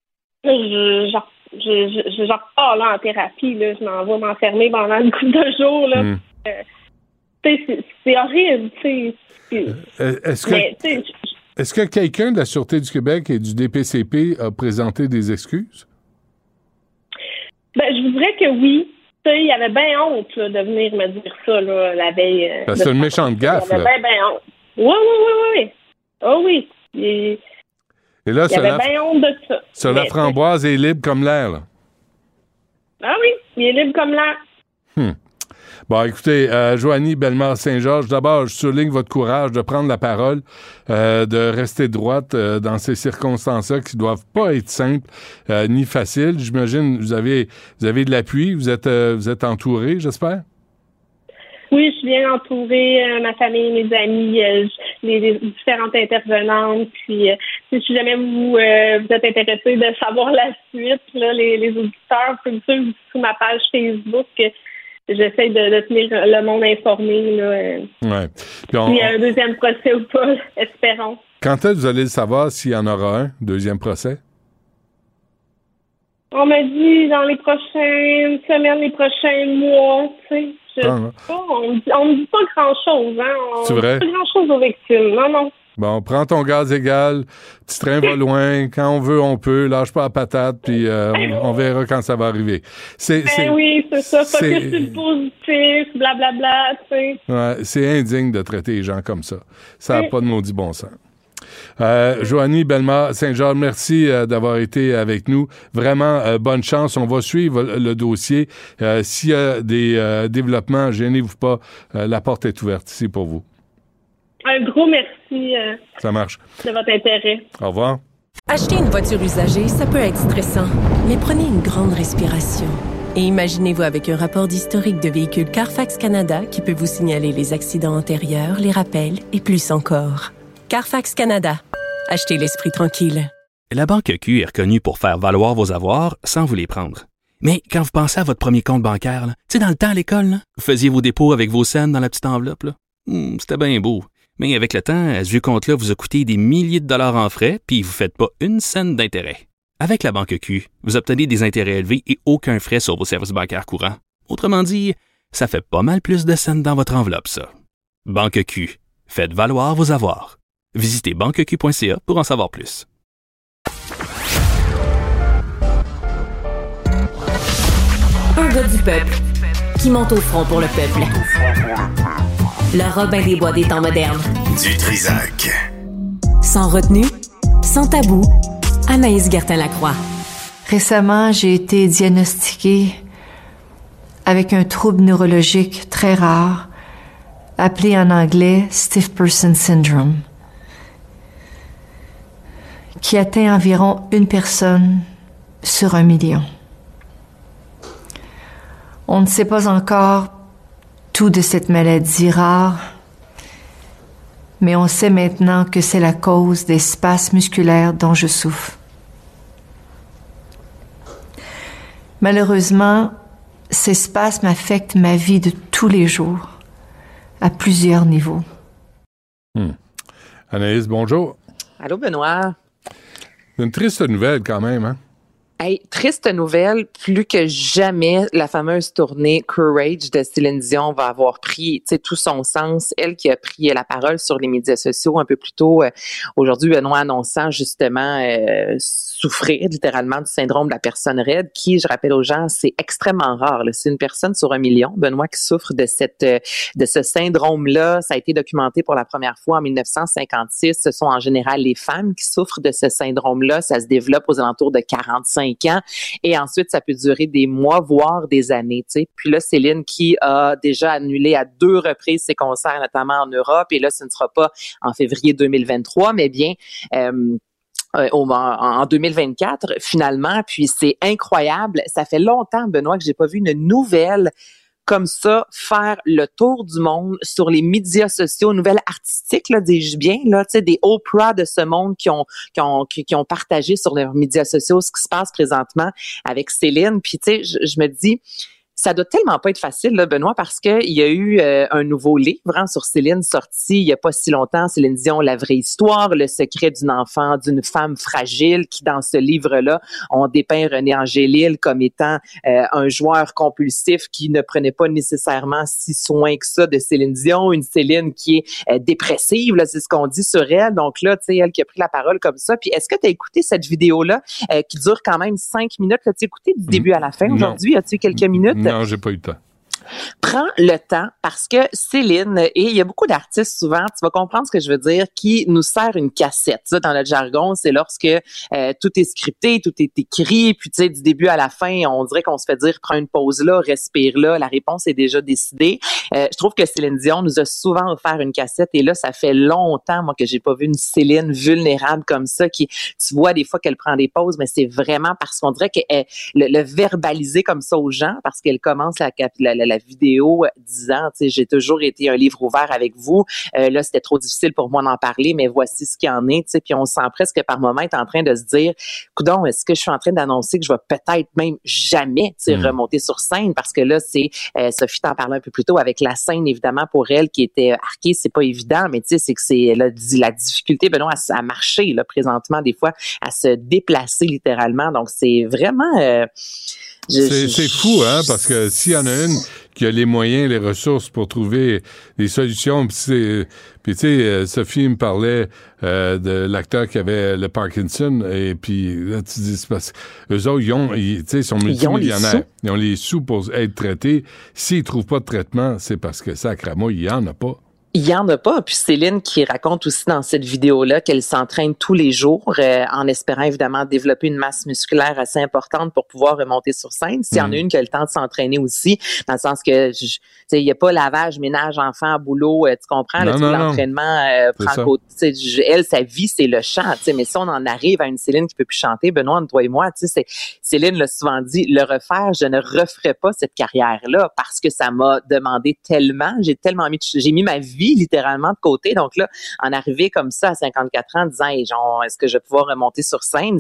Speaker 10: Je repars là en thérapie. Là, je m'en vais m'enfermer pendant une couple de jours. Là. Tu sais, c'est horrible. Tu sais.
Speaker 5: Est-ce que quelqu'un de la Sûreté du Québec et du DPCP a présenté des excuses?
Speaker 10: Ben, je voudrais que oui. Tu sais, il y avait bien honte là, de venir me dire ça là, la veille.
Speaker 5: C'est une méchante gaffe.
Speaker 10: Il y avait bien honte. Oui. Oh oui. Et
Speaker 5: là,
Speaker 10: il y avait bien honte de ça.
Speaker 5: Sur la framboise est libre comme l'air, là.
Speaker 10: Ah oui, il est libre comme l'air.
Speaker 5: Bon, écoutez, Joanie Bellemare-Saint-Georges, d'abord, je souligne votre courage de prendre la parole, de rester droite dans ces circonstances-là qui doivent pas être simples ni faciles. J'imagine vous avez de l'appui, vous êtes entouré, j'espère?
Speaker 10: Oui, je suis bien entourée, ma famille, mes amis, les différentes intervenantes. Puis, si jamais vous êtes intéressés de savoir la suite, là, les auditeurs, vous pouvez me suivre sur ma page Facebook. J'essaie de tenir le monde informé. Là.
Speaker 5: Ouais.
Speaker 10: S'il y a un deuxième procès ou pas, espérons.
Speaker 5: Quand est-ce que vous allez le savoir s'il y en aura un, deuxième procès?
Speaker 10: On m'a dit dans les prochaines semaines, les prochains mois, tu sais. Je sais pas, on me dit pas grand-chose, hein.
Speaker 5: C'est vrai?
Speaker 10: Pas grand-chose aux victimes, non.
Speaker 5: Bon, prends ton gaz égal, petit train va loin, quand on veut, on peut, lâche pas la patate, puis on verra quand ça va arriver.
Speaker 10: Oui, c'est ça, focus sur le positif, blablabla, tu sais.
Speaker 5: Ouais, c'est indigne de traiter les gens comme ça. Ça n'a pas de maudit bon sens. Joanie Bellemare-Saint-Georges, merci d'avoir été avec nous. Vraiment, bonne chance. On va suivre le dossier. S'il y a des développements, gênez-vous pas. La porte est ouverte ici pour vous.
Speaker 10: Un gros merci
Speaker 5: ça marche.
Speaker 10: De votre intérêt.
Speaker 5: Au revoir.
Speaker 1: Acheter une voiture usagée, ça peut être stressant, mais prenez une grande respiration. Et imaginez-vous avec un rapport d'historique de véhicule Carfax Canada qui peut vous signaler les accidents antérieurs, les rappels et plus encore. Carfax Canada. Achetez l'esprit tranquille.
Speaker 2: La Banque Q est reconnue pour faire valoir vos avoirs sans vous les prendre. Mais quand vous pensez à votre premier compte bancaire, tu sais, dans le temps à l'école, là, vous faisiez vos dépôts avec vos scènes dans la petite enveloppe. Là. C'était bien beau. Mais avec le temps, ce vieux compte-là vous a coûté des milliers de dollars en frais, puis vous ne faites pas une scène d'intérêt. Avec la Banque Q, vous obtenez des intérêts élevés et aucun frais sur vos services bancaires courants. Autrement dit, ça fait pas mal plus de scènes dans votre enveloppe, ça. Banque Q. Faites valoir vos avoirs. Visitez banqueq.ca pour en savoir plus.
Speaker 3: Un gars du peuple qui monte au front pour le peuple. Le Robin des Bois des temps modernes.
Speaker 4: Du Trizac.
Speaker 3: Sans retenue, sans tabou, Anaïs Gertin-Lacroix.
Speaker 11: Récemment, j'ai été diagnostiquée avec un trouble neurologique très rare, appelé en anglais Stiff Person Syndrome, qui atteint environ une personne sur 1 million. On ne sait pas encore tout de cette maladie rare, mais on sait maintenant que c'est la cause des spasmes musculaires dont je souffre. Malheureusement, ces spasmes affectent ma vie de tous les jours, à plusieurs niveaux.
Speaker 5: Anaïs, bonjour.
Speaker 12: Allô, Benoît.
Speaker 5: Une triste nouvelle quand même, hein?
Speaker 12: Hey, triste nouvelle, plus que jamais, la fameuse tournée Courage de Céline Dion va avoir pris tout son sens. Elle qui a pris la parole sur les médias sociaux un peu plus tôt aujourd'hui, Benoît, annonçant justement souffrir littéralement du syndrome de la personne raide, qui, je rappelle aux gens, c'est extrêmement rare. Là. C'est une personne sur 1 million, Benoît, qui souffre de ce syndrome-là. Ça a été documenté pour la première fois en 1956. Ce sont en général les femmes qui souffrent de ce syndrome-là. Ça se développe aux alentours de 45 5 ans. Et ensuite, ça peut durer des mois, voire des années, tu sais. Puis là, Céline qui a déjà annulé à 2 reprises ses concerts, notamment en Europe. Et là, ce ne sera pas en février 2023, mais bien en 2024, finalement. Puis c'est incroyable. Ça fait longtemps, Benoît, que j'ai pas vu une nouvelle comme ça faire le tour du monde sur les médias sociaux, nouvelles artistiques, là, dis-je bien, là, tu sais, des Oprah de ce monde qui ont partagé sur leurs médias sociaux ce qui se passe présentement avec Céline. Puis tu sais, je me dis, ça doit tellement pas être facile, là, Benoît, parce que il y a eu un nouveau livre sur Céline sorti il y a pas si longtemps, Céline Dion, La vraie histoire, le secret d'une femme fragile, qui dans ce livre-là, on dépeint René Angélil comme étant un joueur compulsif qui ne prenait pas nécessairement si soin que ça de Céline Dion, une Céline qui est dépressive, là, c'est ce qu'on dit sur elle. Donc là, tu sais, elle qui a pris la parole comme ça. Puis est-ce que tu as écouté cette vidéo-là qui dure quand même 5 minutes? L'as-tu écouté du début à la fin aujourd'hui? As-tu eu quelques minutes?
Speaker 5: Non, j'ai pas eu le temps.
Speaker 12: Prends le temps parce que Céline, et il y a beaucoup d'artistes souvent, tu vas comprendre ce que je veux dire, qui nous sert une cassette. Ça, dans notre jargon, c'est lorsque tout est scripté, tout est écrit, puis tu sais, du début à la fin, on dirait qu'on se fait dire, prends une pause là, respire là, la réponse est déjà décidée. Je trouve que Céline Dion nous a souvent offert une cassette, et là, ça fait longtemps, moi, que j'ai pas vu une Céline vulnérable comme ça, qui, tu vois des fois qu'elle prend des pauses, mais c'est vraiment parce qu'on dirait qu'elle le verbaliser comme ça aux gens, parce qu'elle commence la vidéo disant, tu sais, j'ai toujours été un livre ouvert avec vous. Là, c'était trop difficile pour moi d'en parler, mais voici ce qu'il en est, tu sais. Puis on sent presque par moment être en train de se dire, coudonc, est-ce que je suis en train d'annoncer que je vais peut-être même jamais, tu sais, remonter sur scène, parce que là, c'est Sophie t'en parlait un peu plus tôt avec la scène, évidemment, pour elle qui était arquée, c'est pas évident, mais tu sais, c'est que c'est la difficulté, Benoît, à marcher là présentement, des fois, à se déplacer littéralement. Donc c'est vraiment
Speaker 5: c'est fou, hein, parce que s'il y en a une qui a les moyens, les ressources pour trouver des solutions, puis tu sais, Sophie me parlait de l'acteur qui avait le Parkinson, et puis là, tu dis, c'est parce eux autres, ils sont multimillionnaires. Ils ont les sous pour être traités. S'ils trouvent pas de traitement, c'est parce que sacrément, il y en a pas.
Speaker 12: Il y en a pas. Puis Céline qui raconte aussi dans cette vidéo-là qu'elle s'entraîne tous les jours en espérant évidemment développer une masse musculaire assez importante pour pouvoir remonter sur scène. S'il y en a une qui a le temps de s'entraîner aussi, dans le sens que il y a pas lavage, ménage, enfant, boulot, tu comprends? Là, tout l'entraînement prend côté. Elle, sa vie, c'est le chant. Mais si on en arrive à une Céline qui peut plus chanter, Benoît, toi et moi, Céline l'a souvent dit, le refaire, je ne referai pas cette carrière-là parce que ça m'a demandé tellement, j'ai mis ma vie littéralement de côté. Donc là, en arriver comme ça à 54 ans, en disant, hey, genre, est-ce que je vais pouvoir remonter sur scène?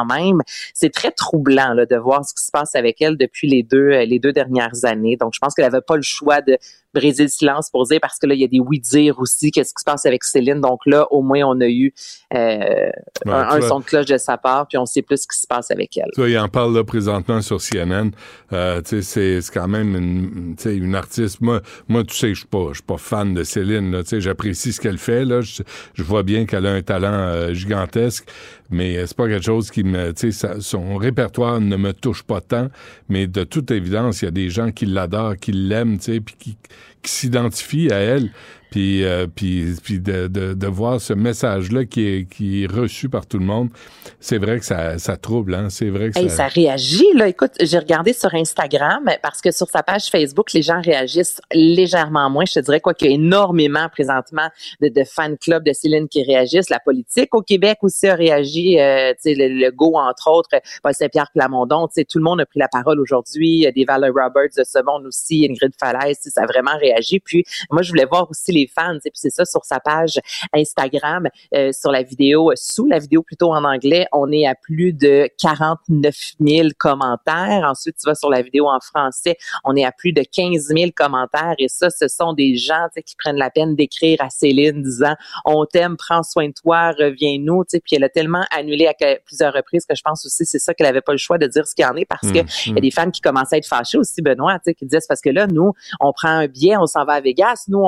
Speaker 12: C'est très troublant là, de voir ce qui se passe avec elle depuis les deux dernières années. Donc, je pense qu'elle n'avait pas le choix de briser le silence pour dire, parce que là, il y a des oui-dire aussi, qu'est-ce qui se passe avec Céline. Donc là, au moins, on a eu un son de cloche de sa part, puis on sait plus ce qui se passe avec elle.
Speaker 5: Toi, il en parle là présentement sur CNN. C'est quand même une artiste. Moi, tu sais, je suis pas fan de Céline. Là, j'apprécie ce qu'elle fait. Là, je vois bien qu'elle a un talent gigantesque, mais c'est pas quelque chose qui me, son répertoire ne me touche pas tant. Mais de toute évidence, il y a des gens qui l'adorent, qui l'aiment, puis qui s'identifient à elle. Puis de voir ce message-là qui est reçu par tout le monde, c'est vrai que ça trouble, hein. C'est vrai que
Speaker 12: ça réagit, là. Écoute, j'ai regardé sur Instagram, parce que sur sa page Facebook, les gens réagissent légèrement moins. Je te dirais qu'il y a énormément, présentement, de fan clubs de Céline qui réagissent. La politique au Québec aussi a réagi, le Go, entre autres, Paul Saint-Pierre Plamondon, tout le monde a pris la parole aujourd'hui, des Val Roberts de ce monde aussi, Ingrid Falaise, ça a vraiment réagi. Puis, moi, je voulais voir aussi les fans, puis c'est ça sur sa page Instagram, sur la vidéo, sous la vidéo plutôt en anglais, on est à plus de 49 000 commentaires. Ensuite, tu vas sur la vidéo en français, on est à plus de 15 000 commentaires, et ça, ce sont des gens qui prennent la peine d'écrire à Céline disant « On t'aime, prends soin de toi, reviens-nous », puis elle a tellement annulé à plusieurs reprises que je pense aussi c'est ça qu'elle avait pas le choix de dire ce qu'il y en est, parce que il y a des fans qui commençaient à être fâchés aussi, Benoît, qui disaient « C'est parce que là, nous, on prend un billet, on s'en va à Vegas. Nous,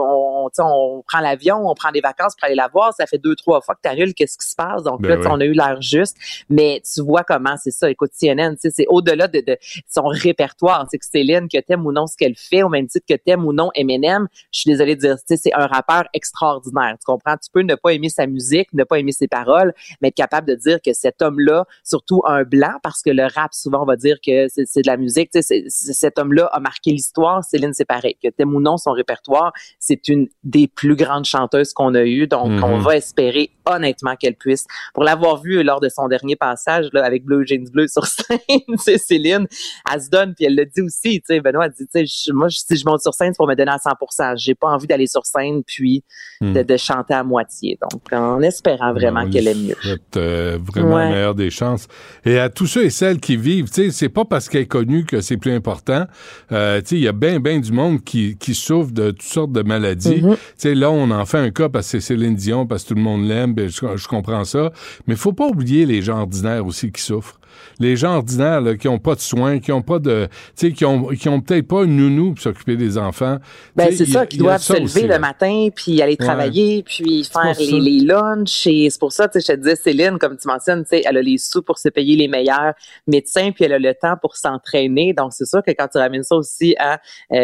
Speaker 12: on prend l'avion, on prend des vacances pour aller la voir. Ça fait 2-3 fois que t'annules, qu'est-ce qui se passe? Donc là, on a eu l'air juste. Mais tu vois comment c'est ça. Écoute, CNN, tu sais, c'est au-delà de son répertoire. C'est que Céline, que t'aimes ou non ce qu'elle fait, au même titre que t'aimes ou non Eminem, je suis désolée de dire, tu sais, c'est un rappeur extraordinaire. Tu comprends? Tu peux ne pas aimer sa musique, ne pas aimer ses paroles, mais être capable de dire que cet homme-là, surtout un blanc, parce que le rap, souvent, on va dire que c'est de la musique. Tu sais, cet homme-là a marqué l'histoire. Céline, c'est pareil. Que t'aimes ou non son répertoire, c'est une des plus grandes chanteuses qu'on a eues. Donc, on va espérer honnêtement qu'elle puisse. Pour l'avoir vue lors de son dernier passage là, avec Blue Jeans Bleu sur scène, c'est Céline, elle se donne, puis elle le dit aussi, tu sais, Benoît dit, tu sais, moi, si je monte sur scène, c'est pour me donner à 100%. J'ai pas envie d'aller sur scène puis de chanter à moitié. Donc, en espérant vraiment qu'elle est mieux.
Speaker 5: Vraiment la meilleure des chances. Et à tous ceux et celles qui vivent, tu sais, c'est pas parce qu'elle est connue que c'est plus important. Tu sais, il y a bien du monde qui souffre de toutes sortes de maladies. Tu sais, là, on en fait un cas parce que c'est Céline Dion, parce que tout le monde l'aime, ben, je comprends ça. Mais faut pas oublier les gens ordinaires aussi qui souffrent. Les gens ordinaires là, qui ont pas de soins, qui ont pas de, tu sais, qui ont peut-être pas une nounou pour s'occuper des enfants.
Speaker 12: Ben c'est ça, qui doivent se lever le matin, puis aller travailler, puis faire les lunchs. Et c'est pour ça, tu sais, je te disais, Céline, comme tu mentionnes, tu sais, elle a les sous pour se payer les meilleurs médecins, puis elle a le temps pour s'entraîner. Donc c'est sûr que quand tu ramènes ça aussi à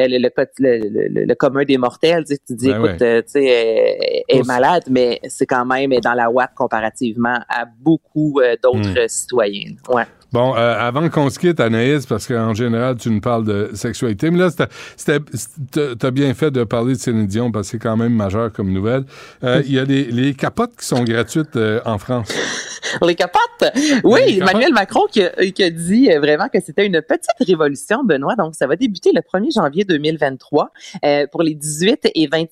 Speaker 12: le commun des mortels, tu te dis, écoute, tu sais, elle est malade, mais c'est quand même dans la ouate comparativement à beaucoup d'autres citoyens. Ouais.
Speaker 5: Bon, avant qu'on se quitte, Anaïs, parce qu'en général, tu nous parles de sexualité, mais là, t'as bien fait de parler de Céline Dion, parce que c'est quand même majeur comme nouvelle. Il y a les capotes qui sont gratuites en France.
Speaker 12: Les capotes? Oui, Emmanuel Macron qui a dit vraiment que c'était une petite révolution, Benoît. Donc, ça va débuter le 1er janvier 2023. Pour les 18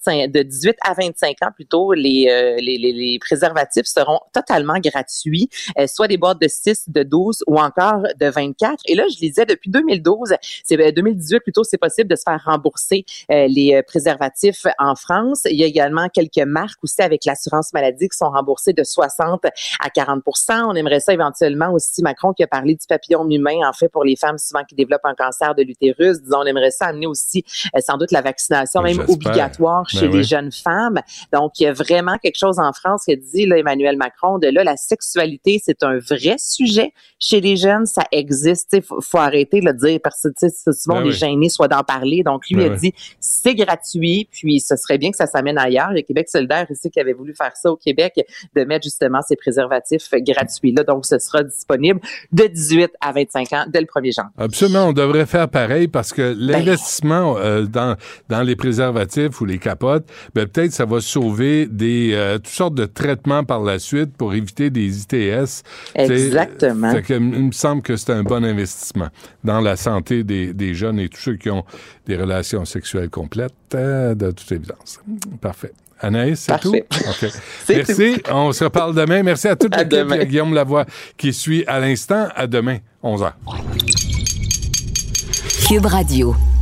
Speaker 12: à 25 ans, plutôt, les préservatifs seront totalement gratuits, soit des boîtes de 6, de 12 ou encore de 24. Et là, je lisais depuis 2012, 2018 plutôt, c'est possible de se faire rembourser les préservatifs en France. Il y a également quelques marques aussi avec l'assurance maladie qui sont remboursées de 60 à 40%. On aimerait ça éventuellement aussi, Macron qui a parlé du papillome humain, en fait, pour les femmes souvent qui développent un cancer de l'utérus. Disons, on aimerait ça amener aussi sans doute la vaccination, même obligatoire chez les jeunes femmes. Donc, il y a vraiment quelque chose en France qui dit, là, Emmanuel Macron, de là, la sexualité, c'est un vrai sujet chez les jeunes, ça existe. Il faut arrêter de le dire parce que souvent les gênés soit d'en parler. Donc, lui a dit, c'est gratuit, puis ce serait bien que ça s'amène ailleurs. Il y a Québec solidaire ici qui avait voulu faire ça au Québec, de mettre justement ces préservatifs gratuits-là. Donc, ce sera disponible de 18 à 25 ans dès le 1er janvier.
Speaker 5: Absolument, on devrait faire pareil parce que l'investissement dans les préservatifs ou les capotes, ben, peut-être ça va sauver toutes sortes de traitements par la suite pour éviter des ITS.
Speaker 12: Exactement.
Speaker 5: Il me semble que c'est un bon investissement dans la santé des jeunes et tous ceux qui ont des relations sexuelles complètes, de toute évidence. Parfait. Anaïs, c'est tout? Okay. Merci. Tout. On se reparle demain. Merci à toute l'équipe. Il y a Guillaume Lavoie qui suit à l'instant. À demain, 11h.
Speaker 3: Cube Radio.